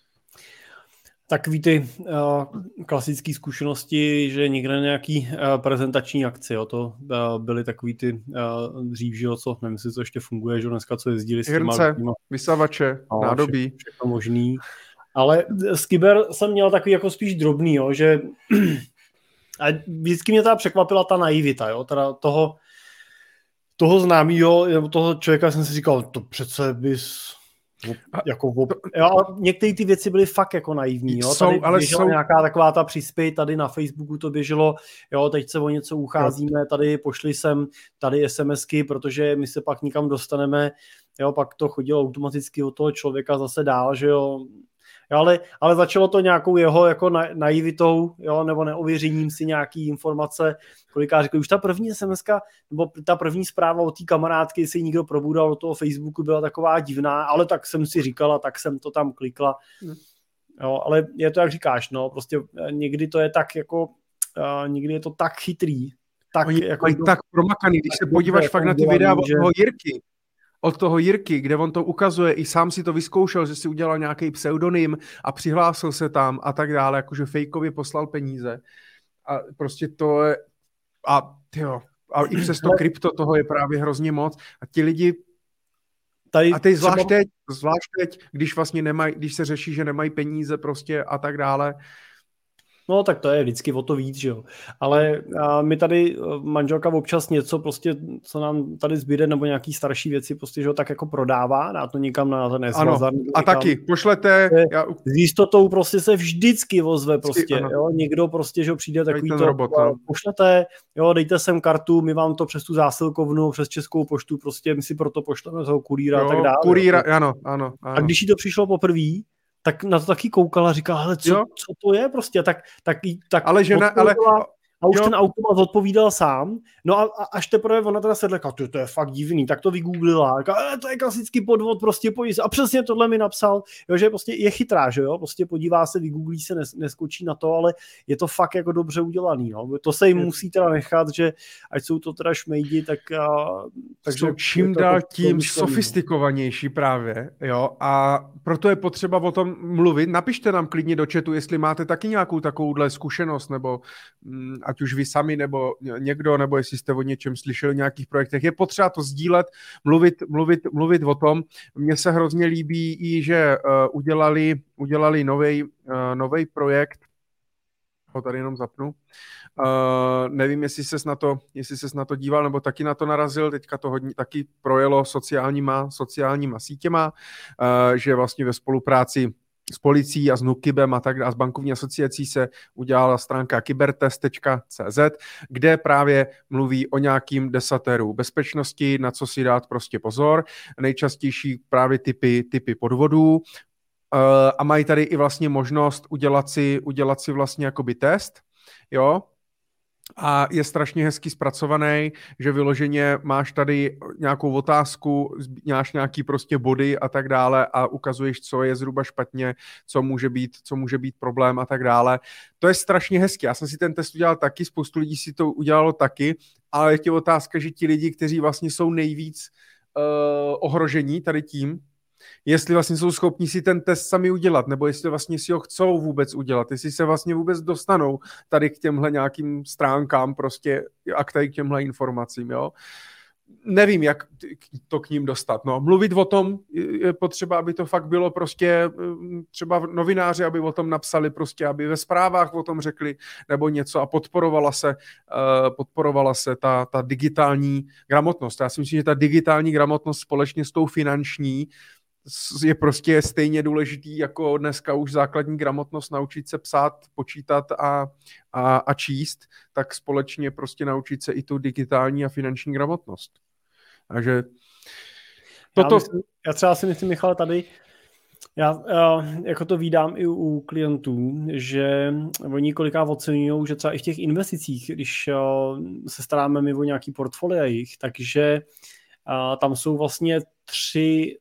B: Takový ty uh, klasické zkušenosti, že někde na nějaký uh, prezentační akci, jo, to uh, byly takový ty uh, dřív, že jo, co, nevím, jestli to ještě funguje, že dneska co jezdili s těma...
A: Hrnce, vysavače, no, nádobí.
B: Všechno, všechno možný. Ale z kyber jsem měl takový jako spíš drobný, jo, že a vždycky mě teda překvapila ta naivita, jo, teda toho, toho známýho, nebo toho člověka jsem si říkal, to přece bys jako, jo, některé ty věci byly fakt jako naivní, jo, tady jsou, ale běžela jsou... nějaká taková ta přispěj, tady na Facebooku to běželo, jo, teď se o něco ucházíme, tady pošli sem, tady SMSky, protože my se pak nikam dostaneme, jo, pak to chodilo automaticky od toho člověka zase dál, že jo. Jo, ale, ale začalo to nějakou jeho jako na, naivitou, jo, nebo neověřením si nějaký informace. Koliká řekl, už ta první SMSka, nebo ta první zpráva od té kamarádky, jestli někdo probudal do toho Facebooku, byla taková divná, ale tak jsem si říkala, tak jsem to tam klikla. Jo, ale je to, jak říkáš, no, prostě někdy to je tak jako, uh, někdy je to tak chytrý. Tak,
A: Oni
B: jako,
A: tak promakaný, když se podíváš fakt na ty videa od toho Jirky, od toho Jirky, kde on to ukazuje, i sám si to vyzkoušel, že si udělal nějaký pseudonym a přihlásil se tam a tak dále, jakože fejkově poslal peníze. A prostě to je, a tyjo, a i přes to krypto toho je právě hrozně moc. A ti lidi, tady a teď zvlášť teď, zvlášť teď, když vlastně nemají, když se řeší, že nemají peníze prostě a tak dále.
B: No tak to je vždycky o to víc, že jo. Ale a my tady, manželka občas něco prostě, co nám tady zbyde, nebo nějaký starší věci prostě, že jo, tak jako prodává, dá to někam na ten
A: Ano, a taky, pošlete.
B: Já... S jistotou prostě se vždycky ozve prostě, ano. Jo, někdo prostě, že jo, přijde takový to, robot, no. Pošlete, jo, dejte sem kartu, my vám to přes tu zásilkovnu, přes Českou poštu, prostě my si proto pošleme toho kurýra
A: jo,
B: a tak dále.
A: Kurýra, ano, ano, ano.
B: A když jí to přišlo poprvé, tak na to taky koukala a říkala, hele, co, co to je prostě, tak, tak, tak
A: ale žena, ale
B: a už jo. Ten automat odpovídal sám, no a, a až teprve ona teda se řekla, to, to je fakt divný, tak to vygooglila, říkala, to je klasický podvod, prostě pojď, a přesně tohle mi napsal, jo, že prostě je chytrá, že jo, prostě podívá se, vygooglí se, nes, neskočí na to, ale je to fakt jako dobře udělaný, no, to se jim musí teda nechat, že ať jsou to teda šmejdi, tak a, takže
A: jsou čím dál tím sofistikovanější právě, jo, a proto je potřeba o tom mluvit, napište nám klidně do chatu, jestli máte taky nějakou takovouhle zkušenost, nebo mm, ať už vy sami nebo někdo, nebo jestli jste o něčem slyšeli v nějakých projektech. Je potřeba to sdílet, mluvit, mluvit, mluvit o tom. Mně se hrozně líbí i, že uh, udělali, udělali novej, uh, novej projekt, ho tady jenom zapnu. Uh, nevím, jestli ses na to, jestli ses na to díval, nebo taky na to narazil, teďka to hodně taky projelo sociálníma, sociálníma sítěma, uh, že vlastně ve spolupráci s policií a s NÚKIBem a tak a s bankovní asociací se udělala stránka kybertest tečka cé zet, kde právě mluví o nějakým desateru bezpečnosti, na co si dát prostě pozor, nejčastější právě typy, typy podvodů, a mají tady i vlastně možnost udělat si, udělat si vlastně jakoby test, jo, a je strašně hezky zpracovaný, že vyloženě máš tady nějakou otázku, máš nějaký prostě body a tak dále a ukazuješ, co je zhruba špatně, co může být, co může být problém a tak dále. To je strašně hezky. Já jsem si ten test udělal taky, spoustu lidí si to udělalo taky, ale je tě otázka, že ti lidi, kteří vlastně jsou nejvíc uh, ohrožení tady tím, jestli vlastně jsou schopni si ten test sami udělat, nebo jestli vlastně si ho chcou vůbec udělat, jestli se vlastně vůbec dostanou tady k těmhle nějakým stránkám prostě a k tady k těmhle informacím, jo. Nevím, jak to k ním dostat, no. Mluvit o tom je potřeba, aby to fakt bylo prostě třeba novináři, aby o tom napsali prostě, aby ve zprávách o tom řekli nebo něco a podporovala se, podporovala se ta, ta digitální gramotnost. Já si myslím, že ta digitální gramotnost společně s tou finanční je prostě stejně důležitý jako dneska už základní gramotnost, naučit se psát, počítat a, a, a číst, tak společně prostě naučit se i tu digitální a finanční gramotnost. Takže toto...
B: Já, myslím, já třeba si myslím, Michale, tady já, já jako to vídám i u, u klientů, že oni kolikrát oceňují, že třeba i v těch investicích, když se staráme my o nějaký portfolia jich, takže tam jsou vlastně tři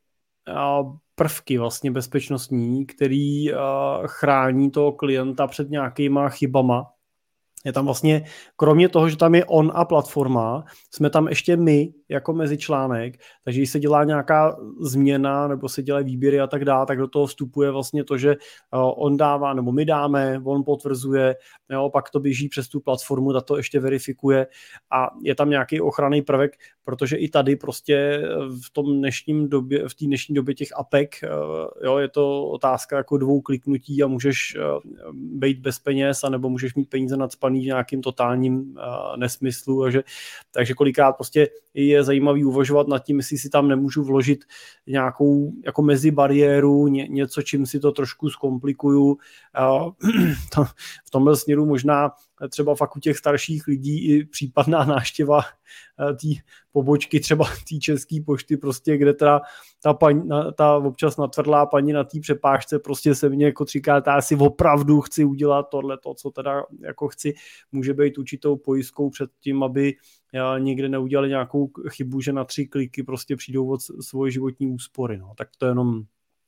B: prvky vlastně bezpečnostní, který chrání toho klienta před nějakýma chybama. Je tam vlastně, kromě toho, že tam je on a platforma, jsme tam ještě my jako mezičlánek, takže když se dělá nějaká změna nebo se dělají výběry a tak dále, tak do toho vstupuje vlastně to, že on dává nebo my dáme, on potvrzuje, jo, pak to běží přes tu platformu, ta to ještě verifikuje a je tam nějaký ochranný prvek, protože i tady prostě v tom dnešním době, v té dnešní době těch apek, jo, je to otázka jako dvou kliknutí a můžeš být bez peněz a nebo můžeš mít peníze nadspaný v nějakým totálním uh, nesmyslu, takže, takže kolikrát prostě je zajímavý uvažovat nad tím, jestli si tam nemůžu vložit nějakou jako mezibariéru, ně, něco, čím si to trošku zkomplikuju. Uh, to, v tomhle směru možná třeba fakt u těch starších lidí i případná návštěva té pobočky třeba té České pošty, prostě, kde teda ta, paní, ta občas natvrdlá paní na té přepážce prostě se mě jako říká, já si opravdu chci udělat tohle, to, co teda jako chci, může být určitou pojistkou před tím, aby někde neudělali nějakou chybu, že na tři kliky prostě přijdou od svoje životní úspory. No. Tak to je jenom...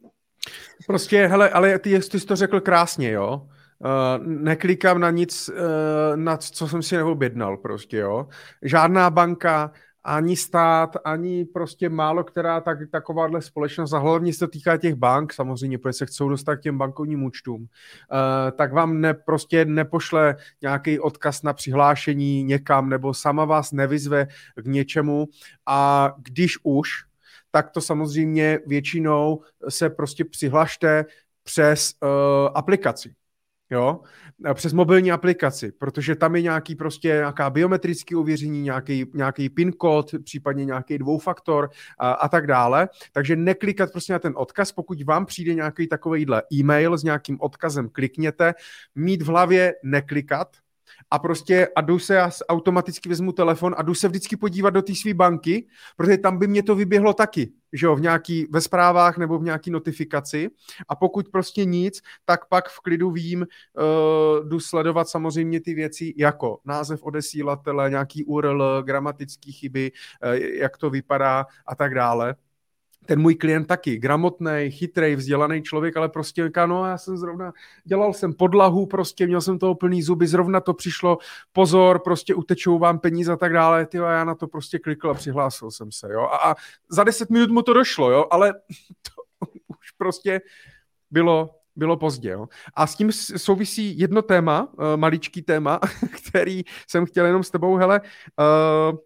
A: Prostě, hele, ale ty, ty jsi to řekl krásně, jo? Uh, neklikám na nic, uh, na co jsem si neobjednal prostě, jo. Žádná banka, ani stát, ani prostě málo která tak, takováhle společnost, a hlavně se to týká těch bank, samozřejmě, protože se chcou dostat k těm bankovním účtům, uh, tak vám ne, prostě nepošle nějaký odkaz na přihlášení někam, nebo sama vás nevyzve k něčemu, a když už, tak to samozřejmě většinou se prostě přihlašte přes uh, aplikaci. Jo, přes mobilní aplikaci, protože tam je nějaký prostě nějaká biometrické ověření, nějaký, nějaký PIN kód, případně nějaký dvoufaktor a, a tak dále. Takže neklikat prostě na ten odkaz, pokud vám přijde nějaký takovejhle e-mail s nějakým odkazem, klikněte, mít v hlavě neklikat a prostě a jdu se, já automaticky vezmu telefon a jdu se vždycky podívat do té své banky, protože tam by mě to vyběhlo taky, že jo, v nějaký, ve zprávách nebo v nějaký notifikaci, a pokud prostě nic, tak pak v klidu vím, uh, jdu sledovat samozřejmě ty věci jako název odesílatele, nějaký U R L, gramatické chyby, uh, jak to vypadá a tak dále. Ten můj klient taky, gramotnej, chytrej, vzdělaný člověk, ale prostě říká, no já jsem zrovna, dělal jsem podlahu, prostě měl jsem toho plný zuby, zrovna to přišlo, pozor, prostě utečou vám peníze a tak dále, tyjo, a já na to prostě klikl a přihlásil jsem se, jo, a, a za deset minut mu to došlo, jo, ale to už prostě bylo, bylo pozdě. Jo. A s tím souvisí jedno téma, uh, maličký téma, který jsem chtěl jenom s tebou, hele, uh,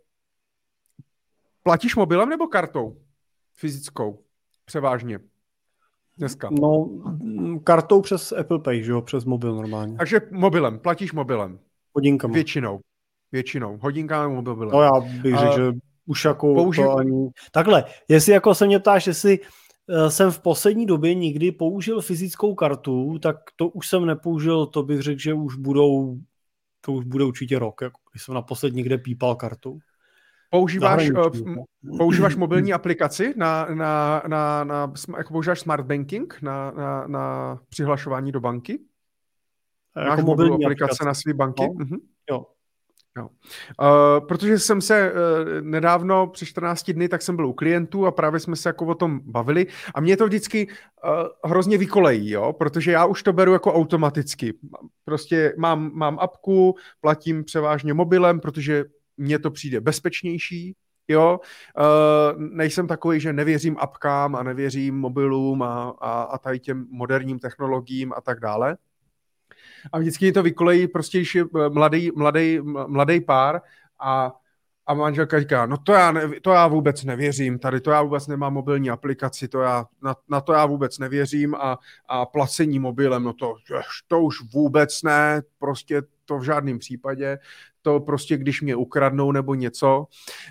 A: platíš mobilem nebo kartou? Fyzickou, převážně. Dneska.
B: No, kartou přes Apple Pay, že jo, přes mobil normálně.
A: Takže mobilem, platíš mobilem.
B: Hodinkama.
A: Většinou. Většinou. Hodinkama mobilem.
B: No já bych řekl, uh, že už jako použi... to ani... Takhle, jestli jako se mě ptáš, jestli jsem v poslední době nikdy použil fyzickou kartu, tak to už jsem nepoužil, to bych řekl, že už budou, to už bude určitě rok, jako když jsem naposled někde pípal kartu.
A: Používáš, používáš mobilní aplikaci na, na, na, na jako používáš smart banking na, na, na přihlašování do banky? Máš jako mobilní aplikace, aplikace na své banky?
B: No, mhm. Jo.
A: Jo. Uh, protože jsem se uh, nedávno, při čtrnácti dny, tak jsem byl u klientů a právě jsme se jako o tom bavili a mě to vždycky uh, hrozně vykolejí, jo, protože já už to beru jako automaticky. Prostě mám, mám apku, platím převážně mobilem, protože mně to přijde bezpečnější, jo. Uh, nejsem takový, že nevěřím apkám a nevěřím mobilům a, a, a tady těm moderním technologiím a tak dále. A vždycky je to vykolejí prostě, když je mladý, mladý, mladý pár a, a manželka říká, no to já, ne, to já vůbec nevěřím, tady to já vůbec nemám mobilní aplikaci, to já, na, na to já vůbec nevěřím a, a placení mobilem, no to, to už vůbec ne, prostě to v žádném případě, to prostě když mě ukradnou nebo něco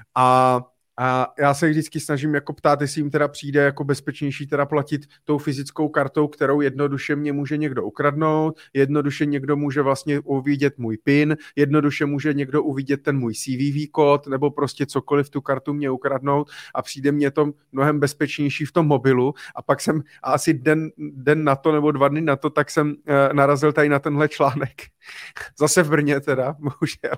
A: a A já se vždycky snažím jako ptát, jestli jim teda přijde jako bezpečnější teda platit tou fyzickou kartou, kterou jednoduše mě může někdo ukradnout, jednoduše někdo může vlastně uvidět můj PIN, jednoduše může někdo uvidět ten můj C V V kód, nebo prostě cokoliv tu kartu mě ukradnout a přijde mně to mnohem bezpečnější v tom mobilu a pak jsem a asi den, den na to nebo dva dny na to, tak jsem uh, narazil tady na tenhle článek. Zase v Brně teda, bohužel.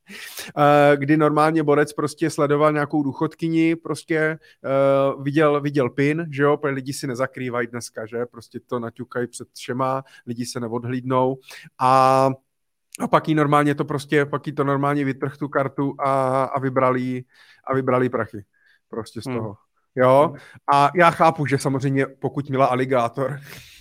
A: Uh, kdy normálně borec prostě sledoval nějakou důchodkyni, prostě uh, viděl, viděl PIN, že jo, protože lidi si nezakrývají dneska, že, prostě to naťukají před všema, lidi se neodhlídnou a, a pak jí normálně to prostě, pak jí to normálně vytrh tu kartu a, a vybrali a vybrali prachy, prostě z toho, hmm. jo, a já chápu, že samozřejmě pokud měla aligátor,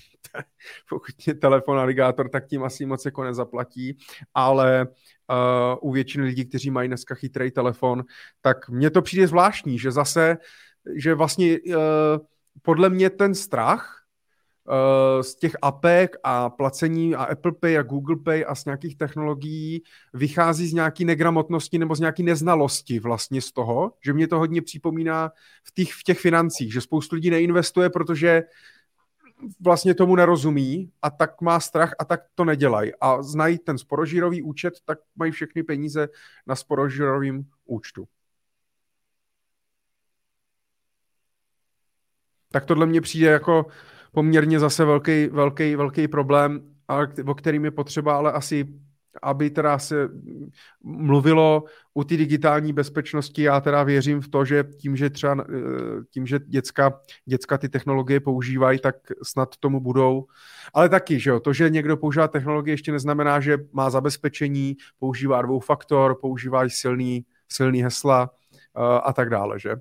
A: pokud je telefon aligátor, tak tím asi moc jako nezaplatí, ale uh, u většiny lidí, kteří mají dneska chytrý telefon, tak mně to přijde zvláštní, že zase, že vlastně uh, podle mě ten strach uh, z těch apek a placení a Apple Pay a Google Pay a z nějakých technologií vychází z nějaký negramotnosti nebo z nějaký neznalosti vlastně z toho, že mě to hodně připomíná v těch, v těch financích, že spoustu lidí neinvestuje, protože vlastně tomu nerozumí a tak má strach a tak to nedělají. A znají ten sporožírový účet, tak mají všechny peníze na sporožírovým účtu. Tak tohle mně přijde jako poměrně zase velký, velký, velký problém, o kterým je potřeba ale asi, aby teda se mluvilo u té digitální bezpečnosti. Já teda věřím v to, že tím, že třeba tím, že děcka, děcka ty technologie používají, tak snad tomu budou. Ale taky, že jo, to, že někdo používá technologie, ještě neznamená, že má zabezpečení, používá dvoufaktor, používá silný, silný hesla a tak dále, že?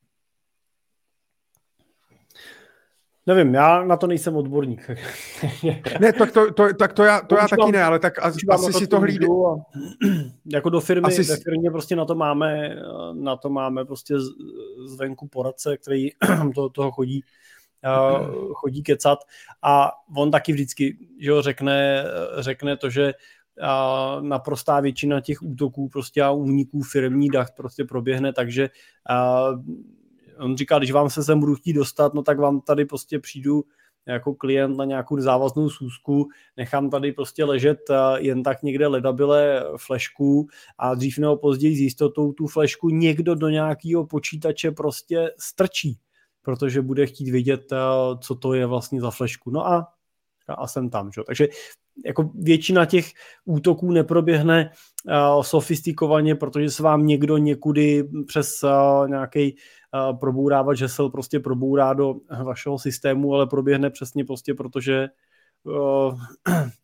B: Nevím, já na to nejsem odborník.
A: Ne, tak to, to, tak to já, to já taky ne, ale tak asi, asi si to hlídá.
B: Jako do firmy,
A: asi...
B: ve firmě prostě na to máme, na to máme prostě zvenku poradce, který to, toho chodí, uh, chodí kecat a on taky vždycky, že ho řekne, řekne to, že uh, naprostá většina těch útoků prostě a úniků firmní dat prostě proběhne, takže uh, on říká, když vám se sem budu chtít dostat, no tak vám tady prostě přijdu jako klient na nějakou závaznou schůzku, nechám tady prostě ležet jen tak někde ledabile flešku a dřív nebo později s jistotou tu flešku někdo do nějakého počítače prostě strčí, protože bude chtít vědět, co to je vlastně za flešku. No a, a jsem tam. Že? Takže jako většina těch útoků neproběhne uh, sofistikovaně, protože se vám někdo někudy přes uh, nějaký uh, probourávač hesel prostě probourá do vašeho systému, ale proběhne přesně prostě, protože uh,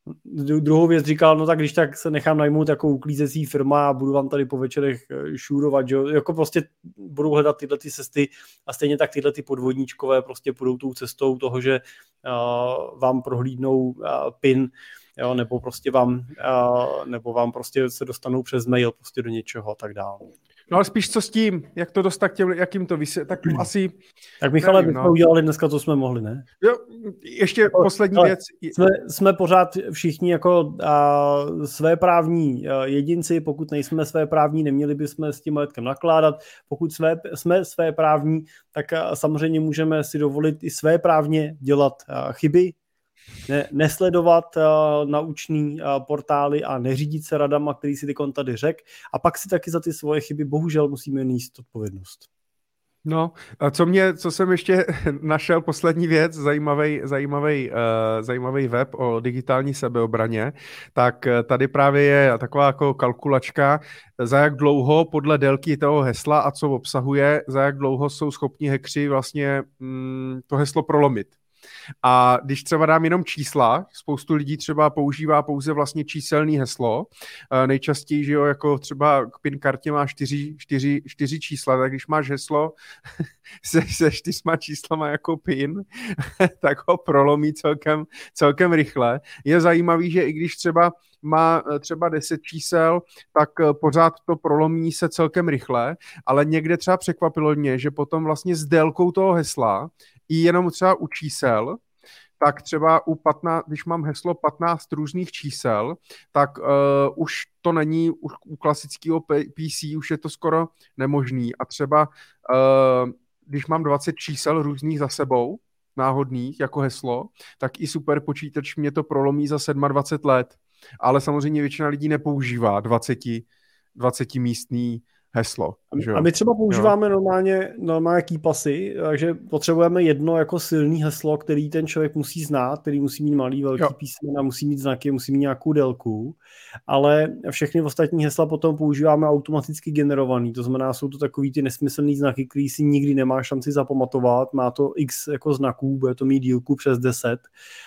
B: Druhou věc říkal, no tak když tak se nechám najmout jako uklízecí firma a budu vám tady po večerech šůrovat, že jo, jako prostě budou hledat tyhle ty cesty a stejně tak tyhle ty podvodníčkové prostě půjdou tou cestou toho, že uh, vám prohlídnou uh, PIN, jo, nebo prostě vám, uh, nebo vám prostě se dostanou přes mail prostě do něčeho a tak dále.
A: No ale spíš co s tím, jak to dostat k těm, jak jim to vysvětlit, tak asi...
B: Tak Michale, nevím, my jsme no. udělali dneska, co jsme mohli, ne?
A: Jo, ještě jako, poslední věc.
B: Jsme, jsme pořád všichni jako a, své právní a, jedinci, pokud nejsme své právní, neměli bychom s tím majetkem nakládat. Pokud své, jsme své právní, tak a, samozřejmě můžeme si dovolit i své právně dělat a, chyby, Ne, nesledovat uh, naučný uh, portály a neřídit se radama, který si ty tady řek, a pak si taky za ty svoje chyby bohužel musíme nést odpovědnost.
A: No, a co mě, co jsem ještě našel, poslední věc, zajímavý, zajímavý, uh, zajímavý web o digitální sebeobraně, tak tady právě je taková jako kalkulačka, za jak dlouho podle délky toho hesla a co obsahuje, za jak dlouho jsou schopni hackři vlastně mm, to heslo prolomit. A když třeba dám jenom čísla, spoustu lidí třeba používá pouze vlastně číselný heslo, nejčastěji, že jo, jako třeba k PIN kartě má čtyři, čtyři, čtyři čísla, tak když máš heslo se, se čtyřma číslama jako PIN, tak ho prolomí celkem, celkem rychle. Je zajímavý, že i když třeba má třeba deset čísel, tak pořád to prolomí se celkem rychle, ale někde třeba překvapilo mě, že potom vlastně s délkou toho hesla i jenom třeba u čísel, tak třeba u patnáct, když mám heslo patnáct různých čísel, tak uh, už to není, už u klasického P C už je to skoro nemožný. A třeba uh, když mám dvacet čísel různých za sebou, náhodných jako heslo, tak i super počítač mě to prolomí za dvacet sedm let. Ale samozřejmě většina lidí nepoužívá dvacet místný heslo. Že?
B: A my třeba používáme jo. normálně, normálně keepasy, takže potřebujeme jedno jako silný heslo, který ten člověk musí znát, který musí mít malý, velký písmena, musí mít znaky, musí mít nějakou délku, ale všechny ostatní hesla potom používáme automaticky generovaný, to znamená, jsou to takový ty nesmyslný znaky, který si nikdy nemá šanci zapamatovat, má to x jako znaků, bude to mít dílku přes deset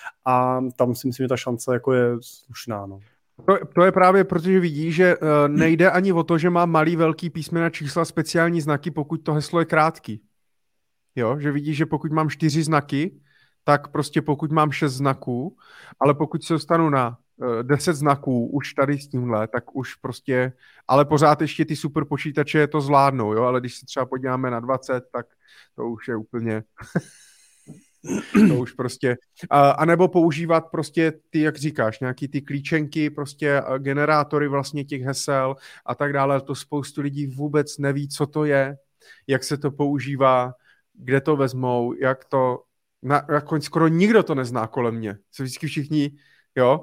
B: a tam si myslím, že ta šance jako je slušná, no.
A: To, to je právě, protože vidí, že uh, nejde ani o to, že má malý, velký písmena, čísla, speciální znaky, pokud to heslo je krátký. Jo, že vidí, že pokud mám čtyři znaky, tak prostě pokud mám šest znaků, ale pokud se dostanu na uh, deset znaků už tady s tímhle, tak už prostě, ale pořád ještě ty super počítače to zvládnou, jo, ale když se třeba podíváme na dvacet, tak to už je úplně... To už prostě, a, a nebo používat prostě ty, jak říkáš, nějaký ty klíčenky, prostě generátory vlastně těch hesel a tak dále, to spoustu lidí vůbec neví, co to je, jak se to používá, kde to vezmou, jak to, na, jako skoro nikdo to nezná kolem mě, se vždycky všichni, jo.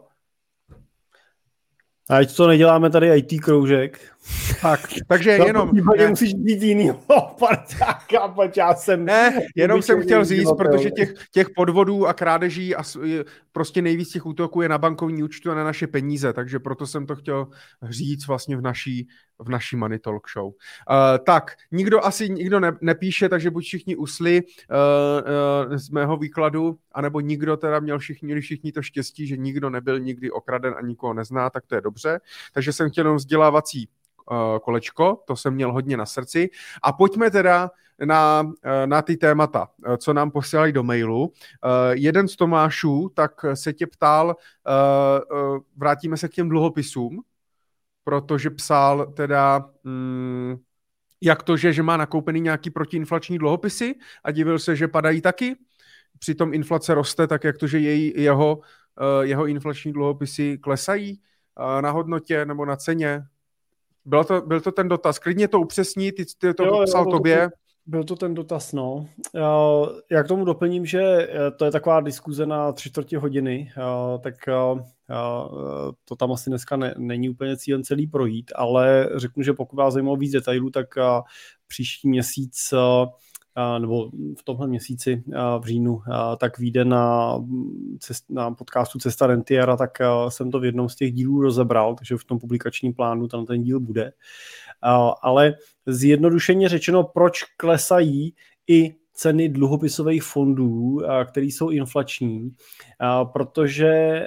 B: A ať to neděláme tady í té kroužek.
A: Tak, takže
B: no,
A: jenom...
B: Ne, musíš být jinýho parťáka, pojď, já jsem...
A: Ne, jenom jsem chtěl říct, protože těch, těch podvodů a krádeží a prostě nejvíc těch útoků je na bankovní účtu a na naše peníze, takže proto jsem to chtěl říct vlastně v naší, v naší Money Talk Show. Uh, tak, nikdo asi nikdo ne, nepíše, takže buď všichni usli uh, uh, z mého výkladu, anebo nikdo teda měl všichni, měli všichni to štěstí, že nikdo nebyl nikdy okraden a nikoho nezná, tak to je dobře. Takže jsem chtěl jenom vzdělávací kolečko, to jsem měl hodně na srdci. A pojďme teda na, na ty témata, co nám posílají do mailu. Jeden z Tomášů tak se tě ptal, vrátíme se k těm dluhopisům, protože psal teda, jak to, že, že má nakoupený nějaký protiinflační dluhopisy a divil se, že padají taky. Přitom inflace roste, tak jak to, že jej, jeho, jeho inflační dluhopisy klesají na hodnotě nebo na ceně. Byl to, byl to ten dotaz. Klidně to upřesní, ty, ty to jo, psal jo, tobě.
B: To, byl to ten dotaz, no. Já k tomu doplním, že to je taková diskuze na tři čtvrtě hodiny, tak to tam asi dneska ne, není úplně cílem celý projít, ale řeknu, že pokud vás zajímalo víc detailů, tak příští měsíc nebo v tomhle měsíci v říjnu, tak vyjde na, cest, na podcastu Cesta rentiera, tak jsem to v jednom z těch dílů rozebral, takže v tom publikačním plánu tam ten díl bude. Ale zjednodušeně řečeno, proč klesají i ceny dluhopisových fondů, které jsou inflační, protože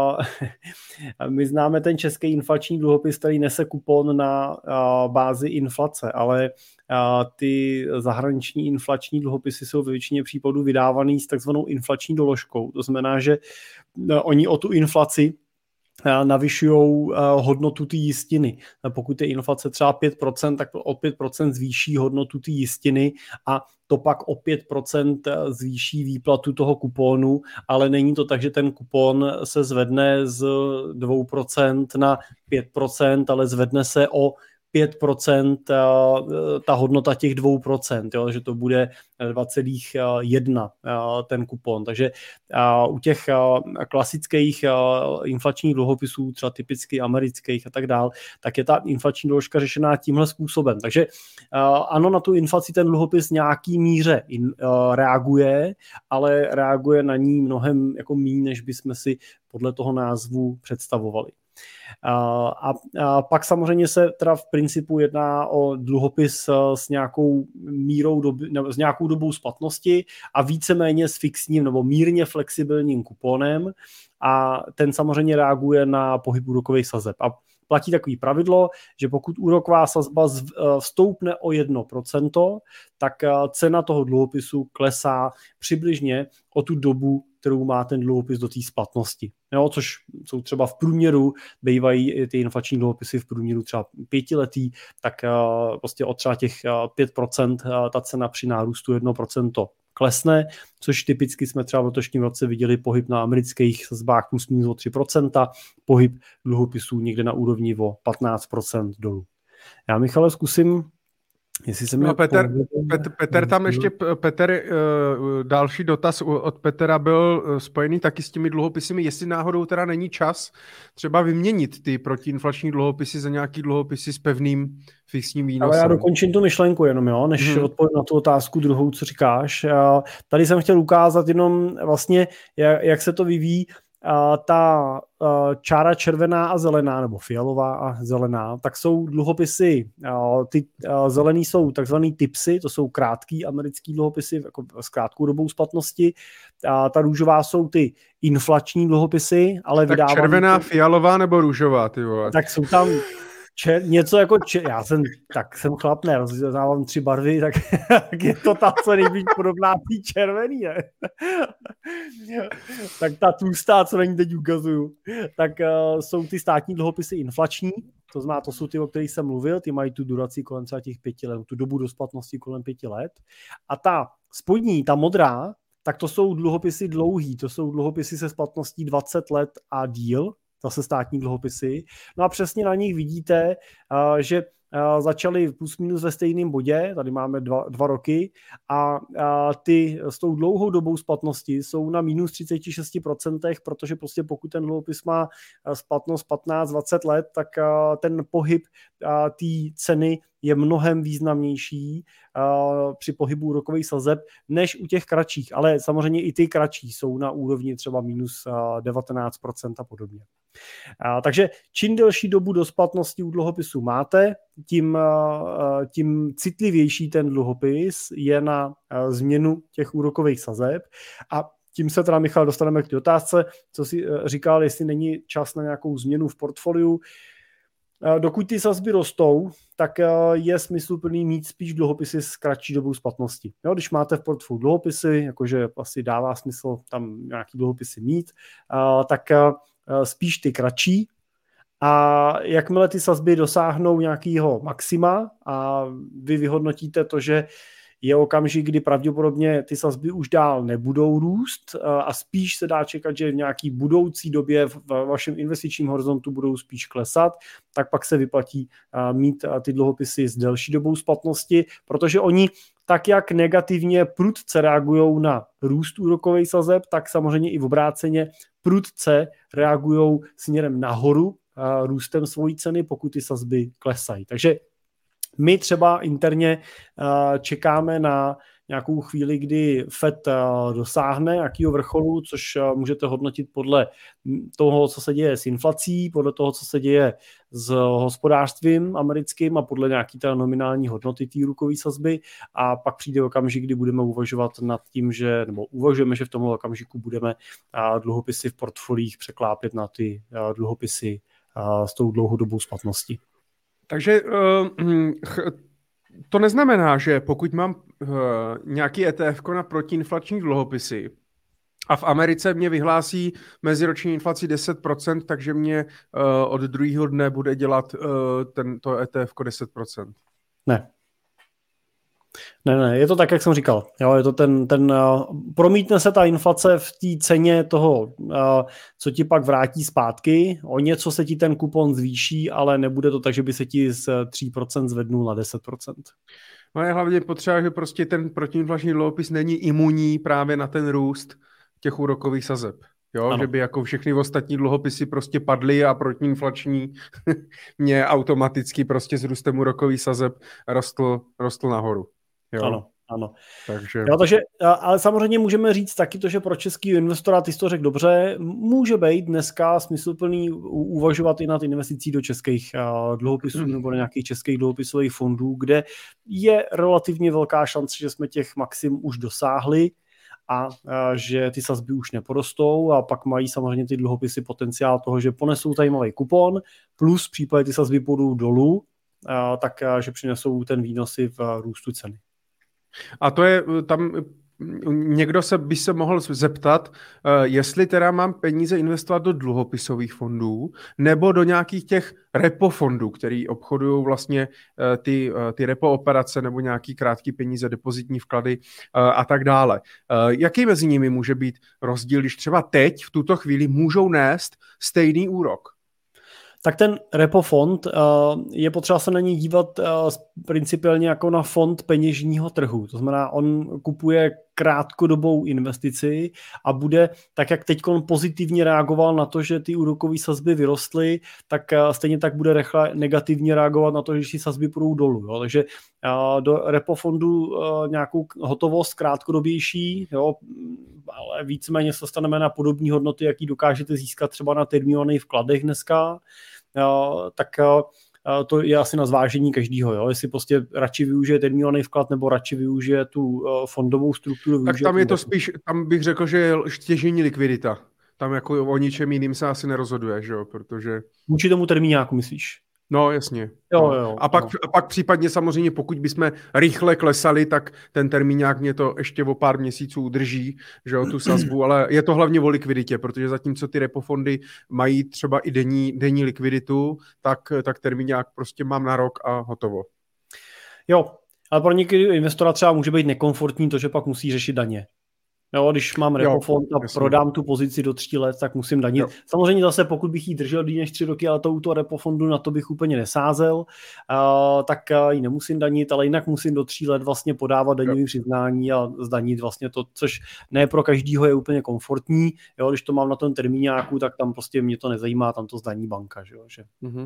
B: my známe ten český inflační dluhopis, který nese kupon na bázi inflace, ale ty zahraniční inflační dluhopisy jsou ve většině případů vydávaný s takzvanou inflační doložkou. To znamená, že oni o tu inflaci navyšují hodnotu té jistiny. Pokud je inflace třeba pět procent, tak o pět procent zvýší hodnotu té jistiny a to pak o pět procent zvýší výplatu toho kupónu, ale není to tak, že ten kupón se zvedne z dvě procenta na pět procent, ale zvedne se o pět procent ta hodnota těch dvě procenta, jo, že to bude dva celá jedna ten kupon. Takže u těch klasických inflačních dluhopisů, třeba typicky amerických a tak dál, tak je ta inflační doložka řešená tímhle způsobem. Takže ano, na tu inflaci ten dluhopis nějaký míře reaguje, ale reaguje na ní mnohem jako míň, než bychom si podle toho názvu představovali. A, a pak samozřejmě se teda v principu jedná o dluhopis s nějakou mírou doby, nebo s nějakou dobou splatnosti a víceméně s fixním nebo mírně flexibilním kuponem a ten samozřejmě reaguje na pohyb úrokových sazeb. A platí takový pravidlo, že pokud úroková sazba vstoupne o jedno procento, tak cena toho dluhopisu klesá přibližně o tu dobu, kterou má ten dluhopis do té splatnosti. Jo, což jsou třeba v průměru, bývají ty inflační dluhopisy v průměru třeba pětiletý, tak uh, prostě o třeba těch uh, pět procent uh, ta cena při nárůstu jedno procento klesne, což typicky jsme třeba v letošním roce viděli pohyb na amerických sazbách plus minus o tři procenta, pohyb dluhopisů někde na úrovni o patnáct procent dolů. Já, Michale, zkusím. Jestli jsem
A: no, Petr, Petr, Petr tam ještě, Petr, další dotaz od Petra byl spojený taky s těmi dluhopisy, jestli náhodou teda není čas třeba vyměnit ty protiinflační dluhopisy za nějaký dluhopisy s pevným fixním výnosem.
B: Ale já dokončím tu myšlenku jenom, jo, než hmm. odpovím na tu otázku druhou, co říkáš. Tady jsem chtěl ukázat jenom vlastně, jak, jak se to vyvíjí. Uh, ta uh, čára červená a zelená, nebo fialová a zelená, tak jsou dluhopisy, uh, ty uh, zelený jsou takzvaný tipsy, to jsou krátký americký dluhopisy jako s krátkou dobou splatnosti, uh, ta růžová jsou ty inflační dluhopisy, ale
A: tak vydávaný... červená, fialová nebo růžová, ty vole?
B: Tak jsou tam Čer, něco jako, čer, já jsem, tak jsem chlap, ne, rozdávám tři barvy, tak, tak je to ta, co nejvíc podobná tý červený, ne? Tak ta tlustá, co není teď ukazuju, tak uh, jsou ty státní dluhopisy inflační, to znamená, to jsou ty, o kterých jsem mluvil, ty mají tu duraci kolem třeba těch pěti let, tu dobu do splatnosti kolem pěti let. A ta spodní, ta modrá, tak to jsou dluhopisy dlouhý, to jsou dluhopisy se splatností dvacet let a díl, zase státní dluhopisy. No a přesně na nich vidíte, že začaly plus minus ve stejném bodě, tady máme dva, dva roky a, a ty s tou dlouhou dobou splatnosti jsou na minus třicet šest procent, protože prostě pokud ten dluhopis má splatnost patnáct dvacet let, tak ten pohyb té ceny je mnohem významnější uh, při pohybu úrokových sazeb než u těch kratších, ale samozřejmě i ty kratší jsou na úrovni třeba minus uh, devatenáct procent a podobně. Uh, takže čím delší dobu do splatnosti u dluhopisu máte, tím, uh, tím citlivější ten dluhopis je na uh, změnu těch úrokových sazeb a tím se teda, Michal, dostaneme k té otázce, co si uh, říkal, jestli není čas na nějakou změnu v portfoliu. Dokud ty sazby rostou, tak je smysluplný mít spíš dluhopisy s kratší dobou splatnosti. Jo, když máte v portfoliu dluhopisy, jakože asi dává smysl tam nějaký dluhopisy mít, tak spíš ty kratší. A jakmile ty sazby dosáhnou nějakého maxima a vy vyhodnotíte to, že je okamžik, kdy pravděpodobně ty sazby už dál nebudou růst a spíš se dá čekat, že v nějaký budoucí době v vašem investičním horizontu budou spíš klesat, tak pak se vyplatí mít ty dluhopisy s delší dobou splatnosti, protože oni tak, jak negativně prudce reagují na růst úrokových sazeb, tak samozřejmě i v obráceně prudce reagují směrem nahoru růstem svojí ceny, pokud ty sazby klesají. Takže my třeba interně čekáme na nějakou chvíli, kdy Fed dosáhne nějakého vrcholu, což můžete hodnotit podle toho, co se děje s inflací, podle toho, co se děje s hospodářstvím americkým a podle nějaký té nominální hodnoty té úrokové sazby, a pak přijde okamžik, kdy budeme uvažovat nad tím, že, nebo uvažujeme, že v tomhle okamžiku budeme dluhopisy v portfoliích překlápět na ty dluhopisy s tou dlouhodobou splatností.
A: Takže to neznamená, že pokud mám nějaký E T F na protiinflační dluhopisy a v Americe mě vyhlásí meziroční inflaci deset procent, takže mě od druhého dne bude dělat tento E T F deset procent.
B: Ne. Ne, ne, je to tak, jak jsem říkal. Jo, je to ten, ten uh, promítne se ta inflace v té ceně toho, uh, co ti pak vrátí zpátky. O něco se ti ten kupon zvýší, ale nebude to tak, že by se ti z tři procenta zvednul na deset procent.
A: No je hlavně potřeba, že prostě ten protiinflační dluhopis není imunní právě na ten růst těch úrokových sazeb. Jo, že by jako všechny ostatní dluhopisy prostě padly a protiinflační mě automaticky prostě s růstem úrokových sazeb rostl, rostl nahoru. Jo.
B: Ano, ano.
A: Takže...
B: Jo, takže, ale samozřejmě můžeme říct taky to, že pro český investora, ty jsi to řekl dobře, může být dneska smysluplný uvažovat i nad investicí do českých dluhopisů hmm. nebo do nějakých českých dluhopisových fondů, kde je relativně velká šance, že jsme těch maxim už dosáhli a, a že ty sazby už neporostou a pak mají samozřejmě ty dluhopisy potenciál toho, že ponesou zajímavý kupon, plus v případě ty sazby půjdou dolů, a, tak a, že přinesou ten výnosy v růstu ceny.
A: A to je tam, někdo se by se mohl zeptat, jestli teda mám peníze investovat do dluhopisových fondů nebo do nějakých těch repo fondů, který obchodují vlastně ty, ty repo operace nebo nějaký krátký peníze, depozitní vklady a tak dále. Jaký mezi nimi může být rozdíl, když třeba teď v tuto chvíli můžou nést stejný úrok?
B: Tak ten repo fond je potřeba se na něj dívat principiálně jako na fond peněžního trhu. To znamená, on kupuje krátkodobou investici a bude, tak jak teď pozitivně reagoval na to, že ty úrokové sazby vyrostly, tak stejně tak bude rychle negativně reagovat na to, že ty sazby půjdou dolů. Jo. Takže do repo fondu nějakou hotovost krátkodobější, jo, ale víceméně se dostaneme na podobné hodnoty, jaký dokážete získat třeba na termínovaných vkladech dneska, jo, tak to je asi na zvážení každýho, jo? Jestli prostě radši využije termínovaný vklad nebo radši využije tu fondovou strukturu.
A: Tak tam je to spíš, tam bych řekl, že je stěžení likvidita. Tam jako o ničem jiným se asi nerozhoduje, že jo, protože...
B: Vůči tomu termíňáku, myslíš?
A: No, jasně.
B: Jo,
A: no.
B: jo,
A: a, pak,
B: no.
A: a pak případně samozřejmě, pokud bychom rychle klesali, tak ten termíňák mě to ještě o pár měsíců udrží, že jo, tu sazbu, ale je to hlavně o likviditě, protože zatímco ty repofondy mají třeba i denní, denní likviditu, tak, tak termíňák prostě mám na rok a hotovo.
B: Jo, ale pro některého investora třeba může být nekomfortní to, že pak musí řešit daně. Jo, když mám repofond a jasný. Prodám tu pozici do tří let, tak musím danit. Jo. Samozřejmě zase, pokud bych ji držel díl než tři roky, ale to u toho repofondu na to bych úplně nesázel, uh, tak uh, ji nemusím danit, ale jinak musím do tří let vlastně podávat daňové přiznání a zdanit vlastně to, což ne pro každýho je úplně komfortní. Jo, když to mám na tom termíňáku, tak tam prostě mě to nezajímá, tam to zdaní banka. Že jo, že... Mm-hmm.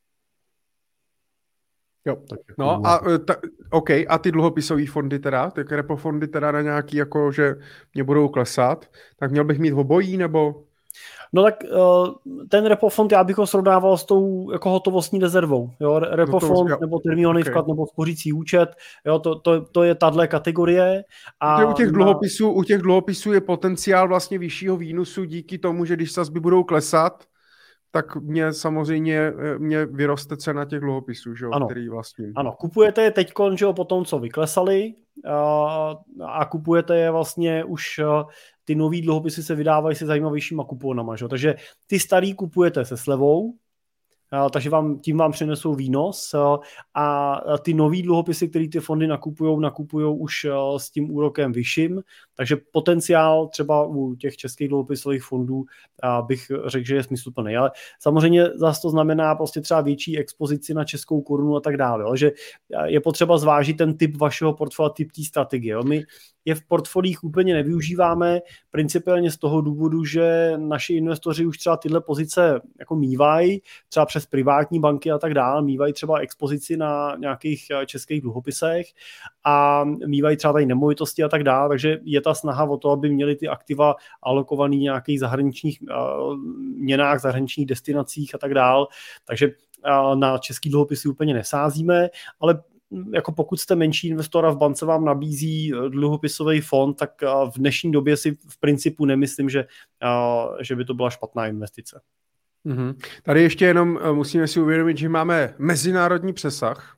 A: Jo, tak no a, ta, OK, a ty dluhopisové fondy teda, ty repofondy teda na nějaký, jako, že mě budou klesat, tak měl bych mít obojí, nebo?
B: No tak ten repofond já bych ho srovnával s tou jako hotovostní rezervou. Jo? Repofond no nebo termínovaný okay. vklad nebo spořící účet, jo? To, to, to je tahle kategorie. A
A: u, těch dluhopisů, u těch dluhopisů je potenciál vlastně vyššího výnosu díky tomu, že když sazby budou klesat, tak mě samozřejmě mě vyroste cena těch dluhopisů, že jo,
B: ano.
A: který vlastním.
B: Ano, kupujete je teďkon, že jo, po tom, co vyklesali a, a kupujete je vlastně už, ty nový dluhopisy se vydávají se zajímavějšíma kuponama, že jo, takže ty starý kupujete se slevou, takže vám, tím vám přinesou výnos a ty nový dluhopisy, které ty fondy nakupují, nakupují už s tím úrokem vyšším, takže potenciál třeba u těch českých dluhopisových fondů bych řekl, že je smysluplný, ale samozřejmě zase to znamená prostě třeba větší expozici na českou korunu a tak dále, že je potřeba zvážit ten typ vašeho portfolia, typ té strategie. My je v portfoliích úplně nevyužíváme, principiálně z toho důvodu, že naši investoři už třeba tyhle pozice jako mívají, třeba přes privátní banky a tak dále, mívají třeba expozici na nějakých českých dluhopisech a mívají třeba tady nemovitosti a tak dále, takže je ta snaha o to, aby měli ty aktiva alokovaný v nějakých zahraničních uh, měnách, zahraničních destinacích a tak dále, takže uh, na český dluhopisy úplně nesázíme, ale jako pokud jste menší investor a v bance vám nabízí dluhopisový fond, tak uh, v dnešní době si v principu nemyslím, že, uh, že by to byla špatná investice.
A: Mm-hmm. Tady ještě jenom uh, musíme si uvědomit, že máme mezinárodní přesah.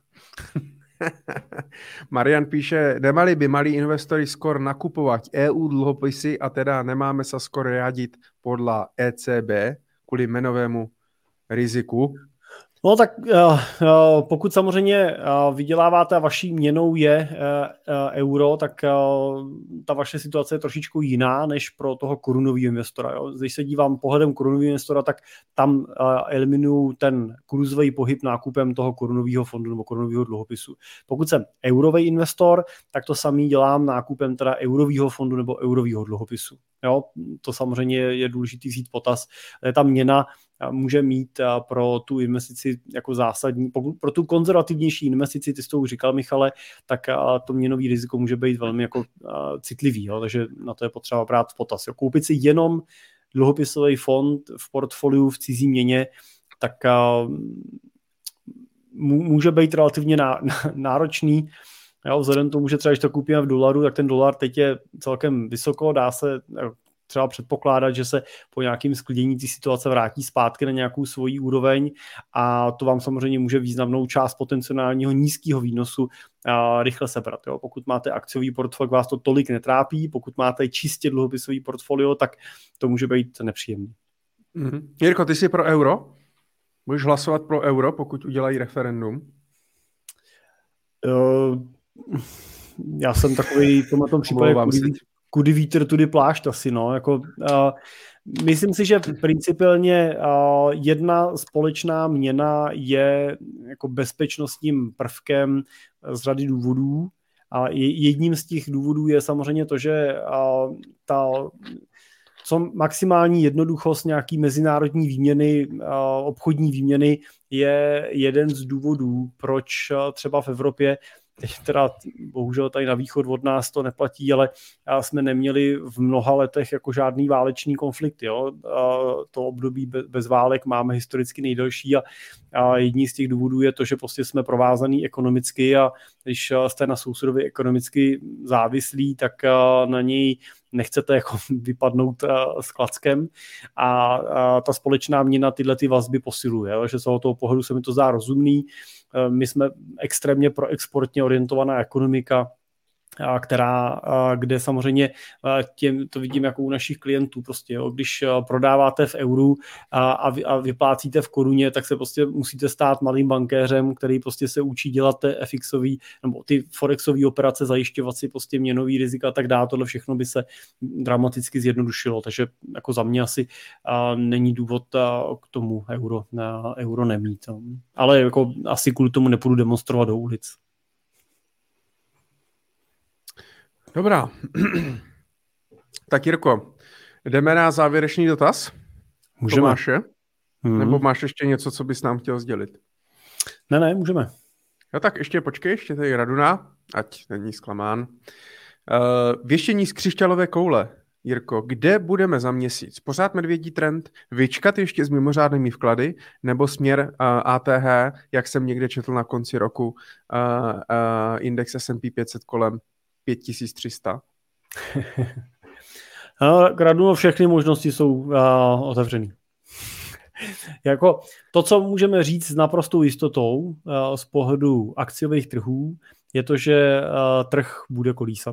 A: Marian píše, nemali by malí investori skôr nakupovať é ú dlhopisy a teda nemáme sa skôr riadiť podľa é cé bé kvôli menovému riziku.
B: No tak pokud samozřejmě vyděláváte a vaší měnou je euro, tak ta vaše situace je trošičku jiná než pro toho korunového investora. Jo. Když se dívám pohledem korunového investora, tak tam eliminuju ten kurzový pohyb nákupem toho korunového fondu nebo korunového dluhopisu. Pokud jsem eurový investor, tak to samý dělám nákupem teda eurového fondu nebo eurového dluhopisu. Jo. To samozřejmě je důležitý vzít potaz. Ta měna může mít pro tu investici jako zásadní, pro tu konzervativnější investici, ty jsi to už říkal, Michale, tak to měnový riziko může být velmi jako citlivý, jo, takže na to je potřeba brát v potaz. Jo. Koupit si jenom dluhopisový fond v portfoliu v cizí měně, tak může být relativně náročný. Jo, vzhledem k tomu, že třeba když to koupíme v dolaru, tak ten dolar teď je celkem vysoko, dá se třeba předpokládat, že se po nějakým sklidění ty situace vrátí zpátky na nějakou svoji úroveň a to vám samozřejmě může významnou část potenciálního nízkého výnosu a rychle sebrat. Jo. Pokud máte akciový portfolio, vás to tolik netrápí, pokud máte čistě dluhopisový portfolio, tak to může být nepříjemný.
A: Mm-hmm. Jirko, ty jsi pro euro? Budeš hlasovat pro euro, pokud udělají referendum?
B: Uh, já jsem takový v tomhle tom případě kudy vítr, tudy plášť asi, no, jako uh, myslím si, že principiálně uh, jedna společná měna je jako bezpečnostním prvkem z řady důvodů a jedním z těch důvodů je samozřejmě to, že uh, ta co maximální jednoduchost nějaký mezinárodní výměny, uh, obchodní výměny je jeden z důvodů, proč uh, třeba v Evropě teď teda bohužel tady na východ od nás to neplatí, ale jsme neměli v mnoha letech jako žádný válečný konflikt. Jo? To období bez válek máme historicky nejdelší a, a jedním z těch důvodů je to, že prostě jsme provázaný ekonomicky a když jste na sousedovi ekonomicky závislí, tak na něj nechcete jako vypadnout s klackem a, a ta společná měna tyhle ty vazby posiluje. Jo? Že z toho pohledu se mi to zdá rozumný. My jsme extrémně proexportně orientovaná ekonomika, která, kde samozřejmě těm, to vidím jako u našich klientů prostě, jo. Když prodáváte v euru a, a vyplácíte v koruně, tak se prostě musíte stát malým bankéřem, který prostě se učí dělat té FXový nebo ty forexové operace, zajišťovat si prostě měnový rizika a tak dále, tohle všechno by se dramaticky zjednodušilo, takže jako za mě asi a, není důvod a, k tomu euro, a, euro nemít, no. Ale jako asi kvůli tomu nepůjdu demonstrovat do ulic.
A: Dobrá. Tak Jirko, jdeme na závěrečný dotaz?
B: Můžeme.
A: Tomáše?
B: Hmm. Nebo
A: máš ještě něco, co bys nám chtěl sdělit?
B: Ne, ne, můžeme.
A: No tak ještě počkej, ještě tady Raduna, ať není zklamán. Uh, věštění z křišťálové koule. Jirko, kde budeme za měsíc? Pořád medvědí trend? Vyčkat ještě s mimořádnými vklady? Nebo směr uh, A T H, jak jsem někde četl na konci roku, uh, uh, index S and P pět set kolem pět tisíc tři sta?
B: No, Raduno, všechny možnosti jsou uh, otevřený. Jako to, co můžeme říct s naprostou jistotou uh, z pohledu akciových trhů, je to, že uh, trh bude kolísat.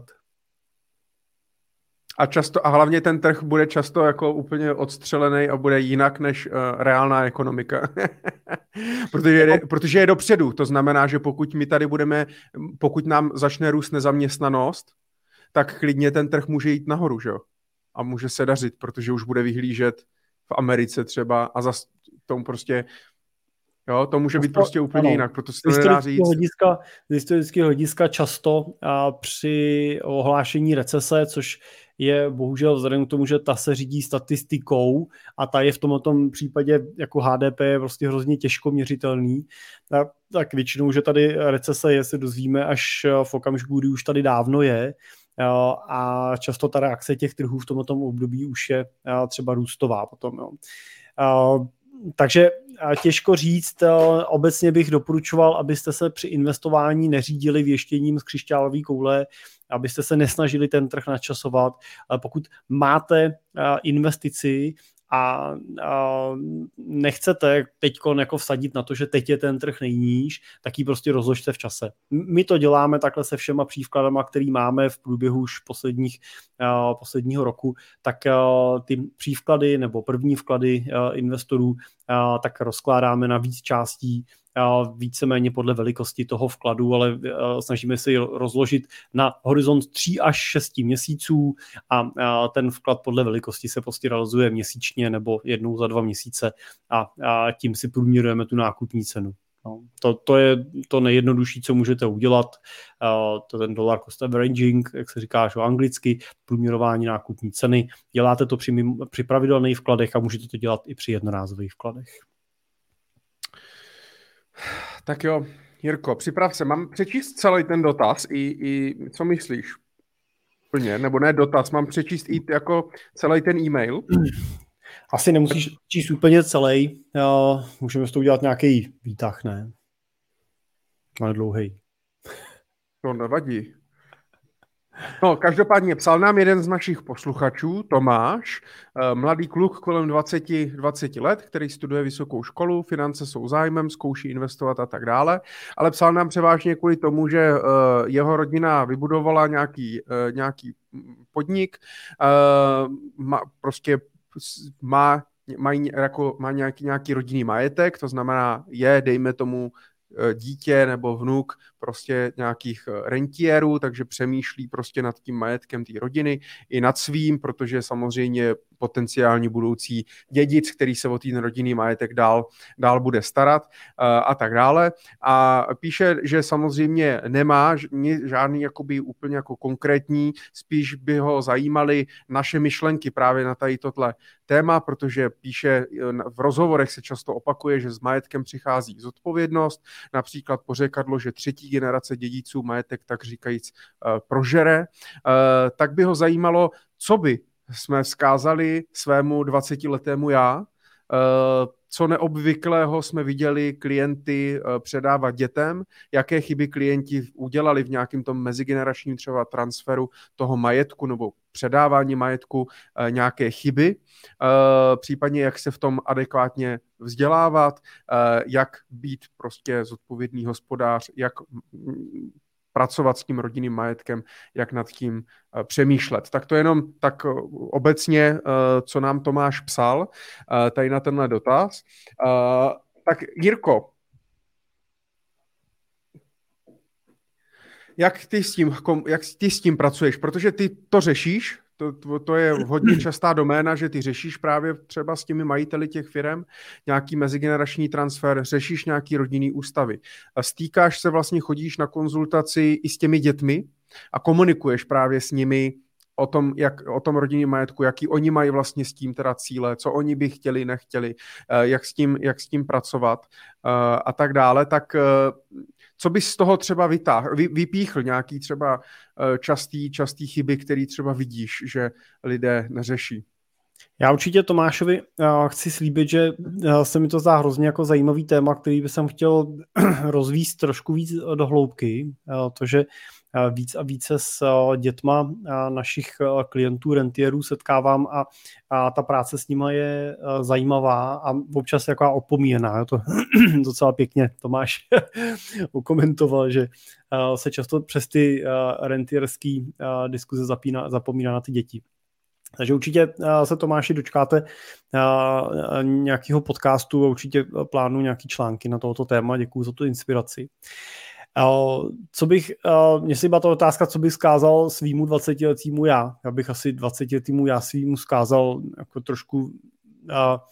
A: A často, a hlavně ten trh bude často jako úplně odstřelený a bude jinak než uh, reálná ekonomika. protože, je, protože je dopředu. To znamená, že pokud my tady budeme, pokud nám začne růst nezaměstnanost, tak klidně ten trh může jít nahoru, že jo? A může se dařit, protože už bude vyhlížet v Americe třeba a zas tomu prostě Jo, to může být to, prostě úplně ano, jinak, proto se to
B: nedá říct. Hlediska, z historického hlediska často a při ohlášení recese, což je bohužel vzhledem k tomu, že ta se řídí statistikou a ta je v tomto případě jako H D P je prostě hrozně těžko měřitelný, tak, tak většinou, že tady recese je, se dozvíme až v okamžiku, kdy už tady dávno je, a často ta reakce těch trhů v tomto období už je třeba růstová potom. Jo. Takže těžko říct, obecně bych doporučoval, abyste se při investování neřídili věštěním z křišťálové koule, abyste se nesnažili ten trh načasovat. Pokud máte investici a, a nechcete teďko jako vsadit na to, že teď je ten trh nejníž, tak ji prostě rozložte v čase. My to děláme takhle se všema přívkladama, který máme v průběhu už posledních, uh, posledního roku, tak uh, ty přívklady nebo první vklady uh, investorů uh, tak rozkládáme na víc částí, víceméně podle velikosti toho vkladu, ale snažíme se ji rozložit na horizont tří až šesti měsíců a ten vklad podle velikosti se prostě realizuje měsíčně nebo jednou za dva měsíce a tím si průměrujeme tu nákupní cenu. No, to, to je to nejjednodušší, co můžete udělat. To ten dollar cost averaging, jak se říká že anglicky, průměrování nákupní ceny. Děláte to při, při pravidelných vkladech a můžete to dělat i při jednorázových vkladech.
A: Tak jo, Jirko, připrav se. Mám přečíst celý ten dotaz i, i co myslíš? Plně, nebo ne dotaz, mám přečíst i jako celý ten e-mail?
B: Asi nemusíš číst úplně celý. Můžeme s toho udělat nějaký výtah, ne? Ale dlouhej.
A: To nevadí. No, každopádně psal nám jeden z našich posluchačů, Tomáš, mladý kluk kolem dvacet let, který studuje vysokou školu, finance jsou zájmem, zkouší investovat a tak dále, ale psal nám převážně kvůli tomu, že jeho rodina vybudovala nějaký, nějaký podnik, má, prostě má, má, jako, má nějaký, nějaký rodinný majetek, to znamená je, dejme tomu, dítě nebo vnuk prostě nějakých rentiérů, takže přemýšlí prostě nad tím majetkem té rodiny i nad svým, protože samozřejmě potenciální budoucí dědic, který se o ten rodinný majetek dál, dál bude starat a tak dále. A píše, že samozřejmě nemá žádný jakoby úplně jako konkrétní, spíš by ho zajímaly naše myšlenky právě na tady tohle téma, protože píše, v rozhovorech se často opakuje, že s majetkem přichází zodpovědnost, například pořekadlo, že třetí generace dědiců majetek tak říkajíc prožere, tak by ho zajímalo, co by jsme vzkázali svému dvacetiletému já, co neobvyklého jsme viděli klienty předávat dětem, jaké chyby klienti udělali v nějakém tom mezigeneračním třeba transferu toho majetku nebo předávání majetku, nějaké chyby, případně jak se v tom adekvátně vzdělávat, jak být prostě zodpovědný hospodář, jak pracovat s tím rodinným majetkem, jak nad tím uh, přemýšlet. Tak to jenom tak uh, obecně, uh, co nám Tomáš psal, uh, tady na tenhle dotaz. Uh, tak Jirko, jak ty s tím, jak ty s tím pracuješ? Protože ty to řešíš, To, to, to je hodně častá doména, že ty řešíš právě třeba s těmi majiteli těch firem nějaký mezigenerační transfer, řešíš nějaký rodinný ústavy. A stýkáš se vlastně, chodíš na konzultaci i s těmi dětmi a komunikuješ právě s nimi o tom, jak, o tom rodinném majetku, jaký oni mají vlastně s tím teda cíle, co oni by chtěli, nechtěli, jak s tím, jak s tím pracovat a tak dále. Tak co bys z toho třeba vytáhl, vy, vypíchl nějaký třeba častý, častý chyby, který třeba vidíš, že lidé neřeší?
B: Já určitě Tomášovi chci slíbit, že se mi to zdá hrozně jako zajímavý téma, který bych jsem chtěl rozvíct trošku víc do hloubky. To, že víc a více s dětma našich klientů, rentierů setkávám a, a ta práce s nima je zajímavá a občas jako opomíjená. Je to docela pěkně Tomáš ukomentoval, že se často přes ty rentierské diskuze zapíná, zapomíná na ty děti. Takže určitě se Tomáši dočkáte nějakého podcastu a určitě plánuju nějaký články na tohoto téma. Děkuju za tu inspiraci. Co bych, mně si byla ta otázka, co bych zkázal svýmu dvacetiletýmu já. Já bych asi dvacetiletýmu já svýmu zkázal jako trošku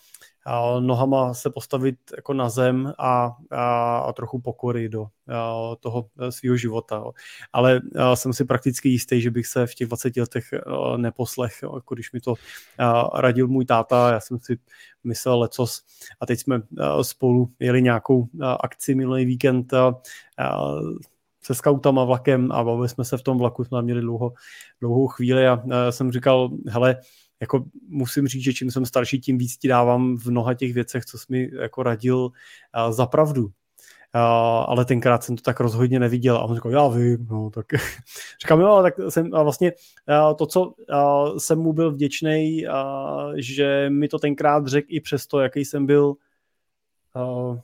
B: nohama se postavit jako na zem a, a, a trochu pokory do a, toho svého života. Jo. Ale a, jsem si prakticky jistý, že bych se v těch dvaceti letech a, neposlech, jo, jako když mi to a, radil můj táta, já jsem si myslel lecos a teď jsme a, spolu jeli nějakou a, akci minulý víkend a, a, se skautama vlakem a bavili jsme se v tom vlaku, jsme měli dlouho, dlouhou chvíli a, a jsem říkal, hele, jako musím říct, že čím jsem starší, tím víc ti dávám v mnoha těch věcech, co jsi mi jako radil uh, za pravdu. Uh, ale tenkrát jsem to tak rozhodně neviděl. A on říkal, já vím, no tak. Říkám, jo, tak jsem a vlastně uh, to, co uh, jsem mu byl vděčnej, uh, že mi to tenkrát řekl i přesto, jaký jsem byl uh,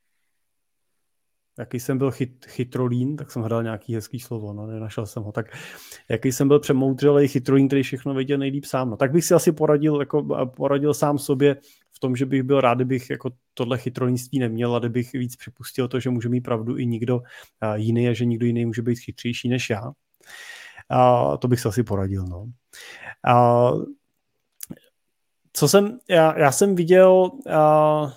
B: jaký jsem byl chyt, chytrolín, tak jsem hledal nějaký hezký slovo, no, nenašel jsem ho, tak jaký jsem byl přemoudřelej chytrolín, který všechno věděl nejlíp sám, no, tak bych si asi poradil, jako poradil sám sobě v tom, že bych byl rád, kdybych jako tohle chytrolínství neměl a kdybych víc připustil to, že může mít pravdu i nikdo jiný a že nikdo jiný může být chytřejší než já. A to bych si asi poradil, no. A co jsem, já, já jsem viděl, a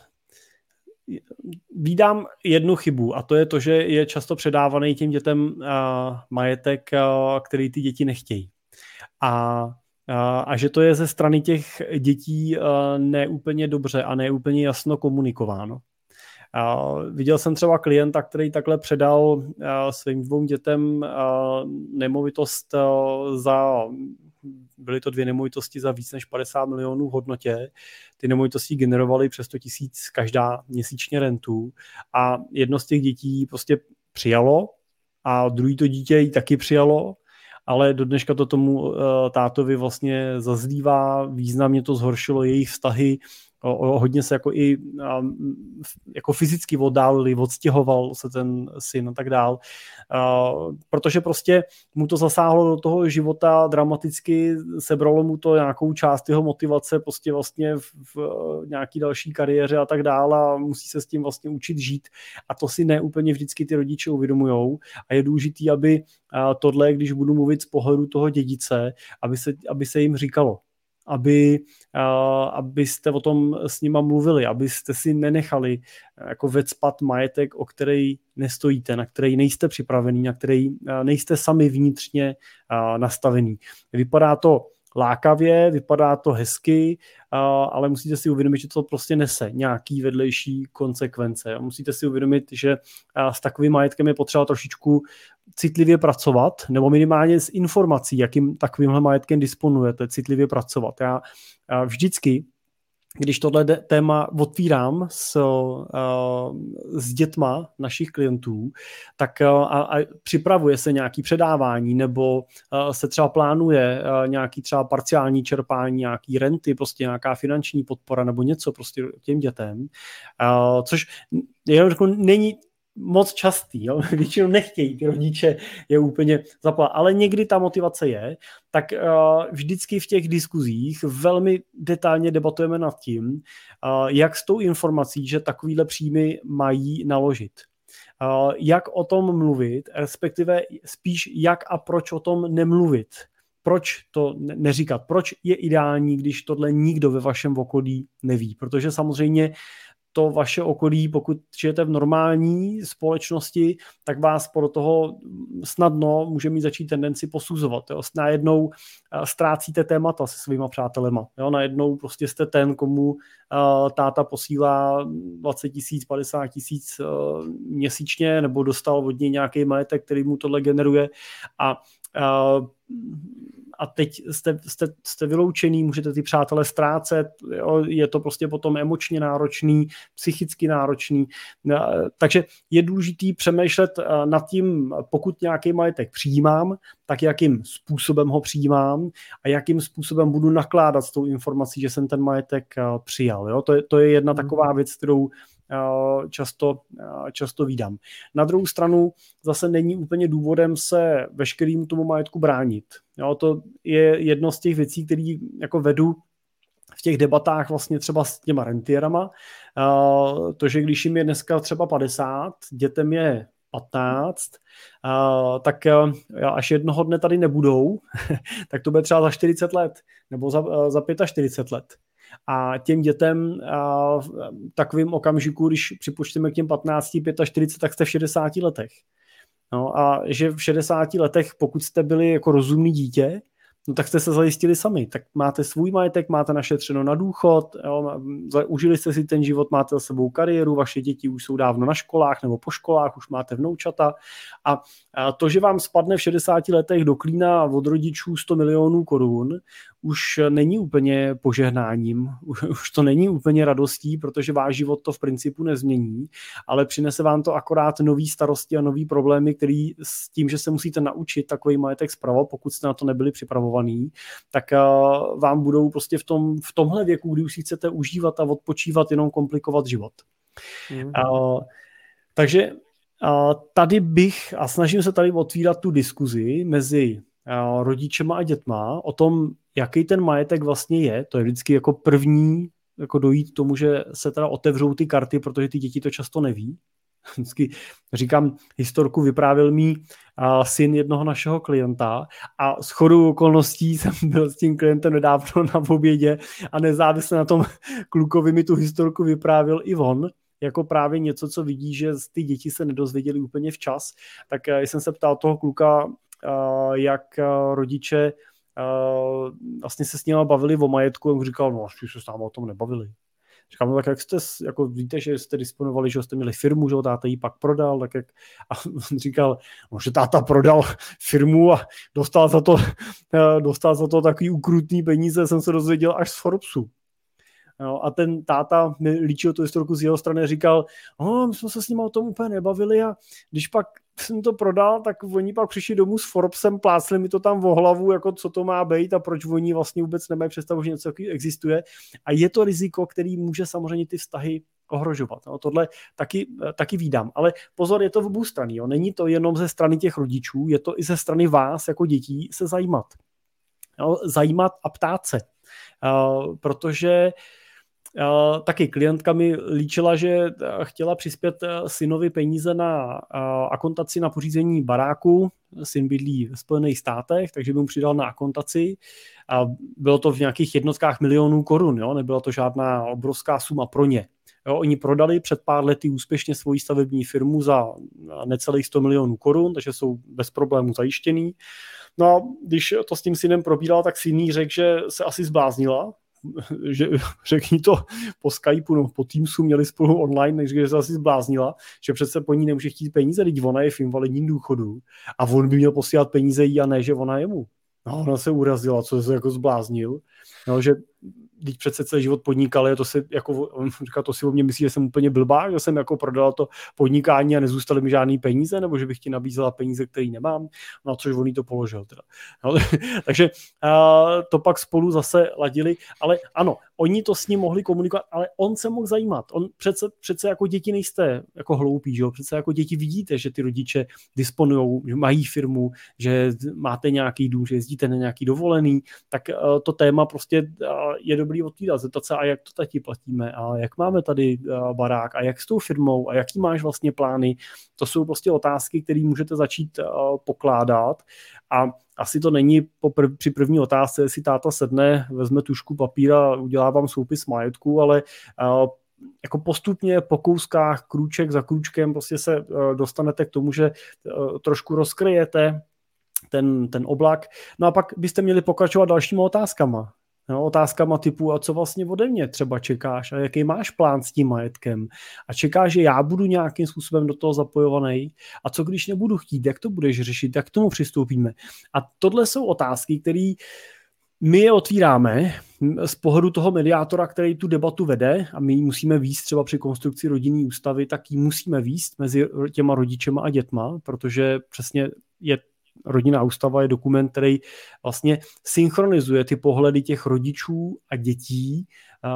B: vídám jednu chybu a to je to, že je často předávaný těm dětem uh, majetek, uh, který ty děti nechtějí. A, uh, a že to je ze strany těch dětí uh, neúplně dobře a neúplně jasno komunikováno. Uh, viděl jsem třeba klienta, který takhle předal uh, svým dvou dětem uh, nemovitost uh, za... Byly to dvě nemovitosti za víc než padesát milionů v hodnotě. Ty nemovitosti generovaly přes sto tisíc každá měsíčně rentu a jedno z těch dětí prostě přijalo a druhý to dítě ji taky přijalo, ale do dneška to tomu uh, tátovi vlastně zazlívá, významně to zhoršilo jejich vztahy, o, o, hodně se jako i um, jako fyzicky oddálili, odstěhoval se ten syn a tak dál, uh, protože prostě mu to zasáhlo do toho života dramaticky, sebralo mu to nějakou část jeho motivace prostě vlastně v, v nějaký další kariéře a tak dál a musí se s tím vlastně učit žít a to si ne úplně vždycky ty rodiče uvědomujou a je důležitý, aby uh, tohle, když budu mluvit z pohledu toho dědice, aby se, aby se jim říkalo, aby, uh, abyste o tom s nima mluvili, abyste si nenechali uh, jako vecpat majetek, o který nestojíte, na který nejste připravený, na který uh, nejste sami vnitřně uh, nastavený. Vypadá to lákavě, vypadá to hezky, uh, ale musíte si uvědomit, že to prostě nese nějaký vedlejší konsekvence. Musíte si uvědomit, že uh, s takovým majetkem je potřeba trošičku citlivě pracovat, nebo minimálně s informací, jakým takovýmhle majetkem disponujete, citlivě pracovat. Já uh, vždycky, když tohle téma otvírám s, uh, s dětma našich klientů, tak uh, a, a připravuje se nějaký předávání, nebo uh, se třeba plánuje uh, nějaký třeba parciální čerpání, nějaký renty, prostě nějaká finanční podpora, nebo něco prostě těm dětem, uh, což jenom řeknu, není moc častý, jo? Většinou nechtějí ty rodiče je úplně zaplat, ale někdy ta motivace je, tak uh, vždycky v těch diskuzích velmi detailně debatujeme nad tím, uh, jak s tou informací, že takovýhle příjmy mají naložit. Uh, jak o tom mluvit, respektive spíš jak a proč o tom nemluvit. Proč to neříkat? Proč je ideální, když tohle nikdo ve vašem okolí neví? Protože samozřejmě to vaše okolí, pokud žijete v normální společnosti, tak vás podle toho snadno může mít začít tendenci posuzovat. Jo. Najednou ztrácíte témata se svýma přátelema. Jo. Najednou prostě jste ten, komu uh, táta posílá dvacet tisíc, padesát tisíc uh, měsíčně, nebo dostal od něj nějaký majetek, který mu tohle generuje a uh, a teď jste, jste, jste vyloučený, můžete ty přátele ztrácet, jo, je to prostě potom emočně náročný, psychicky náročný, takže je důležitý přemýšlet nad tím, pokud nějaký majetek přijímám, tak jakým způsobem ho přijímám a jakým způsobem budu nakládat s tou informací, že jsem ten majetek přijal. Jo? To, je, to je jedna taková věc, kterou často, často vídám. Na druhou stranu zase není úplně důvodem se veškerým tomu majetku bránit. Jo, to je jedno z těch věcí, které jako vedu v těch debatách vlastně třeba s těma rentierama. To, že když jim je dneska třeba padesát, dětem je patnáct, tak až jednoho dne tady nebudou, tak to bude třeba za čtyřicet let nebo za, za čtyřicet pět let. a těm dětem a v takovém okamžiku, když připočteme k těm patnácti, čtyřiceti pěti, tak jste v šedesáti letech. No a že v šedesáti letech, pokud jste byli jako rozumný dítě, no tak jste se zajistili sami. Tak máte svůj majetek, máte našetřeno na důchod, jo, užili jste si ten život, máte za sebou kariéru, vaše děti už jsou dávno na školách nebo po školách, už máte vnoučata. A, a to, že vám spadne v šedesáti letech do klína od rodičů sto milionů korun, už není úplně požehnáním, už to není úplně radostí, protože váš život to v principu nezmění, ale přinese vám to akorát nový starosti a nový problémy, který s tím, že se musíte naučit takový majetek spravovat, pokud jste na to nebyli připravovaný, tak uh, vám budou prostě v, tom, v tomhle věku, kdy už si chcete užívat a odpočívat, jenom komplikovat život. Mm. Uh, takže uh, tady bych, a snažím se tady otvírat tu diskuzi mezi uh, rodičema a dětma o tom, jaký ten majetek vlastně je. To je vždycky jako první jako dojít k tomu, že se teda otevřou ty karty, protože ty děti to často neví. Vždycky říkám, historku vyprávěl mi syn jednoho našeho klienta a shodou okolností jsem byl s tím klientem nedávno na obědě a nezávisle na tom klukovi mi tu historku vyprávěl i on, jako právě něco, co vidí, že ty děti se nedozvěděli úplně včas. Tak jsem se ptal toho kluka, jak rodiče vlastně se s nimi bavili o majetku a on říkal, no, až se s námi o tom nebavili. Říkám, no tak jak jste, jako víte, že jste disponovali, že jste měli firmu, že táta ji pak prodal, tak jak, a on říkal, no, že táta prodal firmu a dostal za to, dostal za to takový ukrutný peníze, jsem se dozvěděl až z Forbesu. No, a ten táta mi líčil tu historku z jeho strany a říkal, no, my jsme se s nimi o tom úplně nebavili a když pak jsem to prodal, tak oni pak přišli domů s Forbesem, plácli mi to tam o hlavu, jako co to má být a proč oni vlastně vůbec nemají představu, že něco existuje. A je to riziko, který může samozřejmě ty vztahy ohrožovat. No, tohle taky, taky vídám. Ale pozor, je to v obou strany. Jo. Není to jenom ze strany těch rodičů, je to i ze strany vás jako dětí se zajímat. Jo, zajímat a ptát se. Uh, protože Uh, taky klientka mi líčila, že chtěla přispět synovi peníze na uh, akontaci na pořízení baráku. Syn bydlí v Spojených státech, takže by mu přidal na akontaci. A bylo to v nějakých jednotkách milionů korun, jo? Nebyla to žádná obrovská suma pro ně. Jo? Oni prodali před pár lety úspěšně svoji stavební firmu za necelých sto milionů korun, takže jsou bez problémů zajištěný. No a když to s tím synem probíral, tak syn jí řekl, že se asi zbláznila, že řekni to po Skypeu, no, po Teamsu měli spolu online, takže se asi zbláznila, že přece po ní nemůže chtít peníze, teď ona je v invalidním důchodu a on by měl posílat peníze jí a ne, že ona jemu. No, ona se urazila, co se jako zbláznil, no, že když přece celý život podnikal, je to si jako, on říká, to si o mě myslí, že jsem úplně blbá, že jsem jako prodala to podnikání a nezůstaly mi žádný peníze, nebo že bych ti nabízela peníze, které nemám, no což on jí to položil teda. No, takže uh, to pak spolu zase ladili, ale ano, oni to s ním mohli komunikovat, ale on se mohl zajímat. On přece, přece jako děti nejste jako hloupí, že jo? Přece jako děti vidíte, že ty rodiče disponujou, že mají firmu, že máte nějaký dům, že jezdíte na nějaký dovolený, tak uh, to téma prostě uh, je dobrý otvírat, zeptat se, a jak to tati platíme, a jak máme tady uh, barák, a jak s tou firmou, a jaký máš vlastně plány. To jsou prostě otázky, které můžete začít uh, pokládat a asi to není po prv, při první otázce, jestli táta sedne, vezme tužku papíra a udělá vám soupis majetku, ale uh, jako postupně po kouskách, krůček za krůčkem prostě se uh, dostanete k tomu, že uh, trošku rozkryjete ten, ten oblak. No a pak byste měli pokračovat dalšíma otázkama. No, otázkama typu, a co vlastně ode mě třeba čekáš a jaký máš plán s tím majetkem a čekáš, že já budu nějakým způsobem do toho zapojovaný a co když nebudu chtít, jak to budeš řešit, jak k tomu přistoupíme. A tohle jsou otázky, které my je otvíráme z pohledu toho mediátora, který tu debatu vede a my ji musíme vést třeba při konstrukci rodinné ústavy, tak ji musíme vést mezi těma rodičema a dětma, protože přesně je rodinná ústava je dokument, který vlastně synchronizuje ty pohledy těch rodičů a dětí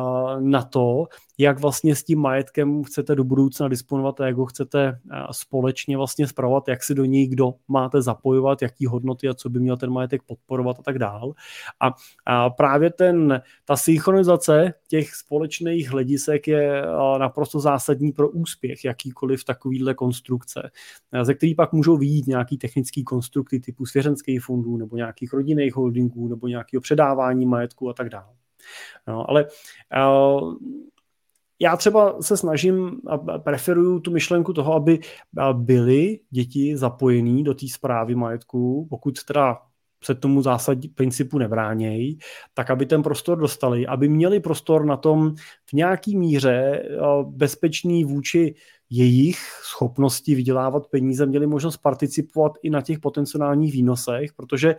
B: na to, jak vlastně s tím majetkem chcete do budoucna disponovat a jak ho chcete společně vlastně spravovat, jak si do něj kdo máte zapojovat, jaký hodnoty a co by měl ten majetek podporovat a tak dál. A, a právě ten, ta synchronizace těch společných hledisek je naprosto zásadní pro úspěch jakýkoliv takovýhle konstrukce, ze který pak můžou vyjít nějaký technický konstrukty typu svěřenských fondů nebo nějakých rodinných holdingů nebo nějakého předávání majetku a tak dále. No, ale uh, já třeba se snažím a preferuju tu myšlenku toho, aby byly děti zapojený do té správy majetku, pokud teda se tomu zásadě principu nebránějí, tak aby ten prostor dostali, aby měli prostor na tom v nějaký míře bezpečný vůči jejich schopnosti vydělávat peníze, měli možnost participovat i na těch potenciálních výnosech, protože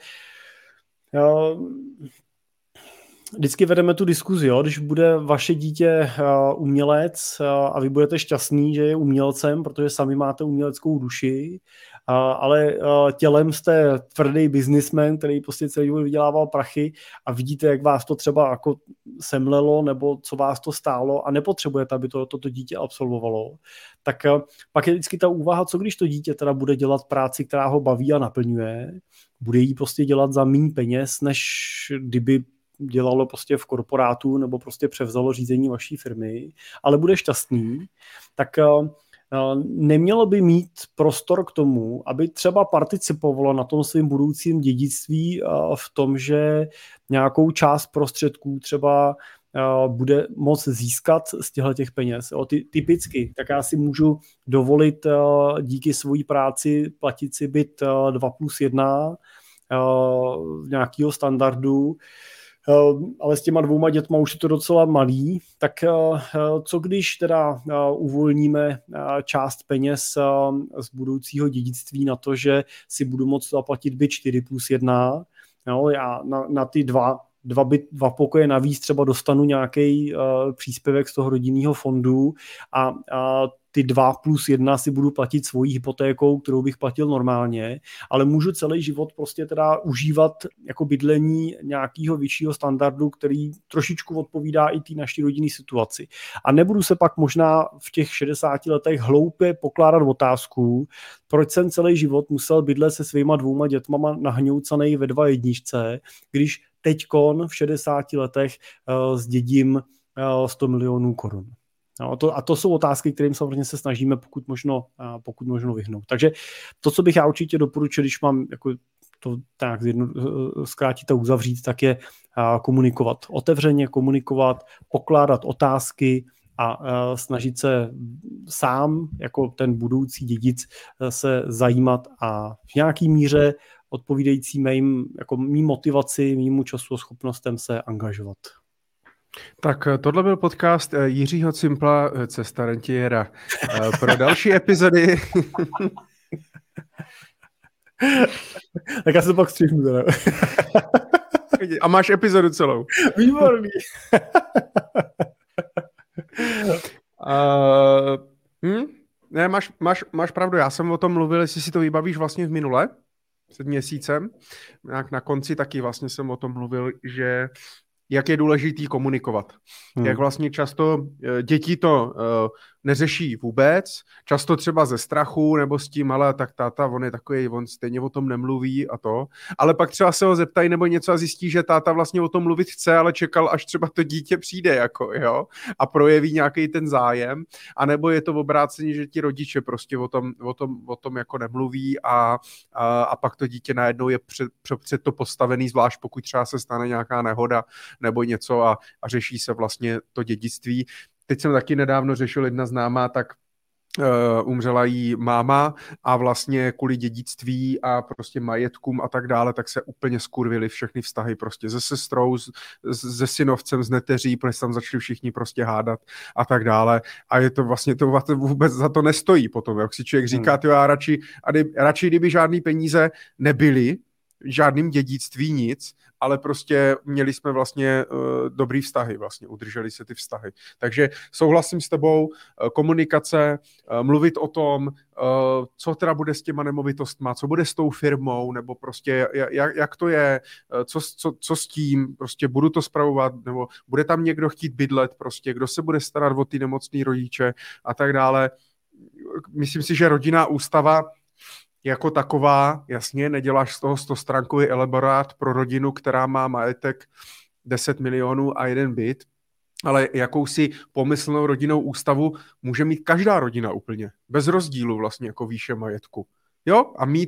B: vždycky vedeme tu diskuzi, jo? Když bude vaše dítě uh, umělec uh, a vy budete šťastný, že je umělcem, protože sami máte uměleckou duši, uh, ale uh, tělem jste tvrdý businessman, který prostě celý život vydělával prachy a vidíte, jak vás to třeba jako semlelo nebo co vás to stálo a nepotřebujete, aby to, toto dítě absolvovalo, tak uh, pak je vždycky ta úvaha, co když to dítě teda bude dělat práci, která ho baví a naplňuje, bude jí prostě dělat za méně peněz, než kdyby dělalo prostě v korporátu nebo prostě převzalo řízení vaší firmy, ale bude šťastný, tak nemělo by mít prostor k tomu, aby třeba participovalo na tom svým budoucím dědictví v tom, že nějakou část prostředků třeba bude moct získat z těchto těch peněz. O, ty, typicky, tak já si můžu dovolit díky svojí práci platit si byt dva plus jedna nějakého standardu, ale s těma dvouma dětma už je to docela malý, tak co když teda uvolníme část peněz z budoucího dědictví na to, že si budu moct zaplatit byt čtyři plus jedna, jo, já na, na ty dva, dva, byt, dva pokoje navíc třeba dostanu nějaký uh, příspěvek z toho rodinného fondu a, a ty dva plus jedna si budu platit svojí hypotékou, kterou bych platil normálně, ale můžu celý život prostě teda užívat jako bydlení nějakého vyššího standardu, který trošičku odpovídá i té naší rodinné situaci. A nebudu se pak možná v těch šedesáti letech hloupě pokládat otázku, proč jsem celý život musel bydlet se svýma dvouma dětmama nahňoucanej ve dva jedničce, když teďkon v šedesáti letech uh, zdědím uh, sto milionů korun. No, to, a to jsou otázky, kterým samozřejmě se snažíme pokud možno, pokud možno vyhnout. Takže to, co bych já určitě doporučil, když mám jako to tak zjedno, zkrátit a uzavřít, tak je komunikovat. Otevřeně komunikovat, pokládat otázky a snažit se sám, jako ten budoucí dědic, se zajímat a v nějaký míře odpovídající mým, jako mým motivaci, mýmu času a schopnostem se angažovat.
A: Tak tohle byl podcast Jiřího Cimpla, Cesta rentiéra. Pro další epizody...
B: Tak já se pak střihnu teda.
A: A máš epizodu celou.
B: Výborný.
A: uh, hm? Ne, máš, máš, máš pravdu, já jsem o tom mluvil, jestli si to vybavíš vlastně v minule, před měsícem. Jak na konci taky vlastně jsem o tom mluvil, že jak je důležitý komunikovat. Hmm. Jak vlastně často děti to uh, neřeší vůbec, často třeba ze strachu nebo s tím, ale tak táta, on je takový, on stejně o tom nemluví a to, ale pak třeba se ho zeptají nebo něco a zjistí, že táta vlastně o tom mluvit chce, ale čekal, až třeba to dítě přijde, jako, jo, a projeví nějaký ten zájem, anebo je to obráceně, že ti rodiče prostě o tom, o tom, o tom jako nemluví a, a, a pak to dítě najednou je před, před to postavený, zvlášť pokud třeba se stane nějaká nehoda nebo něco a, a řeší se vlastně to dědictví. Teď jsem taky nedávno řešil, jedna známá, tak uh, umřela jí máma a vlastně kvůli dědictví a prostě majetkům a tak dále, tak se úplně skurvily všechny vztahy prostě se sestrou, s, se synovcem, s neteří, protože tam začali všichni prostě hádat a tak dále. A je to vlastně, to vůbec za to nestojí potom, jak si člověk říká, hmm. já radši, a kdy, radši kdyby žádný peníze nebyly, žádným dědictví nic, ale prostě měli jsme vlastně uh, dobrý vztahy, vlastně udrželi se ty vztahy. Takže souhlasím s tebou, uh, komunikace, uh, mluvit o tom, uh, co teda bude s těma nemovitostma, co bude s tou firmou, nebo prostě jak, jak to je, uh, co, co, co s tím, prostě budu to spravovat, nebo bude tam někdo chtít bydlet, prostě kdo se bude starat o ty nemocný rodiče a tak dále. Myslím si, že rodinná ústava jako taková, jasně, neděláš z toho stostránkový elaborát pro rodinu, která má majetek deset milionů a jeden byt, ale jakousi pomyslnou rodinnou ústavu může mít každá rodina úplně, bez rozdílu vlastně jako výše majetku. Jo? A mít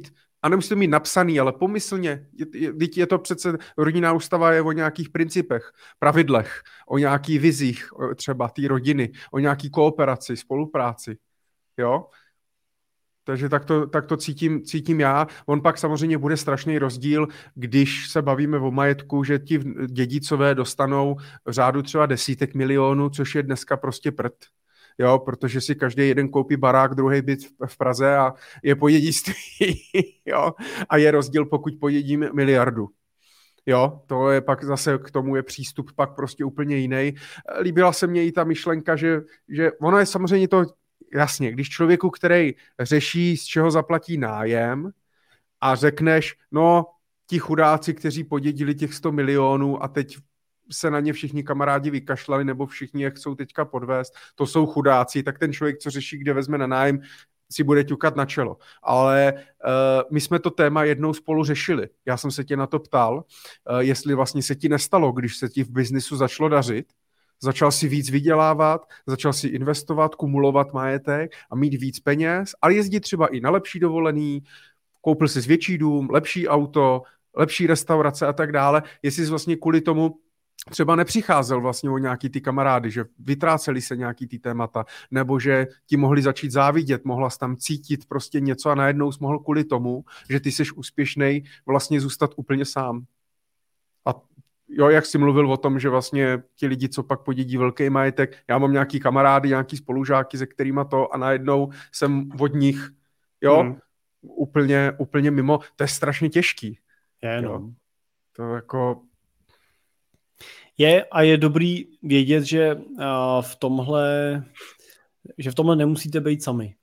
A: a nemusí to mít napsaný, ale pomyslně, teď je to přece, rodinná ústava je o nějakých principech, pravidlech, o nějakých vizích třeba té rodiny, o nějaký kooperaci, spolupráci, jo? Takže tak to, tak to cítím, cítím já. On pak samozřejmě bude strašný rozdíl, když se bavíme o majetku, že ti dědicové dostanou v řádu třeba desítek milionů, což je dneska prostě prd. Jo, protože si každý jeden koupí barák, druhý byt v Praze a je po dědictví. Jo, a je rozdíl, pokud podědím miliardu. Jo, to je pak zase k tomu je přístup pak prostě úplně jiný. Líbila se mně i ta myšlenka, že, že ono je samozřejmě to jasně, když člověku, který řeší, z čeho zaplatí nájem a řekneš, no, ti chudáci, kteří podědili těch sto milionů a teď se na ně všichni kamarádi vykašlali nebo všichni, jak chcou teďka podvést, to jsou chudáci, tak ten člověk, co řeší, kde vezme na nájem, si bude ťukat na čelo. Ale uh, my jsme to téma jednou spolu řešili. Já jsem se tě na to ptal, uh, jestli vlastně se ti nestalo, když se ti v biznisu začalo dařit, začal si víc vydělávat, začal si investovat, kumulovat majetek a mít víc peněz, ale jezdit třeba i na lepší dovolený, koupil si větší dům, lepší auto, lepší restaurace a tak dále, jestli jsi vlastně kvůli tomu třeba nepřicházel vlastně o nějaký ty kamarády, že vytráceli se nějaký ty témata, nebo že ti mohli začít závidět, mohla jsi tam cítit prostě něco a najednou jsi mohl kvůli tomu, že ty jsi úspěšnej, vlastně zůstat úplně sám. A jo, jak jsi mluvil o tom, že vlastně ti lidi, co pak podědí velký majetek, já mám nějaký kamarády, nějaký spolužáky, se kterýma to a najednou jsem od nich, jo, hmm. úplně, úplně mimo. To je strašně těžký.
B: Je, no.
A: To jako...
B: Je a je dobrý vědět, že v tomhle, že v tomhle nemusíte být sami.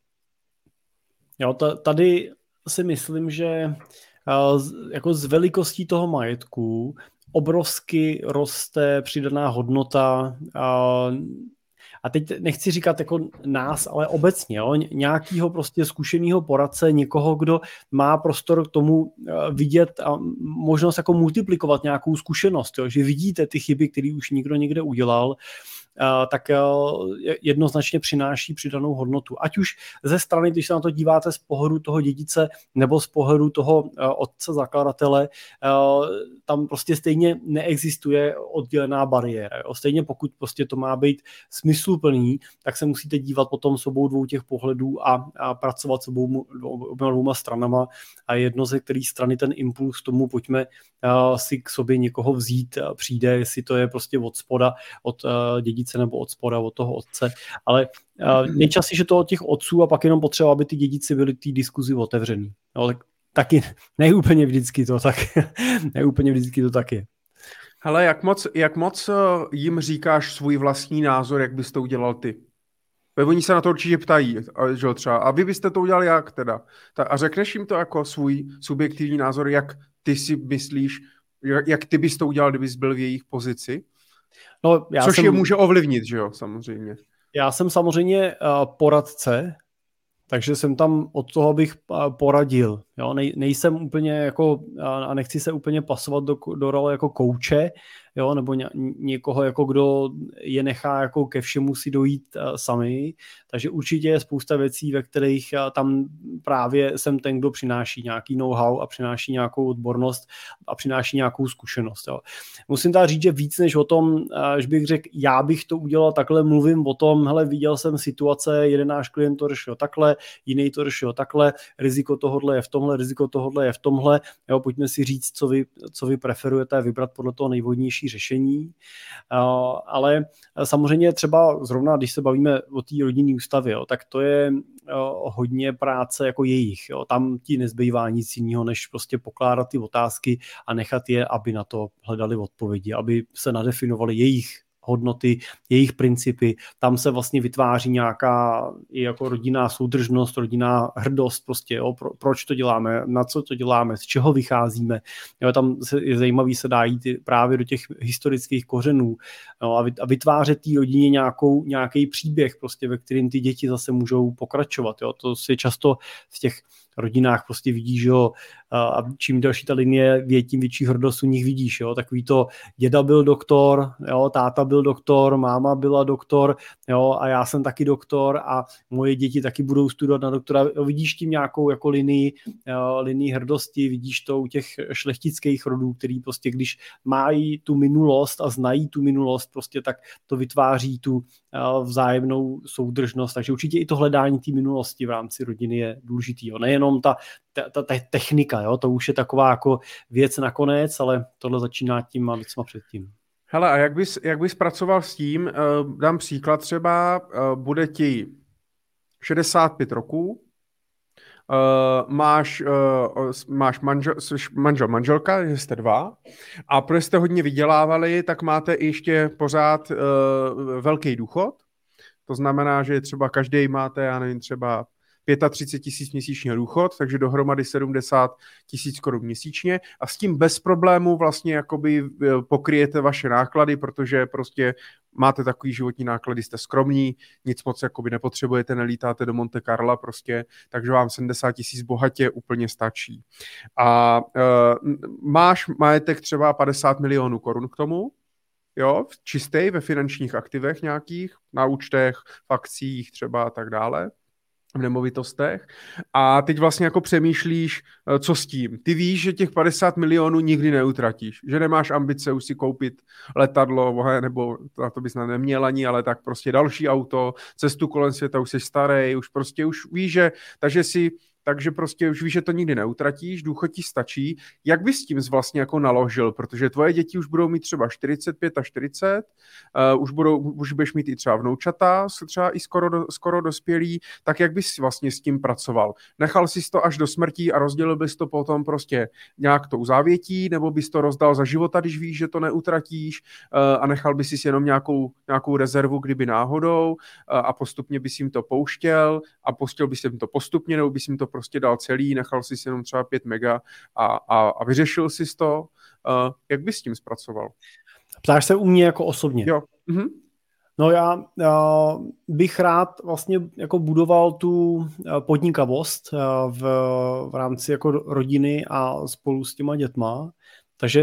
B: Jo, tady si myslím, že jako z velikostí toho majetku obrovsky roste přidaná hodnota a teď nechci říkat jako nás, ale obecně, jo, nějakýho prostě zkušenýho poradce, někoho, kdo má prostor k tomu vidět a možnost jako multiplikovat nějakou zkušenost, jo, že vidíte ty chyby, které už někdo někde udělal, tak jednoznačně přináší přidanou hodnotu. Ať už ze strany, když se na to díváte z pohledu toho dědice nebo z pohledu toho otce zakladatele, tam prostě stejně neexistuje oddělená bariéra. Jo. Stejně pokud prostě to má být smysluplný, tak se musíte dívat potom s obou dvou těch pohledů a, a pracovat s obou oběma dvouma stranama a jedno ze které strany ten impuls k tomu, pojďme si k sobě někoho vzít, přijde, jestli to je prostě od spoda, od dědice nebo od spoda, od toho otce, ale uh, nejčastěji je to od těch otců a pak jenom potřeba, aby ty dědici byly té diskuzi otevřený. No, tak, taky ne úplně vždycky to tak, ne úplně vždycky to tak je.
A: Hele, jak moc, jak moc jim říkáš svůj vlastní názor, jak bys to udělal ty? Oni se na to určitě ptají, že třeba, a vy byste to udělali jak teda? A řekneš jim to jako svůj subjektivní názor, jak ty si myslíš, jak ty bys to udělal, kdybys byl v jejich pozici?
B: No, já
A: Což
B: jsem,
A: je může ovlivnit, že jo, samozřejmě.
B: Já jsem samozřejmě uh, poradce, takže jsem tam od toho, abych uh, poradil. Jo? Nej, nejsem úplně jako, uh, a nechci se úplně pasovat do, do role jako kouče, jo? Nebo ně, někoho, jako kdo je nechá jako ke všemu si dojít uh, sami. Takže určitě je spousta věcí, ve kterých uh, tam právě jsem ten, kdo přináší nějaký know-how a přináší nějakou odbornost a přináší nějakou zkušenost. Jo. Musím teda říct, že víc než o tom, že bych řekl, já bych to udělal takhle, mluvím o tom, hele, viděl jsem situace, jeden náš klient to řešil takhle, jiný to řešil takhle, riziko tohodle je v tomhle, riziko tohodle je v tomhle, jo, pojďme si říct, co vy, co vy preferujete a vybrat podle toho nejvhodnější řešení. Uh, ale samozřejmě třeba zrovna, když se bavíme o té rodinné ústavě, jo, tak to je uh, hodně práce jako jejich. Jo. Tam ti nezbývá nic jiného, než prostě pokládat ty otázky a nechat je, aby na to hledali odpovědi, aby se nadefinovali jejich hodnoty, jejich principy. Tam se vlastně vytváří nějaká i jako rodinná soudržnost, rodinná hrdost prostě, jo, pro, proč to děláme, na co to děláme, z čeho vycházíme. Jo, tam se, je zajímavý se dá jít právě do těch historických kořenů, jo, a vytvářet té rodině nějakou, nějaký příběh, prostě, ve kterým ty děti zase můžou pokračovat. Jo. To si často z těch rodinách prostě vidíš, jo, a čím další ta linie je, tím větší hrdost u nich vidíš, jo, takový to děda byl doktor, jo, táta byl doktor, máma byla doktor, jo, a já jsem taky doktor a moje děti taky budou studovat na doktora. Jo, vidíš tím nějakou jako linii, jo, linii hrdosti, vidíš to u těch šlechtických rodů, který prostě, když mají tu minulost a znají tu minulost, prostě tak to vytváří tu uh, vzájemnou soudržnost, takže určitě i to hledání té minulosti v rámci rodiny je důležitý, jo. Nejenom ta, ta, ta, ta technika, jo, to už je taková jako věc nakonec, ale tohle začíná tím a věcma předtím.
A: Hele, a jak bys, jak bys pracoval s tím, uh, dám příklad třeba, uh, bude ti šedesát pět roků, uh, máš, uh, máš manžel, manžel, manželka, že jste dva, a protože jste hodně vydělávali, tak máte ještě pořád uh, velký důchod, to znamená, že třeba každý máte, já nevím, třeba třicet pět tisíc měsíčního důchod, takže dohromady sedmdesát tisíc korun měsíčně a s tím bez problémů vlastně jakoby pokryjete vaše náklady, protože prostě máte takový životní náklady, jste skromní, nic moc jakoby nepotřebujete, nelítáte do Monte Carla prostě, takže vám sedmdesát tisíc bohatě úplně stačí. A e, máš majetek třeba padesát milionů korun k tomu, jo, čistý ve finančních aktivech nějakých, na účtech, v akcích třeba a tak dále, v nemovitostech. A teď vlastně jako přemýšlíš, co s tím. Ty víš, že těch padesát milionů nikdy neutratíš, že nemáš ambice už si koupit letadlo, nebo na to bys neměl ani, ale tak prostě další auto, cestu kolem světa, už jsi starý, už prostě už víš, že, takže si takže prostě už víš, že to nikdy neutratíš, důchod ti stačí. Jak bys s tím vlastně jako naložil? Protože tvoje děti už budou mít třeba čtyřicet pět a čtyřicet, uh, už, budou, už budeš mít i třeba vnoučata, třeba i skoro, do, skoro dospělí, tak jak bys vlastně s tím pracoval? Nechal jsi to až do smrti a rozdělil bys to potom prostě nějak tou závětí, nebo bys to rozdal za života, když víš, že to neutratíš, uh, a nechal bys si jenom nějakou, nějakou rezervu, kdyby náhodou, uh, a postupně bys jim to pouštěl a pustil bys jim to postupně, nebo bys jim to prostě dal celý, nechal si jenom třeba pět mega a, a, a vyřešil si to. Uh, jak bys s tím zpracoval?
B: Ptáš se u mě jako osobně?
A: Jo. Mhm.
B: No já, já bych rád vlastně jako budoval tu podnikavost v, v rámci jako rodiny a spolu s těma dětma, takže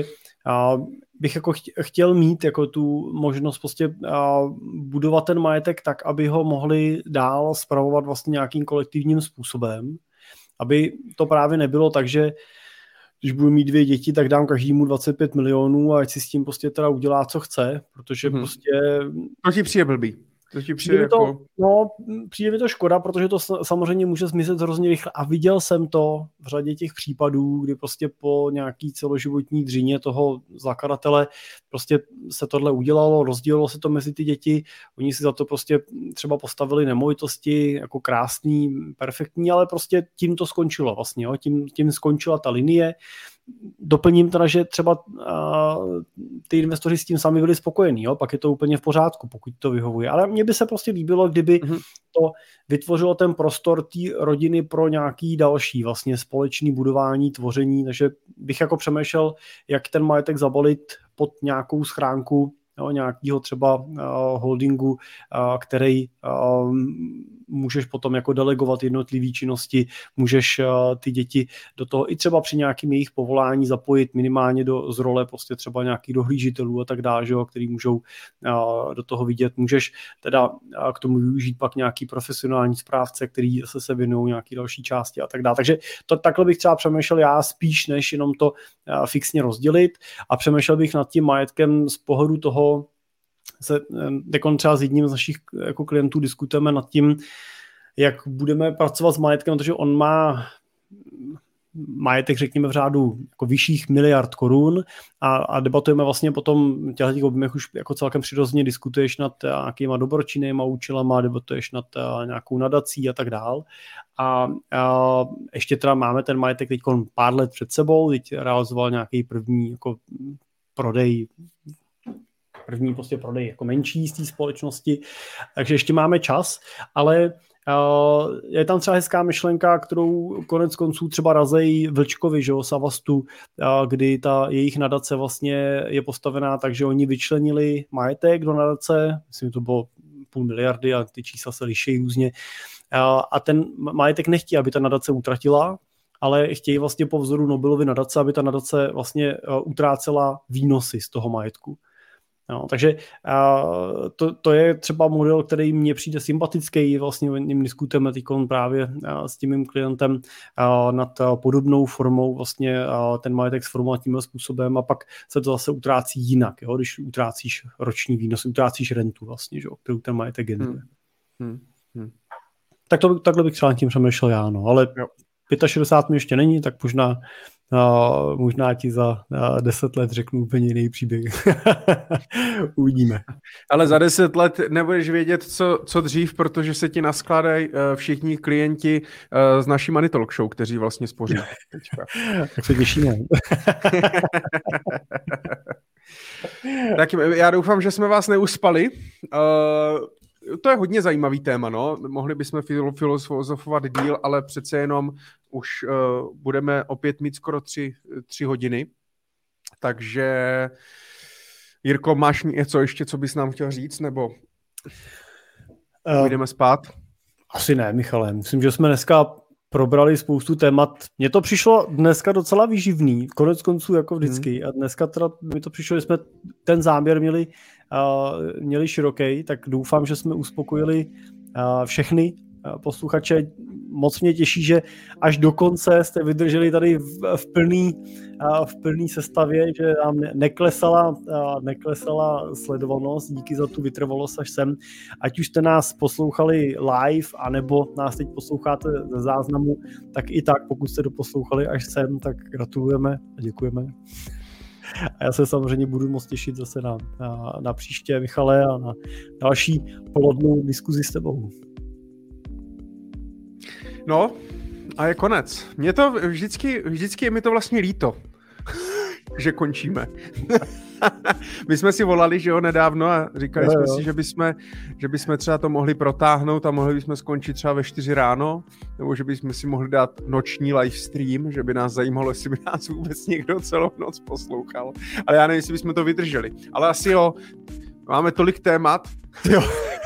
B: bych jako chtěl mít jako tu možnost prostě budovat ten majetek tak, aby ho mohli dál spravovat vlastně nějakým kolektivním způsobem, aby to právě nebylo tak, že když budu mít dvě děti, tak dám každému dvacet pět milionů a ať si s tím prostě teda udělá, co chce, protože hmm. prostě...
A: To ti přijde blbý. To ti přijde
B: přijde
A: jako...
B: to, no, přijde mi to škoda, protože to samozřejmě může zmizet hrozně rychle a viděl jsem to v řadě těch případů, kdy prostě po nějaký celoživotní dřině toho zakladatele prostě se tohle udělalo, rozdělilo se to mezi ty děti, oni si za to prostě třeba postavili nemovitosti jako krásný, perfektní, ale prostě tím to skončilo vlastně, jo? Tím, tím skončila ta linie. Doplním teda, že třeba uh, ty investoři s tím sami byli spokojení, jo? Pak je to úplně v pořádku, pokud to vyhovuje. Ale mně by se prostě líbilo, kdyby mm-hmm. to vytvořilo ten prostor té rodiny pro nějaký další vlastně společný budování, tvoření, takže bych jako přemýšlel, jak ten majetek zabalit pod nějakou schránku, jo, nějakého třeba uh, holdingu, uh, který uh, můžeš potom jako delegovat jednotlivé činnosti, můžeš uh, ty děti do toho i třeba při nějakým jejich povolání zapojit minimálně do z role prostě třeba nějakých dohlížitelů a tak dále, že jo, který můžou uh, do toho vidět. Můžeš teda uh, k tomu využít pak nějaký profesionální správce, který se se věnují nějaký další části a tak dále. Takže to, takhle bych třeba přemýšlel já spíš, než jenom to uh, fixně rozdělit a přemýšlel bych nad tím majetkem z pohledu toho, se dekon třeba s jedním z našich jako klientů diskutujeme nad tím, jak budeme pracovat s majetkem, protože on má majetek, řekněme, v řádu jako vyšších miliard korun a, a debatujeme vlastně potom těch objemech už jako celkem přirozeně diskutuješ nad nějakýma dobročinnýma účelama, debatuješ nad nějakou nadací a tak dál. A, a ještě teda máme ten majetek teď pár let před sebou, teď realizoval nějaký první jako prodej první prostě prodej jako menší z té společnosti, takže ještě máme čas, ale uh, je tam třeba hezká myšlenka, kterou konec konců třeba razejí Vlčkovi, že jo, Savastu, uh, kdy ta jejich nadace vlastně je postavená tak, že oni vyčlenili majetek do nadace, myslím, to bylo půl miliardy a ty čísla se liší různě. A ten majetek nechtí, aby ta nadace utratila, ale chtějí vlastně po vzoru Nobelovy nadace, aby ta nadace vlastně utrácela výnosy z toho majetku. No, takže uh, to, to je třeba model, který mně přijde sympatický, vlastně o něm diskutujeme teďkon právě uh, s tím mým klientem uh, nad uh, podobnou formou vlastně uh, ten majetek sformovat tímhle způsobem a pak se to zase utrácí jinak, jo? Když utrácíš roční výnos, utrácíš rentu vlastně, že? Kterou ten majetek generuje. Hmm. Hmm. Hmm. Tak to, takhle bych třeba tím přemýšlel já, no, ale jo. šedesát pět mi ještě není, tak možná Uh, možná ti za uh, deset let řeknu úplně jiný příběh. Uvidíme.
A: Ale za deset let nebudeš vědět, co, co dřív, protože se ti naskládají uh, všichni klienti uh, z naší Money Talk Show, kteří vlastně spoří.
B: Tak se těšíme.
A: Tak já doufám, že jsme vás neuspali. Uh, To je hodně zajímavý téma, no. Mohli bychom filozofovat díl, ale přece jenom už uh, budeme opět mít skoro tři, tři hodiny. Takže Jirko, máš něco ještě, co bys nám chtěl říct, nebo uh, jdeme spát?
B: Asi ne, Michale. Myslím, že jsme dneska probrali spoustu témat. Mně to přišlo dneska docela výživný, konec konců jako vždycky. Hmm. A dneska teda mi to přišlo, že jsme ten záměr měli, uh, měli široký, tak doufám, že jsme uspokojili uh, všechny uh, posluchače. Moc mě těší, že až do konce jste vydrželi tady v, v plný, uh, v plný sestavě, že nám neklesala, uh, neklesala sledovanost. Díky za tu vytrvalost až sem. Ať už jste nás poslouchali live, anebo nás teď posloucháte ze záznamu, tak i tak, pokud jste doposlouchali až sem, tak gratulujeme a děkujeme. A já se samozřejmě budu moc těšit zase na, na, na příště, Michale, a na další plodnou diskuzi s tebou.
A: No, a je konec. Mně to vždycky, vždycky je mi to vlastně líto, že končíme. My jsme si volali, že jo, nedávno a říkali jo, jsme jo. si, že bychom, že bychom třeba to mohli protáhnout a mohli bychom skončit třeba ve čtyři ráno, nebo že bychom si mohli dát noční live stream, že by nás zajímalo, jestli by nás vůbec někdo celou noc poslouchal. Ale já nevím, jestli bychom to vydrželi. Ale asi jo, máme tolik témat. Jo.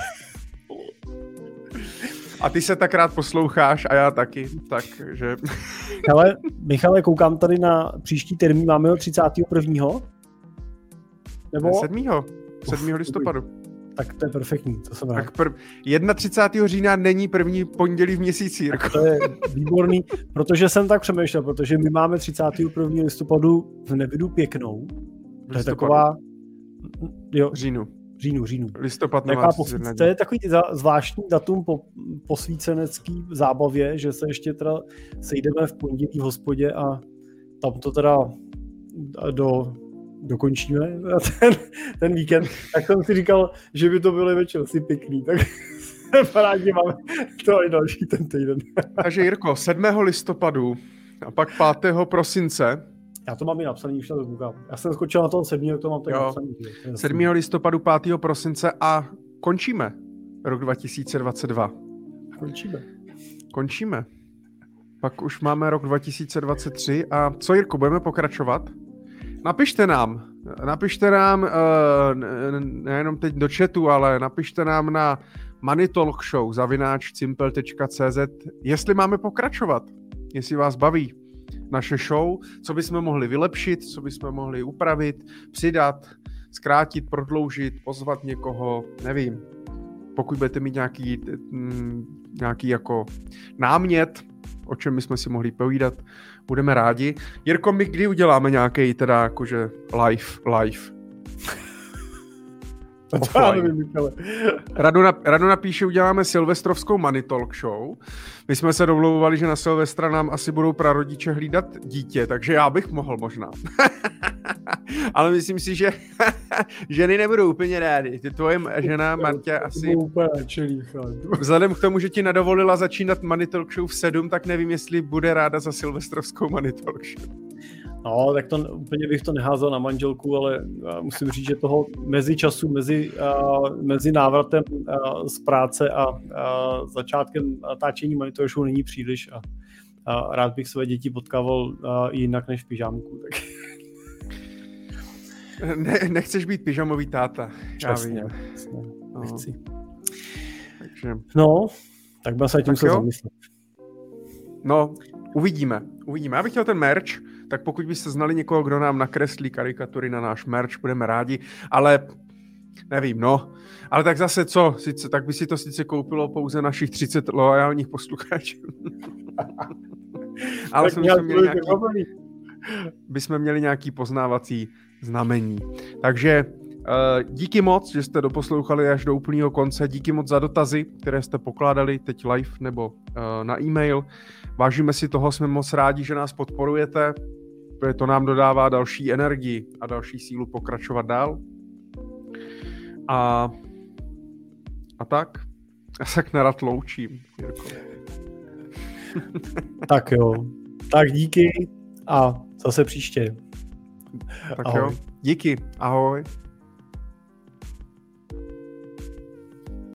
A: A ty se tak rád posloucháš a já taky, takže...
B: Hele, Michale, koukám tady na příští termín, máme ho třicátého prvního Nebo?
A: sedmého sedmého listopadu.
B: Tak to je perfektní, to jsem rád.
A: Tak prv... třicátého prvního října není první pondělí v měsíci, Jirko.
B: To je výborný, protože jsem tak přemýšlel, protože my máme třicátého prvního listopadu v Nevidu pěknou. To je taková... Jo.
A: Říjnu.
B: Říjnu, říjnu.
A: Listopad
B: posvíc... To je takový zvláštní datum po posvícenecký zábavě, že se ještě teda sejdeme v pondělí v hospodě a tam to teda do... dokončíme ten, ten víkend, tak jsem si říkal, že by to bylo večer si pěkný, tak parádně máme to i další ten týden.
A: Takže Jirko, sedmého listopadu a pak pátého prosince.
B: Já to mám i napsaný, už to koukám. Já jsem skočil na toho sedmého to mám tady jo. napsaný.
A: sedmého listopadu, pátého prosince a končíme rok dva tisíce dvacet dva.
B: Končíme.
A: Končíme. Pak už máme rok dva tisíce dvacet tři a co, Jirko, budeme pokračovat? Napište nám, napište nám, nejenom teď do chatu, ale napište nám na Money Talk Show zavináč cimpel tečka cé zet, jestli máme pokračovat, jestli vás baví naše show, co bychom mohli vylepšit, co bychom mohli upravit, přidat, zkrátit, prodloužit, pozvat někoho, nevím. Pokud budete mít nějaký, nějaký jako námět, o čem bychom si mohli povídat, budeme rádi. Jirko, my kdy uděláme nějaký teda jakože live, live? Radu, na, Radu napíše, uděláme silvestrovskou Money Talk Show. My jsme se domlouvali, že na Silvestra nám asi budou prarodiče hlídat dítě, takže já bych mohl možná. Ale myslím si, že ženy nebudou úplně rády. Ty tvoje žena, Martě, asi... Vzhledem k tomu, že ti nedovolila začínat Money Talk Show v sedm, tak nevím, jestli bude ráda za silvestrovskou Money Talk Show.
B: No, tak to úplně bych to neházel na manželku, ale musím říct, že toho mezi času, mezi, uh, mezi návratem uh, z práce a uh, začátkem natáčení Money Talk Show není příliš a uh, rád bych své děti potkával uh, jinak než v pyžámku. Tak...
A: Ne, nechceš být pyžamový táta, já
B: Přesně,
A: vím.
B: Přesně. Nechci.
A: Takže...
B: No, tak byl se tím se zamyslet.
A: No, uvidíme, uvidíme. Já bych chtěl ten merch, tak pokud byste znali někoho, kdo nám nakreslí karikatury na náš merch, budeme rádi, ale nevím, no. Ale tak zase co, sice, tak by si to sice koupilo pouze našich třicet loajálních posluchačů. Ale jsme měli nějaký, bychom měli nějaký poznávací znamení. Takže díky moc, že jste doposlouchali až do úplného konce. Díky moc za dotazy, které jste pokládali teď live nebo uh, na e-mail. Vážíme si toho, jsme moc rádi, že nás podporujete, protože to nám dodává další energii a další sílu pokračovat dál. A, a tak. Já se tak nerad loučím, Jirko.
B: Tak jo. Tak díky a zase příště.
A: Tak
B: ahoj.
A: jo. Díky. Ahoj.